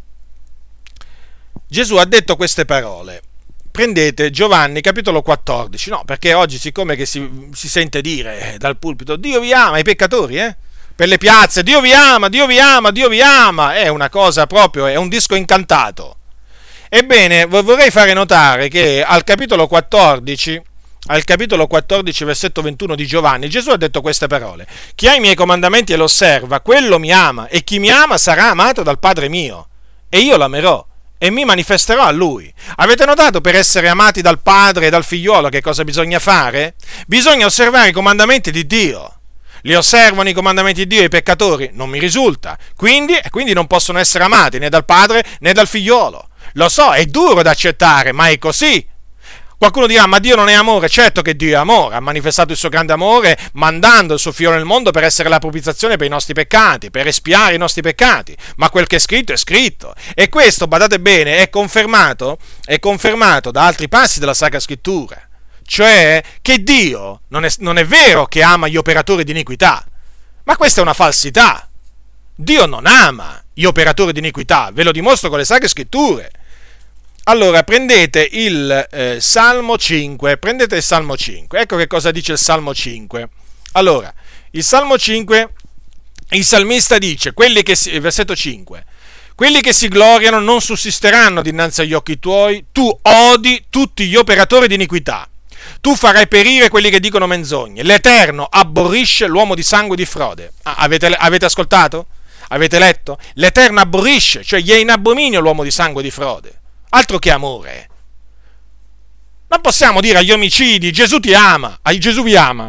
Gesù ha detto queste parole. Prendete Giovanni capitolo quattordici, no, perché oggi siccome che si, si sente dire dal pulpito: Dio vi ama, i peccatori, eh? Per le piazze, Dio vi ama, Dio vi ama, Dio vi ama, è una cosa proprio, è un disco incantato. Ebbene, vorrei fare notare che al capitolo quattordici, al capitolo quattordici, versetto ventuno di Giovanni, Gesù ha detto queste parole: chi ha i miei comandamenti e lo osserva, quello mi ama, e chi mi ama sarà amato dal Padre mio, e io l'amerò e mi manifesterò a lui. Avete notato per essere amati dal Padre e dal Figliolo che cosa bisogna fare? Bisogna osservare i comandamenti di Dio. Li osservano i comandamenti di Dio i peccatori? Non mi risulta. Quindi, quindi non possono essere amati né dal Padre né dal Figliolo. Lo so, è duro da accettare, ma è così. Qualcuno dirà: ma Dio non è amore? Certo che Dio è amore, ha manifestato il suo grande amore mandando il suo figlio nel mondo per essere la propiziazione per i nostri peccati, per espiare i nostri peccati, ma quel che è scritto è scritto, e questo, badate bene, è confermato, è confermato da altri passi della Sacra Scrittura, cioè che Dio non è, non è vero che ama gli operatori di iniquità, ma questa è una falsità. Dio non ama gli operatori di iniquità, ve lo dimostro con le Sacre Scritture. Allora, prendete il eh, Salmo cinque, prendete il Salmo cinque, ecco che cosa dice il Salmo cinque. Allora, il Salmo cinque, il salmista dice, quelli che si, versetto cinque, quelli che si gloriano non sussisteranno dinanzi agli occhi tuoi, tu odi tutti gli operatori di iniquità, tu farai perire quelli che dicono menzogne, l'Eterno abborrisce l'uomo di sangue e di frode. Ah, avete, avete ascoltato? Avete letto? L'Eterno abborrisce, cioè gli è in abominio l'uomo di sangue e di frode. Altro che amore. Non possiamo dire agli omicidi: Gesù ti ama, Gesù vi ama.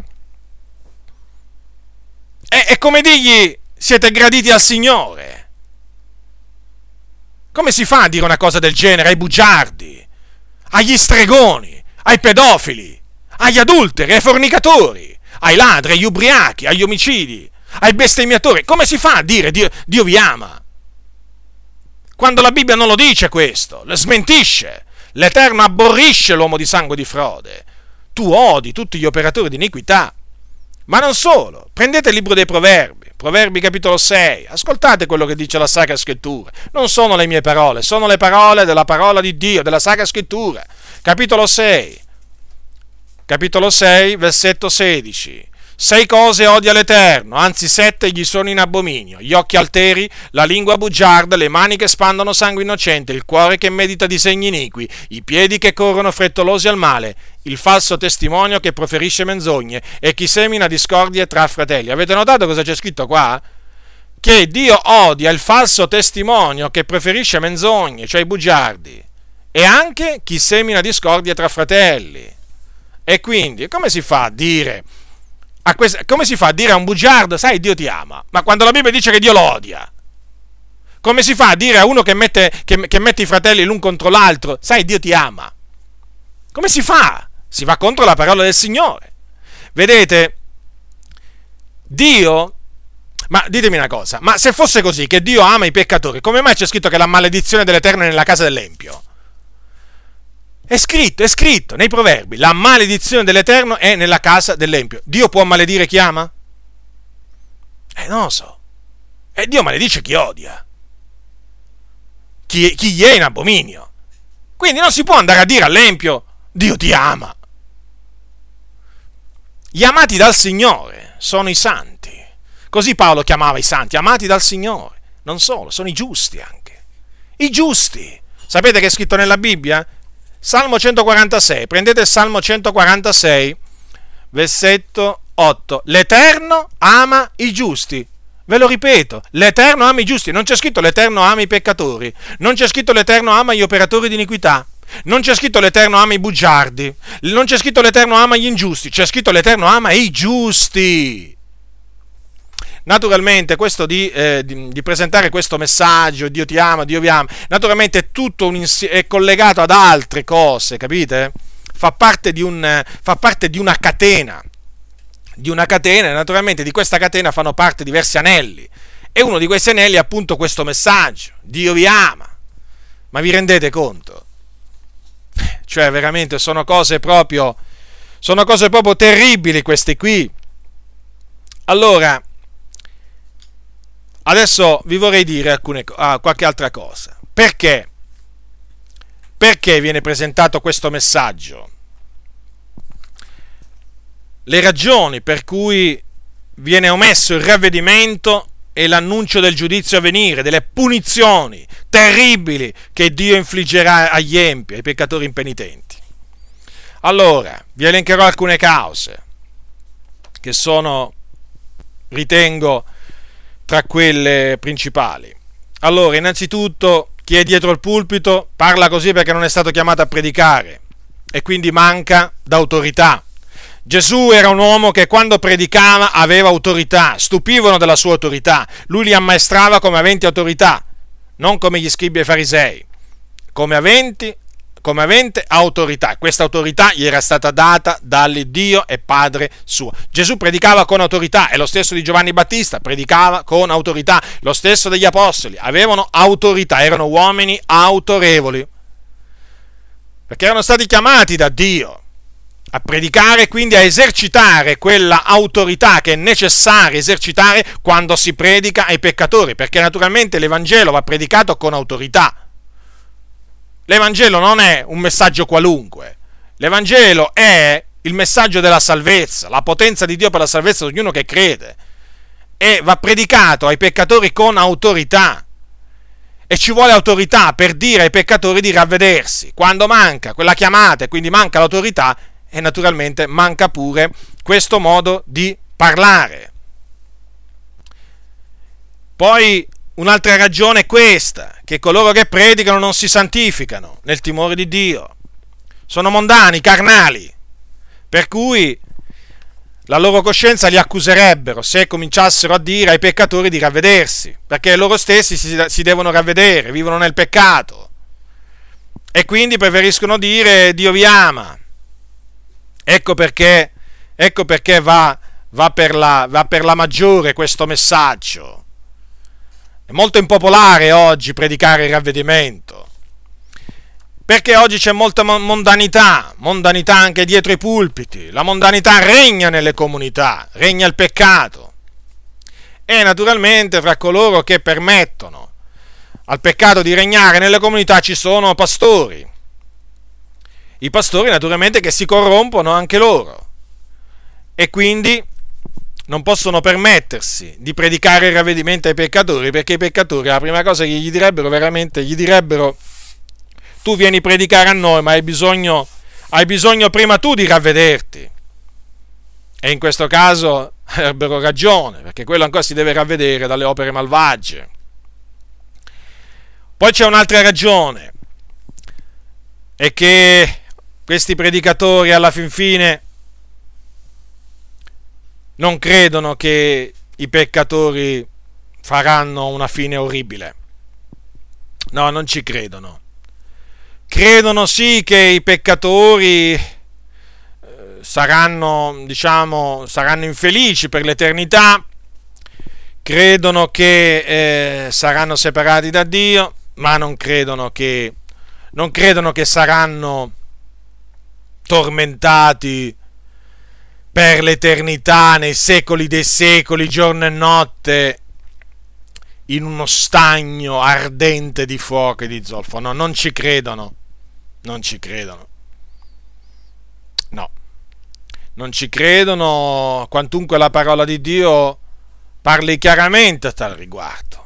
È, è come dirgli: siete graditi al Signore. Come si fa a dire una cosa del genere ai bugiardi, agli stregoni, ai pedofili, agli adulteri, ai fornicatori, ai ladri, agli ubriachi, agli omicidi, ai bestemmiatori? Come si fa a dire Dio, Dio vi ama? Quando la Bibbia non lo dice questo, lo smentisce. L'Eterno abborrisce l'uomo di sangue e di frode. Tu odi tutti gli operatori di iniquità. Ma non solo, prendete il libro dei Proverbi. Proverbi capitolo sei, ascoltate quello che dice la Sacra Scrittura, non sono le mie parole, sono le parole della parola di Dio, della Sacra Scrittura. Capitolo sei, capitolo sei, versetto sedici. Sei cose odia l'Eterno, anzi sette gli sono in abominio: gli occhi alteri, la lingua bugiarda, le mani che spandono sangue innocente, il cuore che medita disegni iniqui, i piedi che corrono frettolosi al male, il falso testimonio che proferisce menzogne e chi semina discordie tra fratelli. Avete notato cosa c'è scritto qua? Che Dio odia il falso testimonio che preferisce menzogne, cioè i bugiardi, e anche chi semina discordie tra fratelli. E quindi, come si fa a dire... A questo, come si fa a dire a un bugiardo, sai, Dio ti ama, ma quando la Bibbia dice che Dio lo odia? Come si fa a dire a uno che mette, che, che mette i fratelli l'un contro l'altro, sai, Dio ti ama? Come si fa? Si va contro la parola del Signore. Vedete, Dio, ma ditemi una cosa, ma se fosse così, che Dio ama i peccatori, come mai c'è scritto che la maledizione dell'Eterno è nella casa dell'empio? È scritto, è scritto nei Proverbi, la maledizione dell'Eterno è nella casa dell'empio. Dio può maledire chi ama? Eh, non lo so. E Dio maledice chi odia, chi, chi gli è in abominio. Quindi non si può andare a dire all'empio, Dio ti ama. Gli amati dal Signore sono i santi. Così Paolo chiamava i santi, amati dal Signore. Non solo, sono i giusti anche. I giusti. Sapete che è scritto nella Bibbia? Salmo centoquarantasei, prendete il Salmo centoquarantasei, versetto otto. L'Eterno ama i giusti. Ve lo ripeto, l'Eterno ama i giusti. Non c'è scritto l'Eterno ama i peccatori. Non c'è scritto l'Eterno ama gli operatori di iniquità. Non c'è scritto l'Eterno ama i bugiardi. Non c'è scritto l'Eterno ama gli ingiusti. C'è scritto l'Eterno ama i giusti. Naturalmente questo di, eh, di, di presentare questo messaggio, Dio ti ama, Dio vi ama, naturalmente è tutto un insi- è collegato ad altre cose, capite? Fa parte di un, fa parte di una catena, di una catena, e naturalmente di questa catena fanno parte diversi anelli, e uno di questi anelli è appunto questo messaggio, Dio vi ama. Ma vi rendete conto? Cioè veramente sono cose proprio, sono cose proprio terribili queste qui. Allora, adesso vi vorrei dire alcune, ah, qualche altra cosa. Perché? Perché viene presentato questo messaggio? Le ragioni per cui viene omesso il ravvedimento e l'annuncio del giudizio a venire, delle punizioni terribili che Dio infliggerà agli empi, ai peccatori impenitenti. Allora, vi elencherò alcune cause che sono, ritengo, tra quelle principali. Allora, innanzitutto, chi è dietro il pulpito parla così perché non è stato chiamato a predicare e quindi manca d'autorità. Gesù era un uomo che quando predicava aveva autorità, stupivano della sua autorità, lui li ammaestrava come aventi autorità, non come gli scribi e farisei, come aventi come avente autorità. Questa autorità gli era stata data dall'Iddio e Padre suo. Gesù predicava con autorità, e lo stesso di Giovanni Battista predicava con autorità, lo stesso degli apostoli, avevano autorità, erano uomini autorevoli, perché erano stati chiamati da Dio a predicare, quindi a esercitare quella autorità che è necessaria esercitare quando si predica ai peccatori, perché naturalmente l'Evangelo va predicato con autorità. L'Evangelo non è un messaggio qualunque, l'Evangelo è il messaggio della salvezza, la potenza di Dio per la salvezza di ognuno che crede, e va predicato ai peccatori con autorità, e ci vuole autorità per dire ai peccatori di ravvedersi. Quando manca quella chiamata e quindi manca l'autorità, e naturalmente manca pure questo modo di parlare. Poi un'altra ragione è questa, che coloro che predicano non si santificano nel timore di Dio, sono mondani, carnali, per cui la loro coscienza li accuserebbero se cominciassero a dire ai peccatori di ravvedersi, perché loro stessi si, si devono ravvedere, vivono nel peccato, e quindi preferiscono dire Dio vi ama. Ecco perché, ecco perché va, va, per la, va per la maggiore questo messaggio. È molto impopolare oggi predicare il ravvedimento, perché oggi c'è molta mondanità, mondanità anche dietro i pulpiti, la mondanità regna nelle comunità, regna il peccato, E naturalmente fra coloro che permettono al peccato di regnare nelle comunità ci sono pastori. I pastori naturalmente che si corrompono anche loro e quindi non possono permettersi di predicare il ravvedimento ai peccatori, perché i peccatori la prima cosa che gli direbbero veramente, gli direbbero: tu vieni a predicare a noi, ma hai bisogno, hai bisogno prima tu di ravvederti. E in questo caso avrebbero ragione, perché quello ancora si deve ravvedere dalle opere malvagie. Poi c'è un'altra ragione, è che questi predicatori alla fin fine non credono che i peccatori faranno una fine orribile. No, non ci credono. Credono sì che i peccatori eh, saranno, diciamo, saranno infelici per l'eternità, credono che eh, saranno separati da Dio, ma non credono che non credono che saranno tormentati per l'eternità, nei secoli dei secoli, giorno e notte, in uno stagno ardente di fuoco e di zolfo. No, non ci credono, non ci credono, no, non ci credono, quantunque la parola di Dio parli chiaramente a tal riguardo.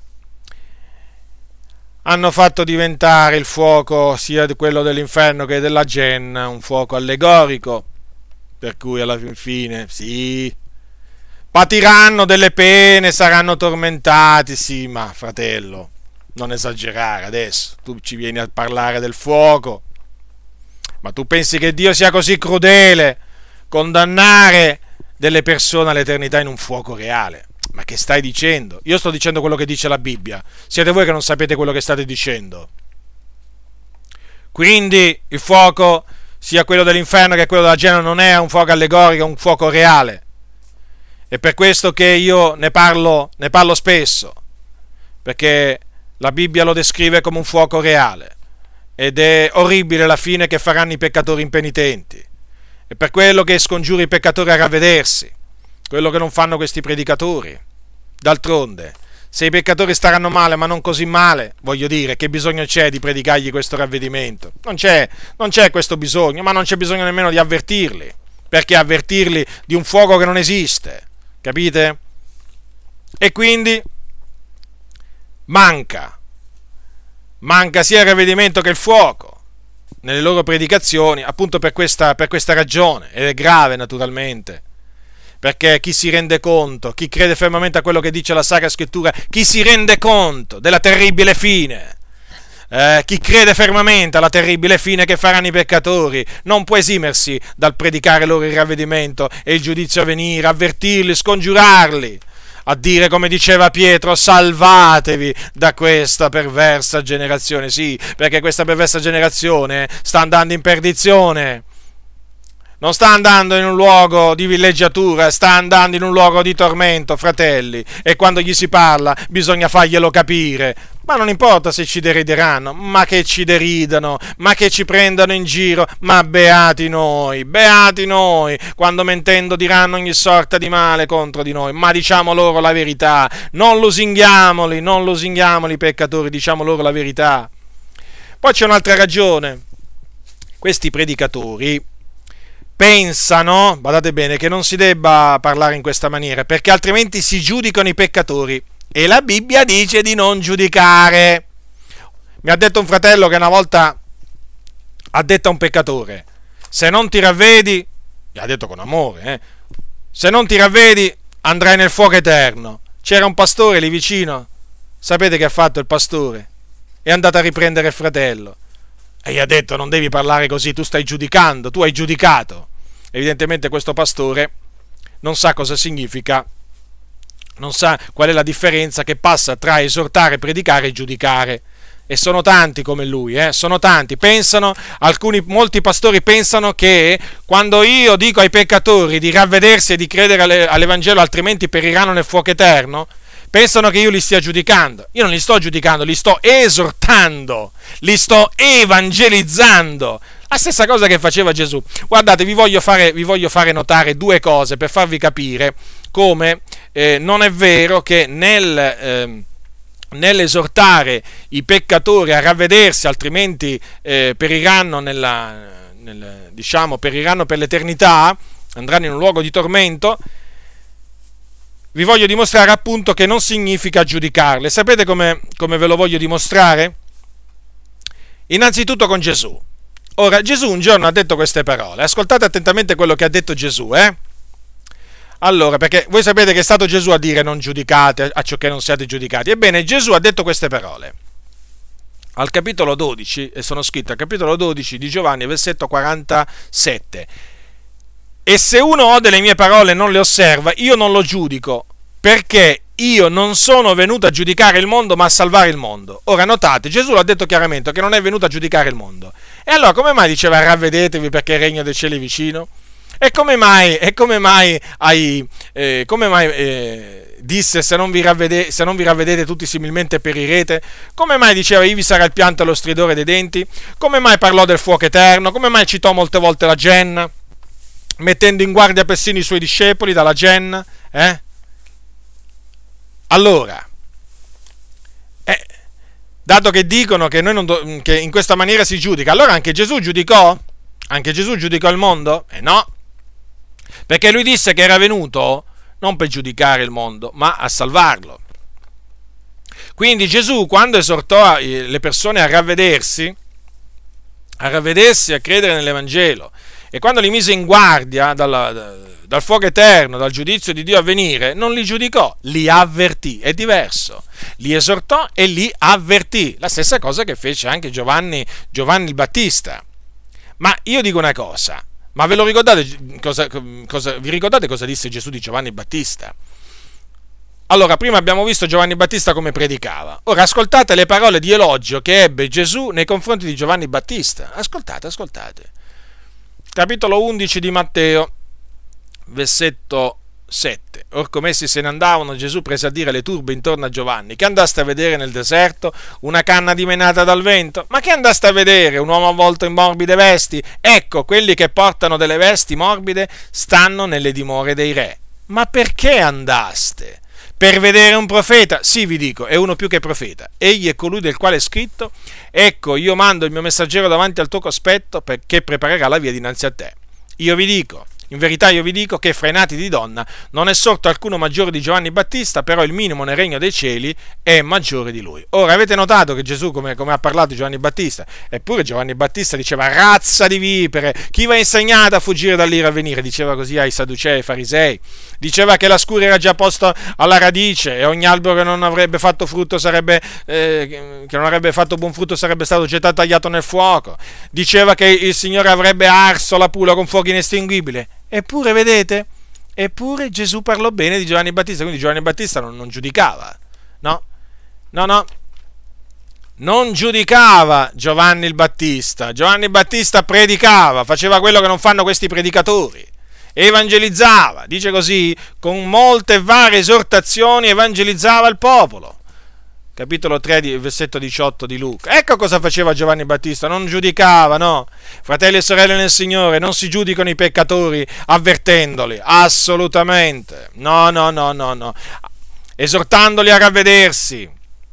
Hanno fatto diventare il fuoco, sia di quello dell'inferno che della genna, un fuoco allegorico, per cui alla fine, sì, patiranno delle pene, saranno tormentati, sì, ma fratello, non esagerare adesso, tu ci vieni a parlare del fuoco, ma tu pensi che Dio sia così crudele, condannare delle persone all'eternità in un fuoco reale? Ma che stai dicendo? Io sto dicendo quello che dice la Bibbia, siete voi che non sapete quello che state dicendo. Quindi il fuoco, sia quello dell'inferno che quello della genna, non è un fuoco allegorico, è un fuoco reale. È per questo che io ne parlo, ne parlo spesso, perché la Bibbia lo descrive come un fuoco reale, ed è orribile la fine che faranno i peccatori impenitenti. È per quello che scongiuro i peccatori a ravvedersi, quello che non fanno questi predicatori. D'altronde, se i peccatori staranno male, ma non così male, voglio dire, che bisogno c'è di predicargli questo ravvedimento? Non c'è, non c'è questo bisogno, ma non c'è bisogno nemmeno di avvertirli, perché avvertirli di un fuoco che non esiste, capite? E quindi manca, manca sia il ravvedimento che il fuoco nelle loro predicazioni, appunto per questa, per questa ragione, ed è grave naturalmente. Perché chi si rende conto, chi crede fermamente a quello che dice la Sacra Scrittura, chi si rende conto della terribile fine, eh, chi crede fermamente alla terribile fine che faranno i peccatori, non può esimersi dal predicare loro il ravvedimento e il giudizio a venire, avvertirli, scongiurarli, a dire come diceva Pietro: salvatevi da questa perversa generazione. Sì, perché questa perversa generazione sta andando in perdizione. Non sta andando in un luogo di villeggiatura, sta andando in un luogo di tormento, fratelli, e quando gli si parla bisogna farglielo capire. Ma non importa se ci derideranno, ma che ci deridano, ma che ci prendano in giro, ma beati noi, beati noi, quando mentendo diranno ogni sorta di male contro di noi, ma diciamo loro la verità, non lusinghiamoli, non lusinghiamoli i peccatori, diciamo loro la verità. Poi c'è un'altra ragione, questi predicatori pensano, badate bene, che non si debba parlare in questa maniera, perché altrimenti si giudicano i peccatori, e la Bibbia dice di non giudicare. Mi ha detto un fratello che una volta ha detto a un peccatore: se non ti ravvedi, gli ha detto con amore, eh, se non ti ravvedi andrai nel fuoco eterno. C'era un pastore lì vicino, sapete che ha fatto il pastore? È andato a riprendere il fratello e gli ha detto: non devi parlare così, tu stai giudicando, tu hai giudicato. Evidentemente questo pastore non sa cosa significa, non sa qual è la differenza che passa tra esortare, predicare e giudicare. E sono tanti come lui, eh? sono tanti. Pensano, alcuni, molti pastori pensano che quando io dico ai peccatori di ravvedersi e di credere all'Evangelo, altrimenti periranno nel fuoco eterno, pensano che io li stia giudicando. Io non li sto giudicando, li sto esortando, li sto evangelizzando. La stessa cosa che faceva Gesù. Guardate, vi voglio fare, vi voglio fare notare due cose per farvi capire come eh, non è vero che nel... Eh, nell'esortare i peccatori a ravvedersi, altrimenti eh, periranno nella, nel, diciamo, periranno per l'eternità, andranno in un luogo di tormento, vi voglio dimostrare appunto che non significa giudicarle. Sapete come, come ve lo voglio dimostrare? Innanzitutto con Gesù. Ora, Gesù un giorno ha detto queste parole, ascoltate attentamente quello che ha detto Gesù, eh? Allora, perché voi sapete che è stato Gesù a dire non giudicate a ciò che non siate giudicati. Ebbene, Gesù ha detto queste parole. Al capitolo dodici, e sono scritte al capitolo dodici di Giovanni, versetto quarantasette. E se uno ode le mie parole e non le osserva, io non lo giudico, perché io non sono venuto a giudicare il mondo, ma a salvare il mondo. Ora, notate, Gesù l'ha detto chiaramente che non è venuto a giudicare il mondo. E allora, come mai diceva ravvedetevi perché il regno dei cieli è vicino? E come mai, e come mai, hai, eh, come mai eh, disse se non, vi ravvede, se non vi ravvedete tutti similmente perirete? Come mai diceva ivi sarà il pianto e lo stridore dei denti? Come mai parlò del fuoco eterno? Come mai citò molte volte la Genna, mettendo in guardia persino i suoi discepoli dalla Genna? Eh? Allora, eh, dato che dicono che, noi non do, che in questa maniera si giudica, allora anche Gesù giudicò? Anche Gesù giudicò il mondo? Eh no! Perché lui disse che era venuto non per giudicare il mondo, ma a salvarlo. Quindi Gesù, quando esortò le persone a ravvedersi, a ravvedersi, a credere nell'Evangelo, e quando li mise in guardia dalla, dal fuoco eterno, dal giudizio di Dio a venire, non li giudicò, li avvertì. È diverso. Li esortò e li avvertì. La stessa cosa che fece anche Giovanni, Giovanni il Battista. Ma io dico una cosa, ma ve lo ricordate cosa, cosa, vi ricordate cosa disse Gesù di Giovanni Battista? Allora, prima abbiamo visto Giovanni Battista come predicava. Ora ascoltate le parole di elogio che ebbe Gesù nei confronti di Giovanni Battista. Ascoltate, ascoltate. Capitolo undici di Matteo, versetto sette. Or come essi se ne andavano, Gesù prese a dire alle turbe intorno a Giovanni: che andaste a vedere nel deserto? Una canna dimenata dal vento? Ma che andaste a vedere? Un uomo avvolto in morbide vesti? Ecco, quelli che portano delle vesti morbide stanno nelle dimore dei re. Ma perché andaste? Per vedere un profeta? Sì, vi dico, è uno più che profeta. Egli è colui del quale è scritto: ecco, io mando il mio messaggero davanti al tuo cospetto, perché preparerà la via dinanzi a te. Io vi dico, in verità io vi dico che fra i nati di donna non è sorto alcuno maggiore di Giovanni Battista, però il minimo nel regno dei cieli è maggiore di lui. Ora, avete notato che Gesù, come, come ha parlato di Giovanni Battista, eppure Giovanni Battista diceva: razza di vipere, chi va insegnato a fuggire dall'ira a venire? Diceva così ai Sadducei e ai Farisei. Diceva che la scura era già posta alla radice e ogni albero che non avrebbe fatto frutto sarebbe eh, che non avrebbe fatto buon frutto sarebbe stato gettato tagliato nel fuoco. Diceva che il Signore avrebbe arso la pula con fuoco inestinguibile. Eppure, vedete, eppure Gesù parlò bene di Giovanni Battista, quindi Giovanni Battista non, non giudicava, no? No, no, non giudicava Giovanni il Battista. Giovanni Battista predicava, faceva quello che non fanno questi predicatori, evangelizzava, dice così, con molte varie esortazioni evangelizzava il popolo. Capitolo tre, versetto diciotto di Luca. Ecco cosa faceva Giovanni Battista, non giudicava, no? Fratelli e sorelle nel Signore, non si giudicano i peccatori avvertendoli, assolutamente, no, no, no, no, no, esortandoli a ravvedersi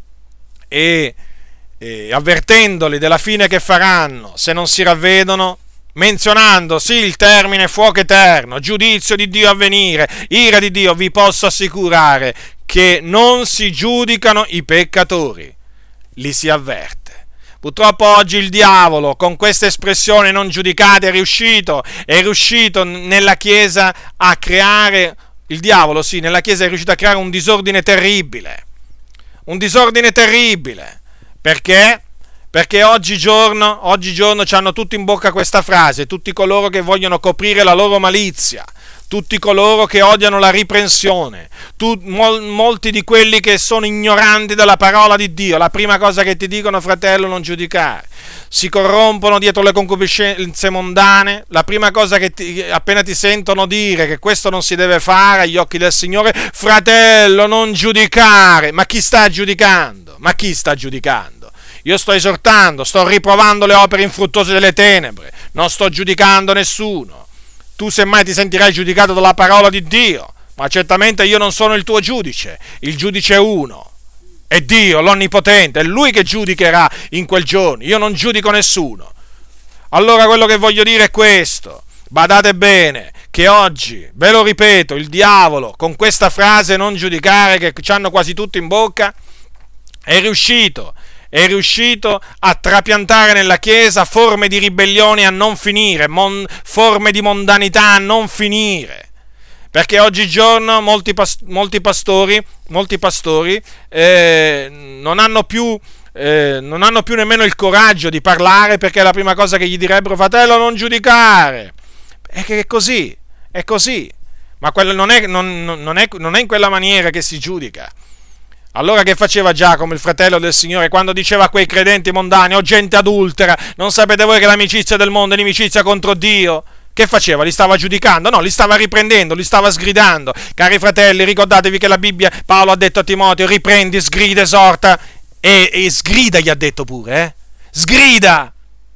e, e avvertendoli della fine che faranno se non si ravvedono, menzionando sì il termine fuoco eterno, giudizio di Dio a venire, ira di Dio. Vi posso assicurare che non si giudicano i peccatori, li si avverte. Purtroppo oggi il diavolo con questa espressione non giudicate è riuscito, è riuscito nella Chiesa a creare, il diavolo sì, nella Chiesa è riuscito a creare un disordine terribile, un disordine terribile, perché? Perché oggigiorno, oggigiorno ci hanno tutti in bocca questa frase, tutti coloro che vogliono coprire la loro malizia, tutti coloro che odiano la riprensione, tu, mol, molti di quelli che sono ignoranti della parola di Dio, la prima cosa che ti dicono: fratello, non giudicare, si corrompono dietro le concupiscenze mondane, la prima cosa che ti, appena ti sentono dire che questo non si deve fare agli occhi del Signore: fratello, non giudicare. Ma chi sta giudicando? Ma chi sta giudicando? Io sto esortando, sto riprovando le opere infruttuose delle tenebre, non sto giudicando nessuno. Tu semmai ti sentirai giudicato dalla parola di Dio, ma certamente io non sono il tuo giudice, il giudice è uno, è Dio, l'Onnipotente, è Lui che giudicherà in quel giorno, io non giudico nessuno. Allora quello che voglio dire è questo, badate bene, che oggi, ve lo ripeto, il diavolo, con questa frase non giudicare che ci hanno quasi tutti in bocca, è riuscito, è riuscito a trapiantare nella Chiesa forme di ribellione a non finire, mon, forme di mondanità a non finire. Perché oggigiorno molti, past- molti pastori, molti pastori eh, non hanno più, eh, non hanno più nemmeno il coraggio di parlare, perché la prima cosa che gli direbbero: fratello, non giudicare. È che è così, è così. Ma quello non è, non, non è, non è in quella maniera che si giudica. Allora che faceva Giacomo, il fratello del Signore, quando diceva a quei credenti mondani: o gente adultera, non sapete voi che l'amicizia del mondo è inimicizia contro Dio? Che faceva? Li stava giudicando? No, li stava riprendendo, li stava sgridando. Cari fratelli, ricordatevi che la Bibbia, Paolo ha detto a Timoteo: riprendi, sgrida, esorta, e, e sgrida gli ha detto pure, eh? Sgrida!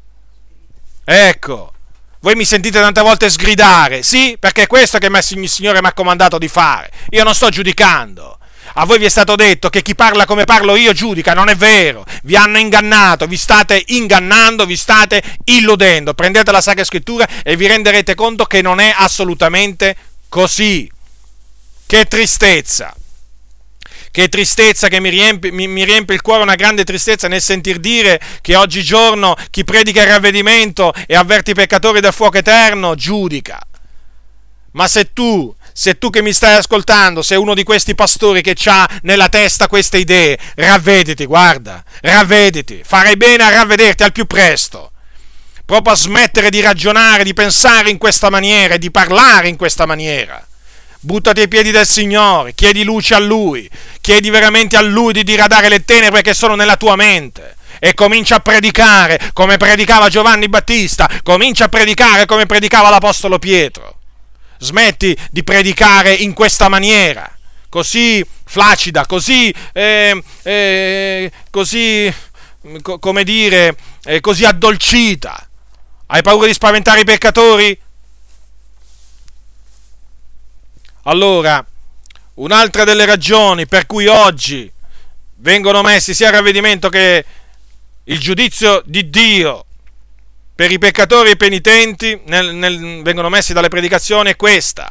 Ecco, voi mi sentite tante volte sgridare, sì? Perché è questo che il Signore mi ha comandato di fare. Io non sto giudicando. A voi vi è stato detto che chi parla come parlo io giudica, non è vero, vi hanno ingannato, vi state ingannando, vi state illudendo. Prendete la Sacra Scrittura e vi renderete conto che non è assolutamente così. Che tristezza, che tristezza che mi riempie, mi, mi riempie il cuore, una grande tristezza nel sentir dire che oggigiorno chi predica il ravvedimento e avverte i peccatori del fuoco eterno giudica. Ma se tu, se tu che mi stai ascoltando, sei uno di questi pastori che ha nella testa queste idee, ravvediti, guarda, ravvediti, farai bene a ravvederti al più presto, proprio a smettere di ragionare, di pensare in questa maniera e di parlare in questa maniera. Buttati ai piedi del Signore, chiedi luce a Lui, chiedi veramente a Lui di diradare le tenebre che sono nella tua mente. E comincia a predicare come predicava Giovanni Battista, comincia a predicare come predicava l'Apostolo Pietro. Smetti di predicare in questa maniera, così flacida, così, eh, eh, così co- come dire, eh, così addolcita. Hai paura di spaventare i peccatori? Allora, un'altra delle ragioni per cui oggi vengono messi sia il ravvedimento che il giudizio di Dio per i peccatori e i penitenti, nel, nel, vengono messi dalle predicazioni, è questa: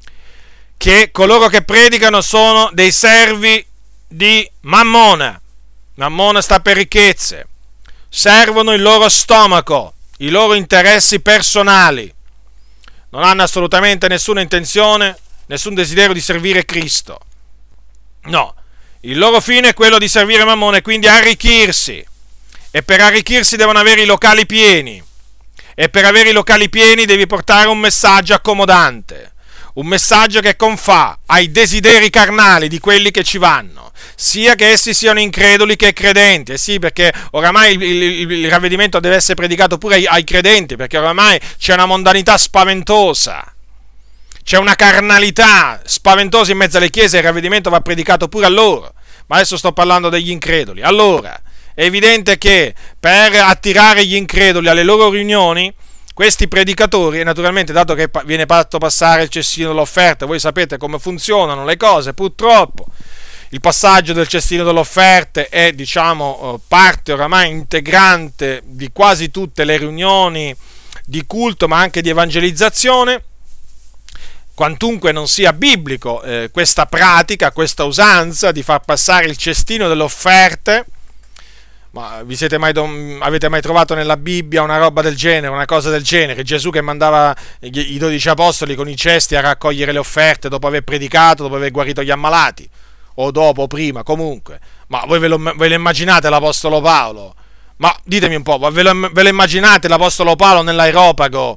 che coloro che predicano sono dei servi di Mammona. Mammona sta per ricchezze, servono il loro stomaco, i loro interessi personali, non hanno assolutamente nessuna intenzione, nessun desiderio di servire Cristo. No, il loro fine è quello di servire Mammona e quindi arricchirsi, e per arricchirsi devono avere i locali pieni. E per avere i locali pieni devi portare un messaggio accomodante, un messaggio che confà ai desideri carnali di quelli che ci vanno, sia che essi siano increduli che credenti. Eh sì, perché oramai il, il, il ravvedimento deve essere predicato pure ai, ai credenti, perché oramai c'è una mondanità spaventosa, c'è una carnalità spaventosa in mezzo alle chiese, e il ravvedimento va predicato pure a loro. Ma adesso sto parlando degli increduli. Allora, è evidente che per attirare gli increduli alle loro riunioni, questi predicatori, e naturalmente dato che viene fatto passare il cestino dell'offerta, voi sapete come funzionano le cose, purtroppo il passaggio del cestino delle offerte è, diciamo, parte oramai integrante di quasi tutte le riunioni di culto, ma anche di evangelizzazione. Quantunque non sia biblico eh, questa pratica, questa usanza di far passare il cestino delle offerte. Ma vi siete mai, avete mai trovato nella Bibbia una roba del genere, una cosa del genere? Gesù che mandava i dodici apostoli con i cesti a raccogliere le offerte dopo aver predicato, dopo aver guarito gli ammalati, o dopo, o prima, comunque. Ma voi ve lo, ve lo immaginate l'Apostolo Paolo? Ma ditemi un po', ve lo, ve lo immaginate l'Apostolo Paolo nell'Areopago?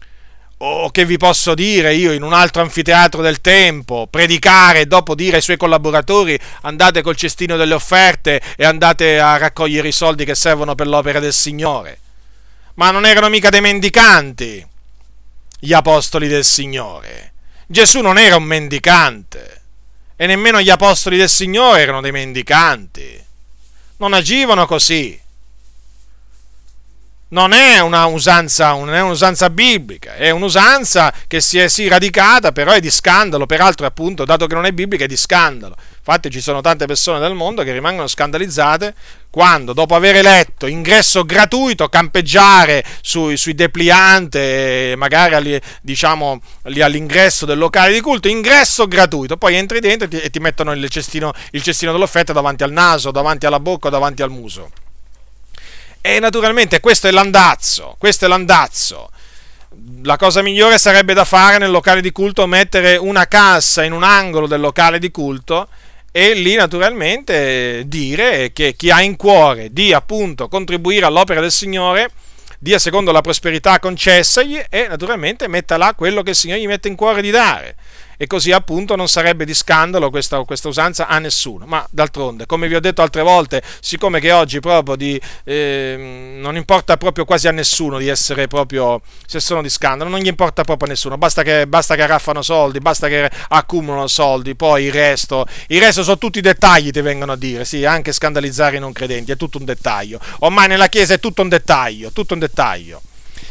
O che vi posso dire io, in un altro anfiteatro del tempo, predicare e dopo dire ai suoi collaboratori: andate col cestino delle offerte e andate a raccogliere i soldi che servono per l'opera del Signore? Ma non erano mica dei mendicanti gli apostoli del Signore. Gesù non era un mendicante, e nemmeno gli apostoli del Signore erano dei mendicanti. Non agivano così. non è una usanza, non è un'usanza biblica, è un'usanza che si è sì radicata, però è di scandalo, peraltro appunto, dato che non è biblica, è di scandalo. Infatti ci sono tante persone del mondo che rimangono scandalizzate quando, dopo aver letto ingresso gratuito, campeggiare sui, sui depliant, magari alli, diciamo, lì all'ingresso del locale di culto, ingresso gratuito, poi entri dentro e ti, e ti mettono il cestino, il cestino dell'offerta davanti al naso, davanti alla bocca, davanti al muso. E naturalmente questo è l'andazzo, questo è l'andazzo. La cosa migliore sarebbe da fare nel locale di culto mettere una cassa in un angolo del locale di culto e lì naturalmente dire che chi ha in cuore di appunto contribuire all'opera del Signore dia secondo la prosperità concessagli e naturalmente metta là quello che il Signore gli mette in cuore di dare. E così appunto non sarebbe di scandalo questa, questa usanza a nessuno. Ma d'altronde, come vi ho detto altre volte, siccome che oggi proprio di, eh, non importa proprio quasi a nessuno di essere proprio, se sono di scandalo, non gli importa proprio a nessuno, basta che, basta che arraffano soldi, basta che accumulano soldi, poi il resto, il resto sono tutti dettagli, ti vengono a dire, sì, anche scandalizzare i non credenti, è tutto un dettaglio. Ormai nella Chiesa è tutto un dettaglio, tutto un dettaglio.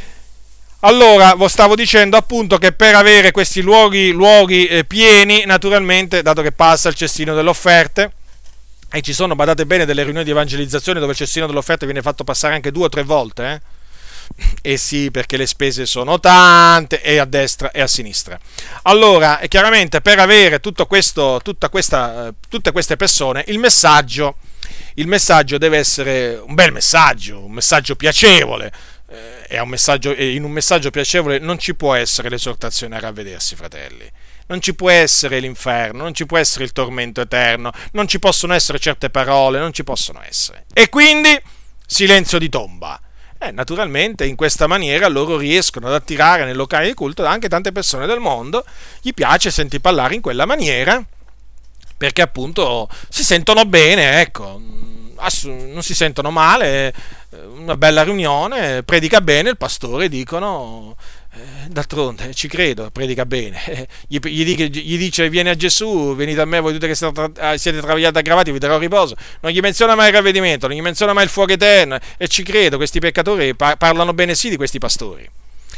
Allora, vi stavo dicendo appunto che per avere questi luoghi, luoghi eh, pieni, naturalmente, dato che passa il cestino delle offerte, e ci sono, badate bene, delle riunioni di evangelizzazione dove il cestino delle offerte viene fatto passare anche due o tre volte, eh? E sì, perché le spese sono tante, e a destra e a sinistra. Allora, e chiaramente per avere tutto questo, tutta questa, tutte queste persone, il messaggio, il messaggio deve essere un bel messaggio, un messaggio piacevole. È un messaggio, in un messaggio piacevole non ci può essere l'esortazione a ravvedersi, fratelli. Non ci può essere l'inferno, non ci può essere il tormento eterno, non ci possono essere certe parole, non ci possono essere. E quindi silenzio di tomba. E naturalmente in questa maniera loro riescono ad attirare nel locale di culto anche tante persone del mondo. Gli piace sentir parlare in quella maniera perché appunto si sentono bene, ecco, non si sentono male. Una bella riunione, predica bene il pastore, dicono, eh, d'altronde ci credo, predica bene, eh, gli, gli, dice, gli dice vieni a Gesù, venite a me voi tutti che siete, tra, siete travagliati e aggravati, vi darò riposo. Non gli menziona mai il ravvedimento, non gli menziona mai il fuoco eterno, e ci credo, questi peccatori par- parlano bene sì di questi pastori.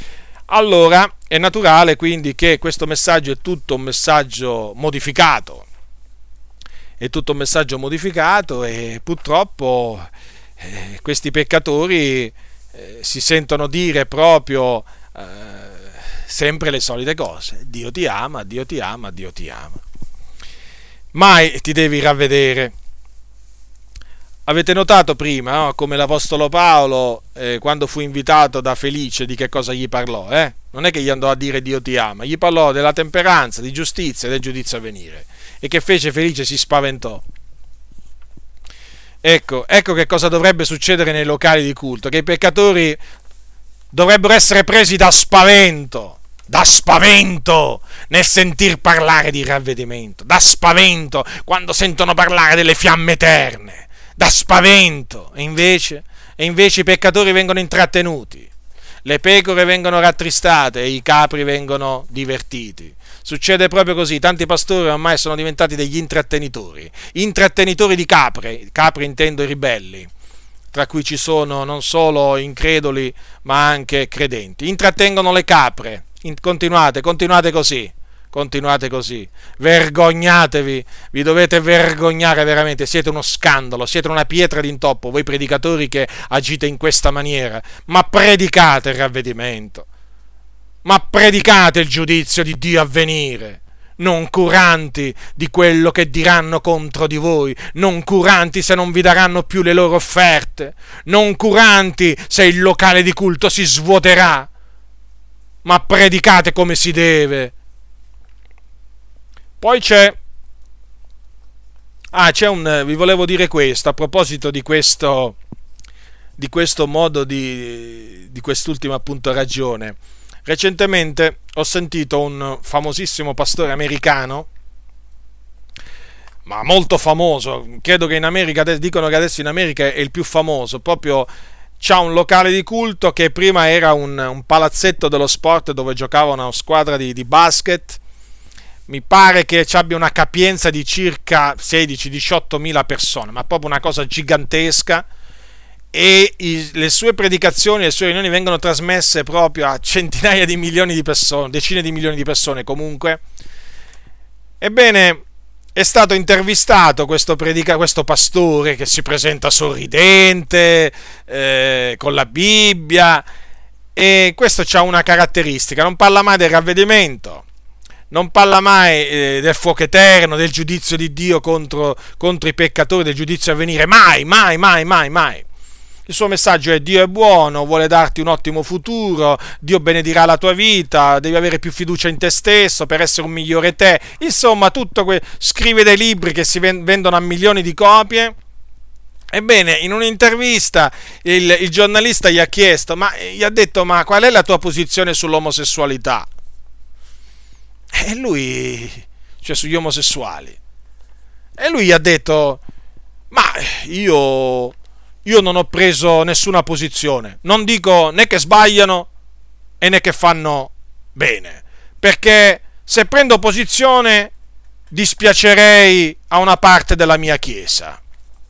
Allora è naturale quindi che questo messaggio è tutto un messaggio modificato, è tutto un messaggio modificato e purtroppo Eh, questi peccatori eh, si sentono dire proprio eh, sempre le solite cose: Dio ti ama, Dio ti ama, Dio ti ama. Mai ti devi ravvedere. Avete notato prima, no? Come l'Apostolo Paolo, eh, quando fu invitato da Felice, di che cosa gli parlò? Eh? Non è che gli andò a dire Dio ti ama, gli parlò della temperanza, di giustizia e del giudizio a venire. E che fece Felice? Si spaventò. Ecco, ecco che cosa dovrebbe succedere nei locali di culto, che i peccatori dovrebbero essere presi da spavento, da spavento nel sentir parlare di ravvedimento, da spavento quando sentono parlare delle fiamme eterne, da spavento, e invece, e invece i peccatori vengono intrattenuti, le pecore vengono rattristate e i capri vengono divertiti. Succede proprio così, tanti pastori ormai sono diventati degli intrattenitori, intrattenitori di capre, capri intendo i ribelli, tra cui ci sono non solo increduli ma anche credenti. Intrattengono le capre, continuate, continuate così, continuate così, vergognatevi, vi dovete vergognare veramente, siete uno scandalo, siete una pietra d'intoppo, voi predicatori che agite in questa maniera, ma predicate il ravvedimento. Ma predicate il giudizio di Dio a venire, non curanti di quello che diranno contro di voi, non curanti se non vi daranno più le loro offerte, non curanti se il locale di culto si svuoterà, ma predicate come si deve. Poi c'è, ah, c'è un, vi volevo dire questo, a proposito di questo, di questo modo di, di quest'ultima appunto ragione. Recentemente ho sentito un famosissimo pastore americano, ma molto famoso, credo che in America, dicono che adesso in America è il più famoso, proprio c'ha un locale di culto che prima era un, un palazzetto dello sport dove giocava una squadra di, di basket, mi pare che ci abbia una capienza di circa sedici diciotto mila persone, ma proprio una cosa gigantesca. e i, le sue predicazioni, le sue riunioni vengono trasmesse proprio a centinaia di milioni di persone, decine di milioni di persone comunque. Ebbene, è stato intervistato questo, predica, questo pastore che si presenta sorridente, eh, con la Bibbia, e questo ha una caratteristica: non parla mai del ravvedimento, non parla mai eh, del fuoco eterno, del giudizio di Dio contro, contro i peccatori, del giudizio a venire, mai, mai, mai, mai, mai. Il suo messaggio è: Dio è buono, vuole darti un ottimo futuro, Dio benedirà la tua vita, devi avere più fiducia in te stesso per essere un migliore te. Insomma, tutto que- scrive dei libri che si vendono a milioni di copie. Ebbene, in un'intervista il, il giornalista gli ha chiesto, ma gli ha detto: ma qual è la tua posizione sull'omosessualità? E lui, cioè sugli omosessuali, e lui gli ha detto: ma io... Io non ho preso nessuna posizione, non dico né che sbagliano e né che fanno bene, perché se prendo posizione dispiacerei a una parte della mia Chiesa.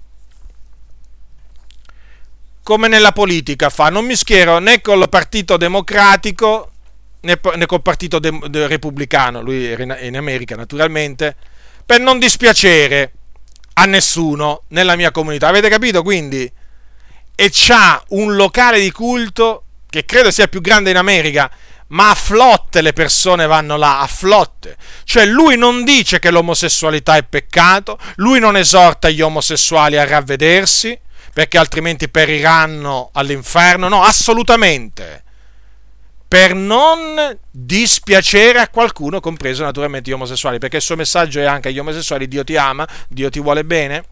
Come nella politica fa, non mi schiero né col Partito Democratico né, né col Partito de- de- Repubblicano, lui era in, in America naturalmente, per non dispiacere a nessuno nella mia comunità, avete capito quindi? E c'ha un locale di culto che credo sia il più grande in America, ma a flotte le persone vanno là, a flotte. Cioè lui non dice che l'omosessualità è peccato, lui non esorta gli omosessuali a ravvedersi, perché altrimenti periranno all'inferno, no, assolutamente, per non dispiacere a qualcuno, compreso naturalmente gli omosessuali, perché il suo messaggio è anche agli omosessuali: Dio ti ama, Dio ti vuole bene.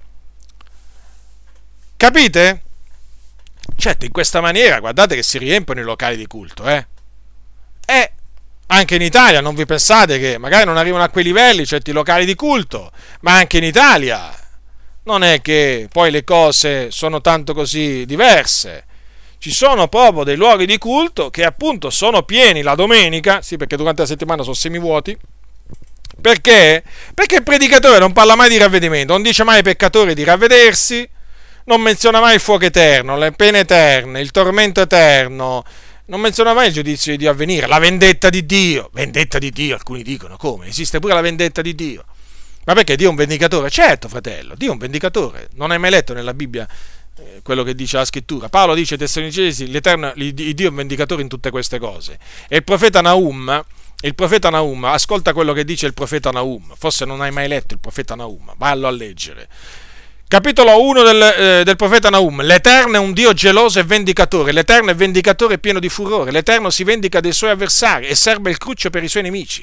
Capite? Certo, in questa maniera, guardate che si riempiono i locali di culto, eh? E anche in Italia, non vi pensate che magari non arrivano a quei livelli certi locali di culto, ma anche in Italia non è che poi le cose sono tanto così diverse. Ci sono proprio dei luoghi di culto che appunto sono pieni la domenica, sì, perché durante la settimana sono semivuoti. Perché? Perché il predicatore non parla mai di ravvedimento, non dice mai ai peccatori di ravvedersi, non menziona mai il fuoco eterno, le pene eterne, il tormento eterno, non menziona mai il giudizio di Dio a venire, la vendetta di Dio. Vendetta di Dio, alcuni dicono: come? Esiste pure la vendetta di Dio? Ma perché Dio è un vendicatore? Certo, fratello, Dio è un vendicatore. Non hai mai letto nella Bibbia eh, quello che dice la scrittura? Paolo dice ai Tessalonicesi: l'Eterno, il Dio è un vendicatore in tutte queste cose. E il profeta Nahum, il profeta Nahum, ascolta quello che dice il profeta Nahum. Forse non hai mai letto il profeta Nahum, vallo a leggere. Capitolo uno del, eh, del profeta Nahum: l'Eterno è un Dio geloso e vendicatore, l'Eterno è vendicatore e pieno di furore, l'Eterno si vendica dei suoi avversari e serba il cruccio per i suoi nemici.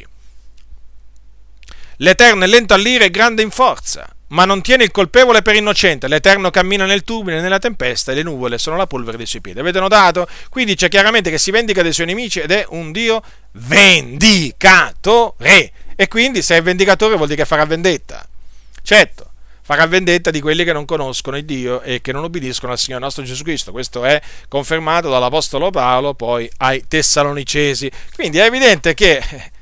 L'Eterno è lento all'ira e grande in forza, ma non tiene il colpevole per innocente. L'Eterno cammina nel turbine e nella tempesta, e le nuvole sono la polvere dei suoi piedi. Avete notato? Qui dice chiaramente che si vendica dei suoi nemici ed è un Dio vendicatore. E quindi se è vendicatore vuol dire che farà vendetta. Certo, farà vendetta di quelli che non conoscono il Dio e che non obbediscono al Signore nostro Gesù Cristo. Questo è confermato dall'Apostolo Paolo poi ai Tessalonicesi. Quindi è evidente che,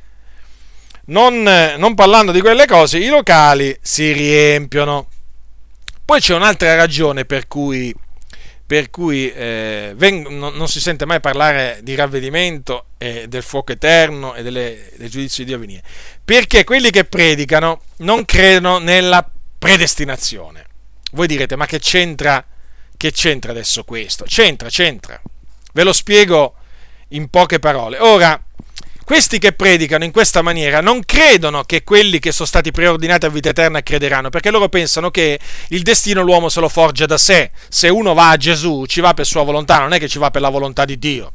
non, non parlando di quelle cose, i locali si riempiono. Poi c'è un'altra ragione per cui, per cui eh, veng- non, non si sente mai parlare di ravvedimento e del fuoco eterno e delle, del giudizio di Dio a venire. Perché quelli che predicano non credono nella predestinazione. Voi direte: ma che c'entra, che c'entra adesso questo? C'entra, c'entra. Ve lo spiego in poche parole. Ora, questi che predicano in questa maniera non credono che quelli che sono stati preordinati a vita eterna crederanno, perché loro pensano che il destino l'uomo se lo forgia da sé. Se uno va a Gesù, ci va per sua volontà, non è che ci va per la volontà di Dio.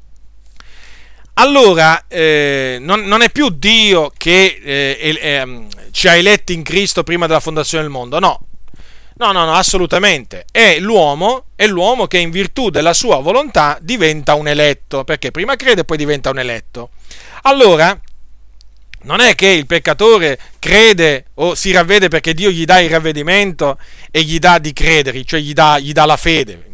Allora, eh, non, non è più Dio che eh, eh, ci ha eletti in Cristo prima della fondazione del mondo, no. No, no, no, assolutamente. È l'uomo, è l'uomo che in virtù della sua volontà diventa un eletto, perché prima crede e poi diventa un eletto. Allora, non è che il peccatore crede o si ravvede perché Dio gli dà il ravvedimento e gli dà di credere, cioè gli dà, gli dà la fede.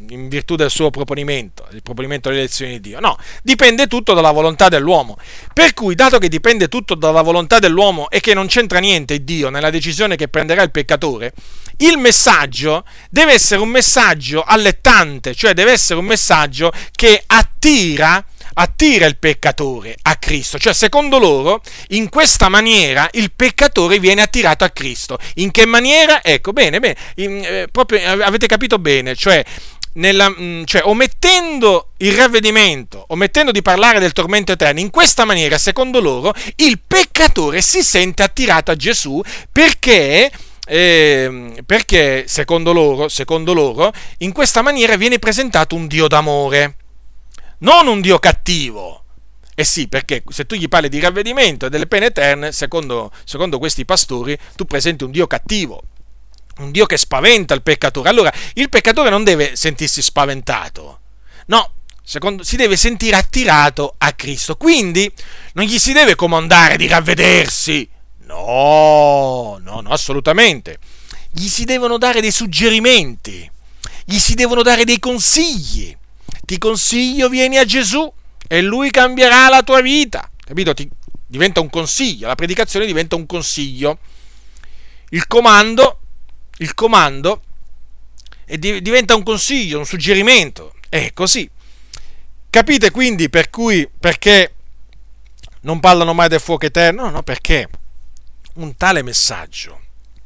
in virtù del suo proponimento, il proponimento delle elezioni di Dio. No, dipende tutto dalla volontà dell'uomo. Per cui, dato che dipende tutto dalla volontà dell'uomo e che non c'entra niente Dio nella decisione che prenderà il peccatore, il messaggio deve essere un messaggio allettante, cioè deve essere un messaggio che attira attira il peccatore a Cristo, cioè secondo loro in questa maniera il peccatore viene attirato a Cristo. In che maniera? Ecco, bene, bene, in, eh, proprio avete capito bene, cioè, nella, cioè omettendo il ravvedimento, omettendo di parlare del tormento eterno, in questa maniera secondo loro il peccatore si sente attirato a Gesù perché Eh, perché secondo loro, secondo loro in questa maniera viene presentato un Dio d'amore, non un Dio cattivo. Eh sì, perché se tu gli parli di ravvedimento e delle pene eterne, secondo, secondo questi pastori, tu presenti un Dio cattivo, un Dio che spaventa il peccatore. Allora, il peccatore non deve sentirsi spaventato, no, secondo, si deve sentire attirato a Cristo. Quindi non gli si deve comandare di ravvedersi, no, no, no, assolutamente. Gli si devono dare dei suggerimenti, gli si devono dare dei consigli. Ti consiglio, vieni a Gesù e Lui cambierà la tua vita. Capito? Ti, diventa un consiglio, la predicazione diventa un consiglio. Il comando, il comando e di, diventa un consiglio, un suggerimento. È così. Capite quindi per cui, perché non parlano mai del fuoco eterno? No, no, perché un tale messaggio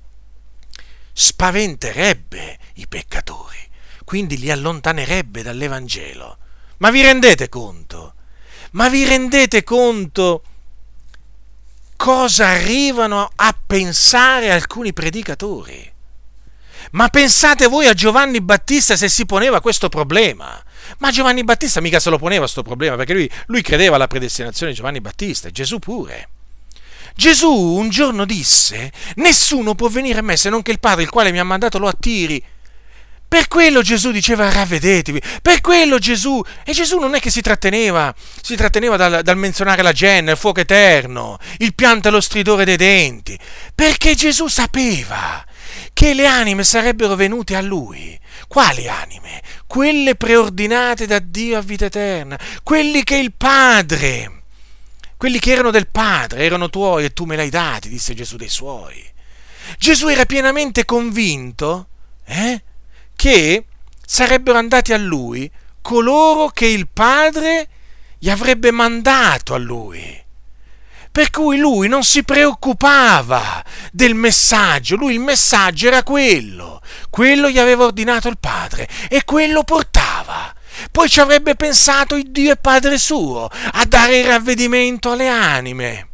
spaventerebbe i peccatori, quindi li allontanerebbe dall'Evangelo. Ma vi rendete conto? Ma vi rendete conto cosa arrivano a pensare alcuni predicatori? Ma pensate voi a Giovanni Battista se si poneva questo problema? Ma Giovanni Battista mica se lo poneva questo problema, perché lui, lui credeva alla predestinazione di Giovanni Battista, e Gesù pure. Gesù un giorno disse: nessuno può venire a me se non che il Padre, il quale mi ha mandato, lo attiri. Per quello Gesù diceva ravvedetevi, per quello Gesù, e Gesù non è che si tratteneva, si tratteneva dal, dal menzionare la genna, il fuoco eterno, il pianto e lo stridore dei denti, perché Gesù sapeva che le anime sarebbero venute a Lui. Quali anime? Quelle preordinate da Dio a vita eterna, quelli che il Padre, quelli che erano del Padre, erano tuoi e tu me li hai dati, disse Gesù dei suoi. Gesù era pienamente convinto, eh? che sarebbero andati a Lui coloro che il Padre gli avrebbe mandato a Lui. Per cui Lui non si preoccupava del messaggio, Lui il messaggio era quello, quello gli aveva ordinato il Padre e quello portava. Poi ci avrebbe pensato il Dio e Padre suo a dare il ravvedimento alle anime,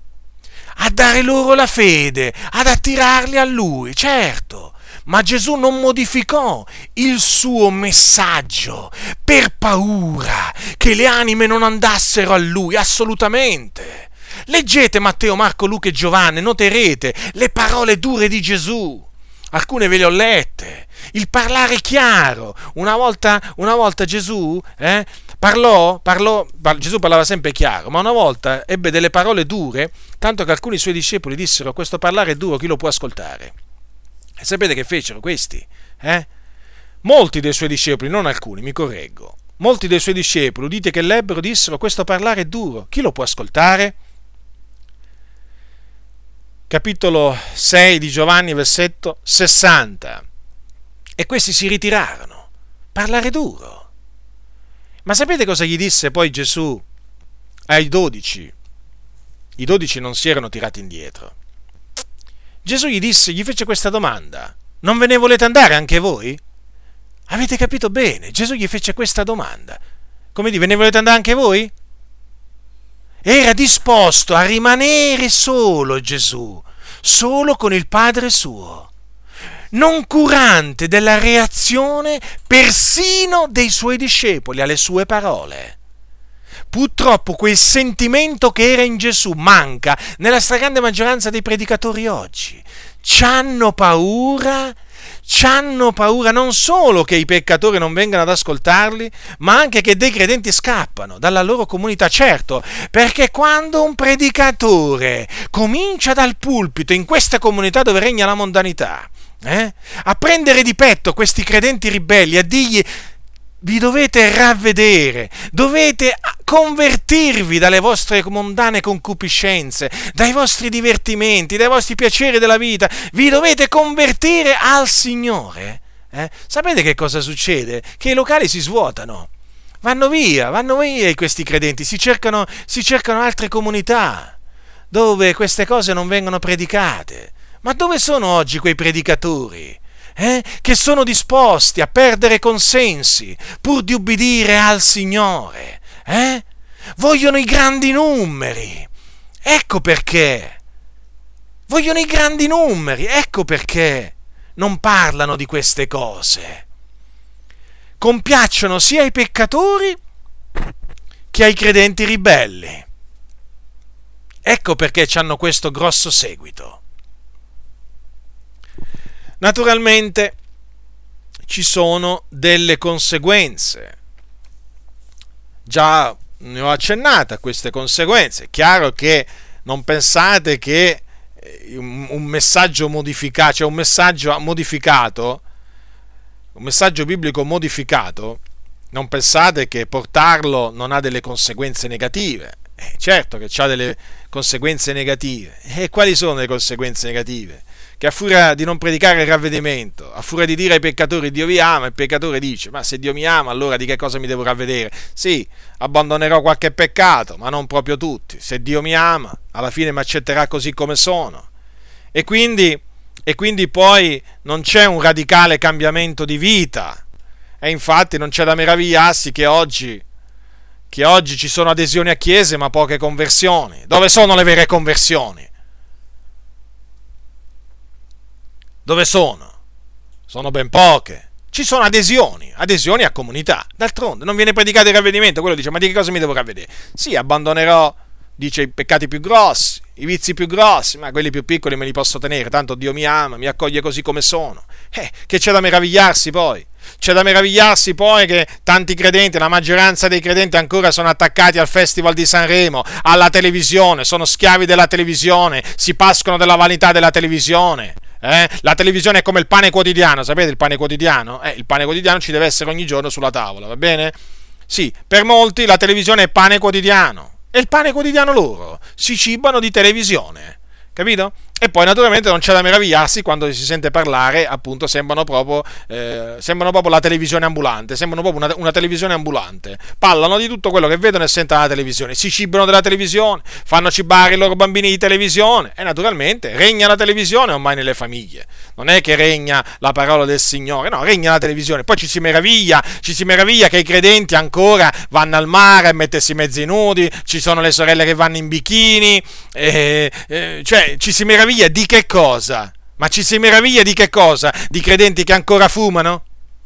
a dare loro la fede, ad attirarli a Lui, certo. Ma Gesù non modificò il suo messaggio per paura che le anime non andassero a Lui, assolutamente. Leggete Matteo, Marco, Luca e Giovanni, noterete le parole dure di Gesù. Alcune ve le ho lette. Il parlare chiaro. Una volta, una volta Gesù eh, parlò, parlò, Gesù parlava sempre chiaro, ma una volta ebbe delle parole dure, tanto che alcuni suoi discepoli dissero: questo parlare è duro, chi lo può ascoltare? E sapete che fecero questi? Eh? Molti dei suoi discepoli, non alcuni, mi correggo, molti dei suoi discepoli, udite che lebbero, dissero: questo parlare è duro, chi lo può ascoltare? Capitolo sei di Giovanni, versetto sessanta. E questi si ritirarono. Parlare duro. Ma sapete cosa gli disse poi Gesù ai dodici? I dodici non si erano tirati indietro. Gesù gli disse, gli fece questa domanda: non ve ne volete andare anche voi? Avete capito bene? Gesù gli fece questa domanda. Come dire, ve ne volete andare anche voi? Era disposto a rimanere solo Gesù, solo con il Padre suo, non curante della reazione persino dei suoi discepoli alle sue parole. Purtroppo quel sentimento che era in Gesù manca nella stragrande maggioranza dei predicatori oggi. C'hanno paura, c'hanno paura non solo che i peccatori non vengano ad ascoltarli, ma anche che dei credenti scappano dalla loro comunità. Certo, perché quando un predicatore comincia dal pulpito in queste comunità dove regna la mondanità, eh, a prendere di petto questi credenti ribelli, a dirgli vi dovete ravvedere, dovete convertirvi dalle vostre mondane concupiscenze, dai vostri divertimenti, dai vostri piaceri della vita, vi dovete convertire al Signore. Eh? Sapete che cosa succede? Che i locali si svuotano, vanno via, vanno via questi credenti, si cercano, si cercano altre comunità dove queste cose non vengono predicate. Ma dove sono oggi quei predicatori? Eh, che sono disposti a perdere consensi pur di ubbidire al Signore, eh? Vogliono i grandi numeri, ecco perché, vogliono i grandi numeri, ecco perché non parlano di queste cose. Compiacciono sia ai peccatori che ai credenti ribelli, ecco perché hanno questo grosso seguito. Naturalmente ci sono delle conseguenze, già ne ho accennato a queste conseguenze. È chiaro che non pensate che un messaggio modificato, cioè un messaggio modificato, un messaggio biblico modificato, non pensate che portarlo non ha delle conseguenze negative. Eh, certo che ha delle conseguenze negative. E quali sono le conseguenze negative? Che a furia di non predicare il ravvedimento, a furia di dire ai peccatori Dio vi ama, il peccatore dice: ma se Dio mi ama, allora di che cosa mi devo ravvedere? Sì, abbandonerò qualche peccato, ma non proprio tutti. Se Dio mi ama, alla fine mi accetterà così come sono. E quindi, e quindi poi non c'è un radicale cambiamento di vita. E infatti non c'è da meravigliarsi che oggi, che oggi ci sono adesioni a chiese ma poche conversioni. Dove sono le vere conversioni? Dove sono? Sono ben poche. Ci sono adesioni, adesioni a comunità. D'altronde non viene predicato il ravvedimento, quello dice: ma di che cosa mi devo ravvedere? Sì, abbandonerò, dice, i peccati più grossi, i vizi più grossi, ma quelli più piccoli me li posso tenere, tanto Dio mi ama, mi accoglie così come sono. Eh, che c'è da meravigliarsi poi? C'è da meravigliarsi poi che tanti credenti, la maggioranza dei credenti ancora sono attaccati al Festival di Sanremo, alla televisione, sono schiavi della televisione, si pascono della vanità della televisione. Eh? La televisione è come il pane quotidiano, sapete il pane quotidiano? Eh, il pane quotidiano ci deve essere ogni giorno sulla tavola, va bene? Sì, per molti la televisione è pane quotidiano, e il pane quotidiano loro si cibano di televisione, capito? E poi naturalmente non c'è da meravigliarsi quando si sente parlare, appunto, sembrano proprio, eh, sembrano proprio la televisione ambulante, sembrano proprio una, una televisione ambulante, parlano di tutto quello che vedono e sentono alla televisione, si cibano della televisione, fanno cibare i loro bambini di televisione, e naturalmente regna la televisione ormai nelle famiglie, non è che regna la parola del Signore, no, regna la televisione. Poi ci si meraviglia, ci si meraviglia che i credenti ancora vanno al mare a mettersi mezzi nudi, ci sono le sorelle che vanno in bikini, eh, eh, cioè ci si meraviglia di che cosa? Ma ci si meraviglia di che cosa? Di credenti che ancora fumano?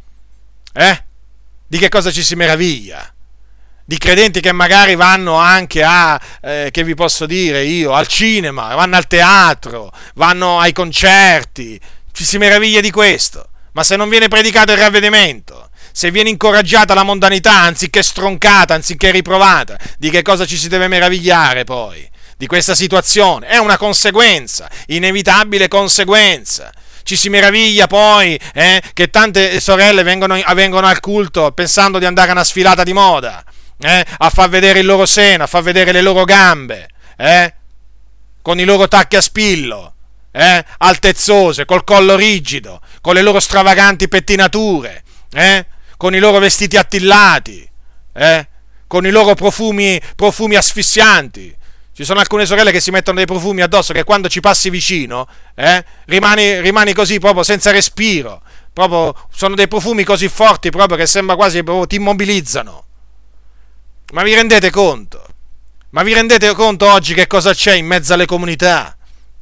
Eh? Di che cosa ci si meraviglia? Di credenti che magari vanno anche a, eh, che vi posso dire io, al cinema, vanno al teatro, vanno ai concerti, ci si meraviglia di questo. Ma se non viene predicato il ravvedimento, se viene incoraggiata la mondanità anziché stroncata, anziché riprovata, di che cosa ci si deve meravigliare poi? Di questa situazione, è una conseguenza, inevitabile conseguenza. Ci si meraviglia poi eh, che tante sorelle vengono, vengono al culto pensando di andare a una sfilata di moda, eh, a far vedere il loro seno, a far vedere le loro gambe, eh, con i loro tacchi a spillo, eh, altezzose, col collo rigido, con le loro stravaganti pettinature, eh, con i loro vestiti attillati, eh, con i loro profumi, profumi asfissianti. Ci sono alcune sorelle che si mettono dei profumi addosso che quando ci passi vicino eh, rimani, rimani così proprio senza respiro, proprio, sono dei profumi così forti proprio che sembra quasi proprio ti immobilizzano. Ma vi rendete conto? Ma vi rendete conto oggi che cosa c'è in mezzo alle comunità?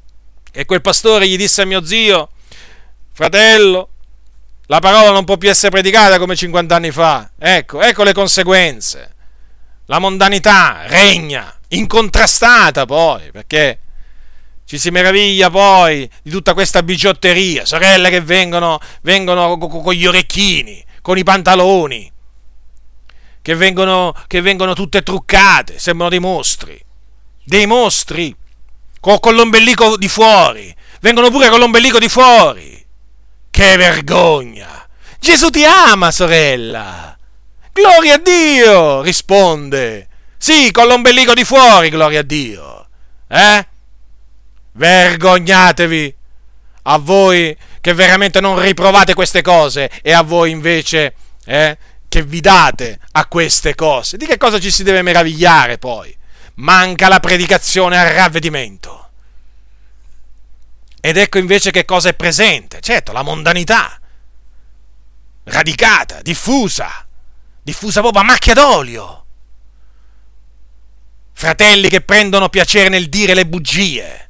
E quel pastore gli disse a mio zio: fratello, la parola non può più essere predicata come cinquanta anni fa. Ecco, ecco le conseguenze. La mondanità regna, incontrastata poi, perché ci si meraviglia poi di tutta questa bigiotteria, sorelle che vengono, vengono con gli orecchini, con i pantaloni, che vengono, che vengono tutte truccate, sembrano dei mostri, dei mostri, con, con l'ombelico di fuori, vengono pure con l'ombelico di fuori, che vergogna! Gesù ti ama, sorella, Gloria a Dio, risponde. Sì, con l'ombelico di fuori, gloria a Dio. Eh? Vergognatevi, a voi che veramente non riprovate queste cose e a voi invece eh, che vi date a queste cose. Di che cosa ci si deve meravigliare poi? Manca la predicazione al ravvedimento. Ed ecco invece che cosa è presente. Certo, la mondanità, radicata, diffusa, diffusa proprio a macchia d'olio. Fratelli che prendono piacere nel dire le bugie.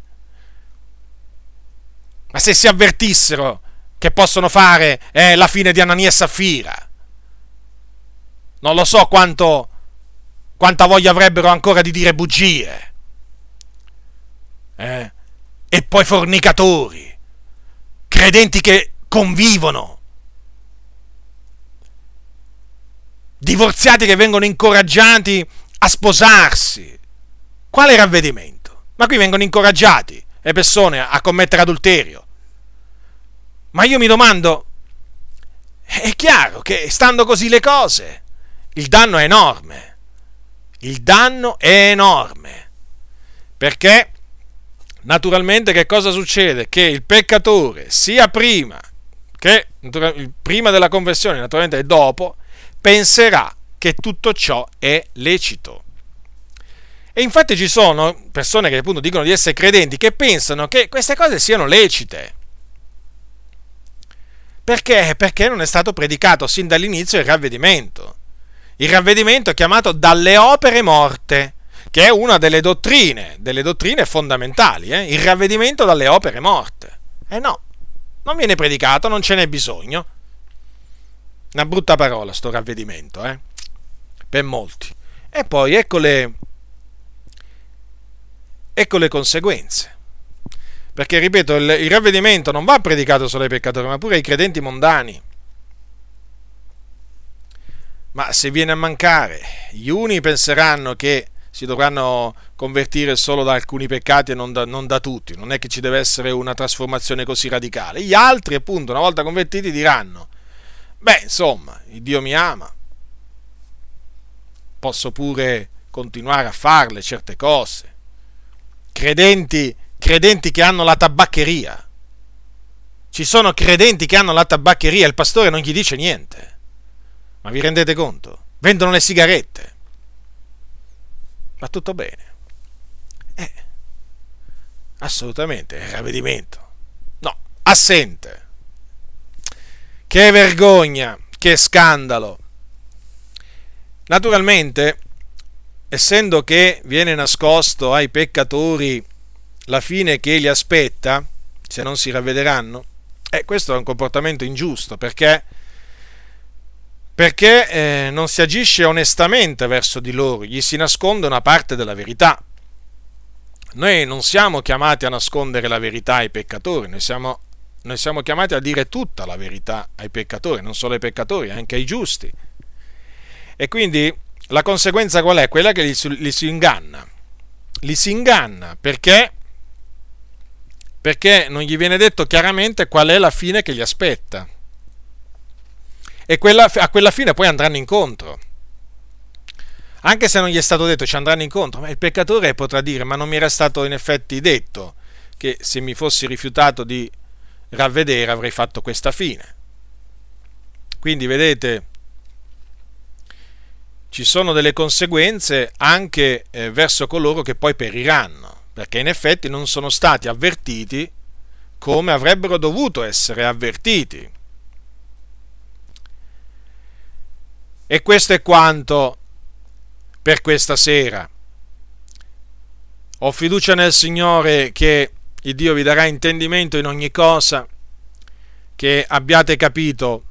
Ma se si avvertissero che possono fare eh, la fine di Anania e Saffira, non lo so quanto, quanta voglia avrebbero ancora di dire bugie. Eh? E poi fornicatori, credenti che convivono, divorziati che vengono incoraggiati a sposarsi. Quale ravvedimento? Ma qui vengono incoraggiati le persone a commettere adulterio. Ma io mi domando, è chiaro che stando così le cose, il danno è enorme. Il danno è enorme. Perché naturalmente che cosa succede? Che il peccatore, sia prima che prima della conversione, naturalmente e dopo, penserà che tutto ciò è lecito. E infatti ci sono persone che appunto dicono di essere credenti che pensano che queste cose siano lecite. Perché? Perché non è stato predicato sin dall'inizio il ravvedimento. Il ravvedimento è chiamato dalle opere morte, che è una delle dottrine, delle dottrine fondamentali, eh? Il ravvedimento dalle opere morte. Eh no, non viene predicato, non ce n'è bisogno. Una brutta parola sto ravvedimento, eh? Per molti. E poi ecco le, ecco le conseguenze. Perché, ripeto, il, il ravvedimento non va predicato solo ai peccatori, ma pure ai credenti mondani. Ma se viene a mancare, gli uni penseranno che si dovranno convertire solo da alcuni peccati e non da, non da tutti. Non è che ci deve essere una trasformazione così radicale. Gli altri, appunto, una volta convertiti, diranno: beh, insomma, il Dio mi ama, posso pure continuare a farle certe cose. Credenti, credenti che hanno la tabaccheria. Ci sono credenti che hanno la tabaccheria, il pastore non gli dice niente. Ma vi rendete conto? Vendono le sigarette. Va tutto bene. Eh, assolutamente, è ravvedimento. No, assente. Che vergogna, che scandalo. Naturalmente, essendo che viene nascosto ai peccatori la fine che li aspetta, se non si ravvederanno, eh, questo è un comportamento ingiusto, perché, perché eh, non si agisce onestamente verso di loro, gli si nasconde una parte della verità. Noi non siamo chiamati a nascondere la verità ai peccatori, noi siamo, noi siamo chiamati a dire tutta la verità ai peccatori, non solo ai peccatori, anche ai giusti. E quindi la conseguenza qual è? Quella che li, li si inganna. Li si inganna perché, perché non gli viene detto chiaramente qual è la fine che gli aspetta. E quella, a quella fine poi andranno incontro. Anche se non gli è stato detto ci andranno incontro, ma il peccatore potrà dire: ma non mi era stato in effetti detto che se mi fossi rifiutato di ravvedere avrei fatto questa fine. Quindi vedete, ci sono delle conseguenze anche eh, verso coloro che poi periranno, perché in effetti non sono stati avvertiti come avrebbero dovuto essere avvertiti. E questo è quanto per questa sera. Ho fiducia nel Signore che il Dio vi darà intendimento in ogni cosa, che abbiate capito,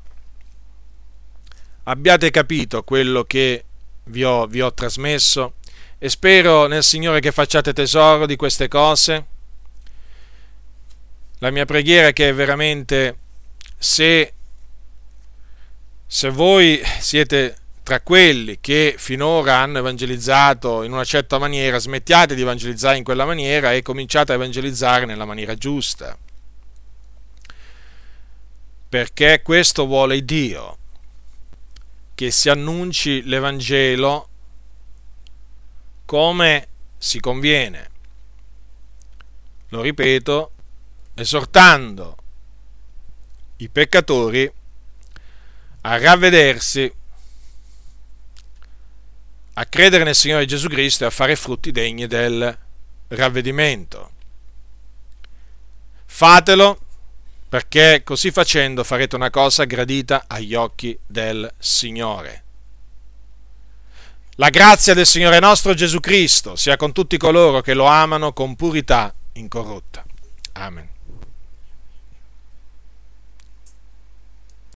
abbiate capito quello che vi ho, vi ho trasmesso, e spero nel Signore che facciate tesoro di queste cose. La mia preghiera è che veramente, se Se voi siete tra quelli che finora hanno evangelizzato in una certa maniera, smettiate di evangelizzare in quella maniera e cominciate a evangelizzare nella maniera giusta. Perché questo vuole Dio. che si annunci l'Evangelo come si conviene. Lo ripeto, esortando i peccatori a ravvedersi, a credere nel Signore Gesù Cristo e a fare frutti degni del ravvedimento. Fatelo, perché così facendo farete una cosa gradita agli occhi del Signore. La grazia del Signore nostro Gesù Cristo sia con tutti coloro che lo amano con purità incorrotta. Amen.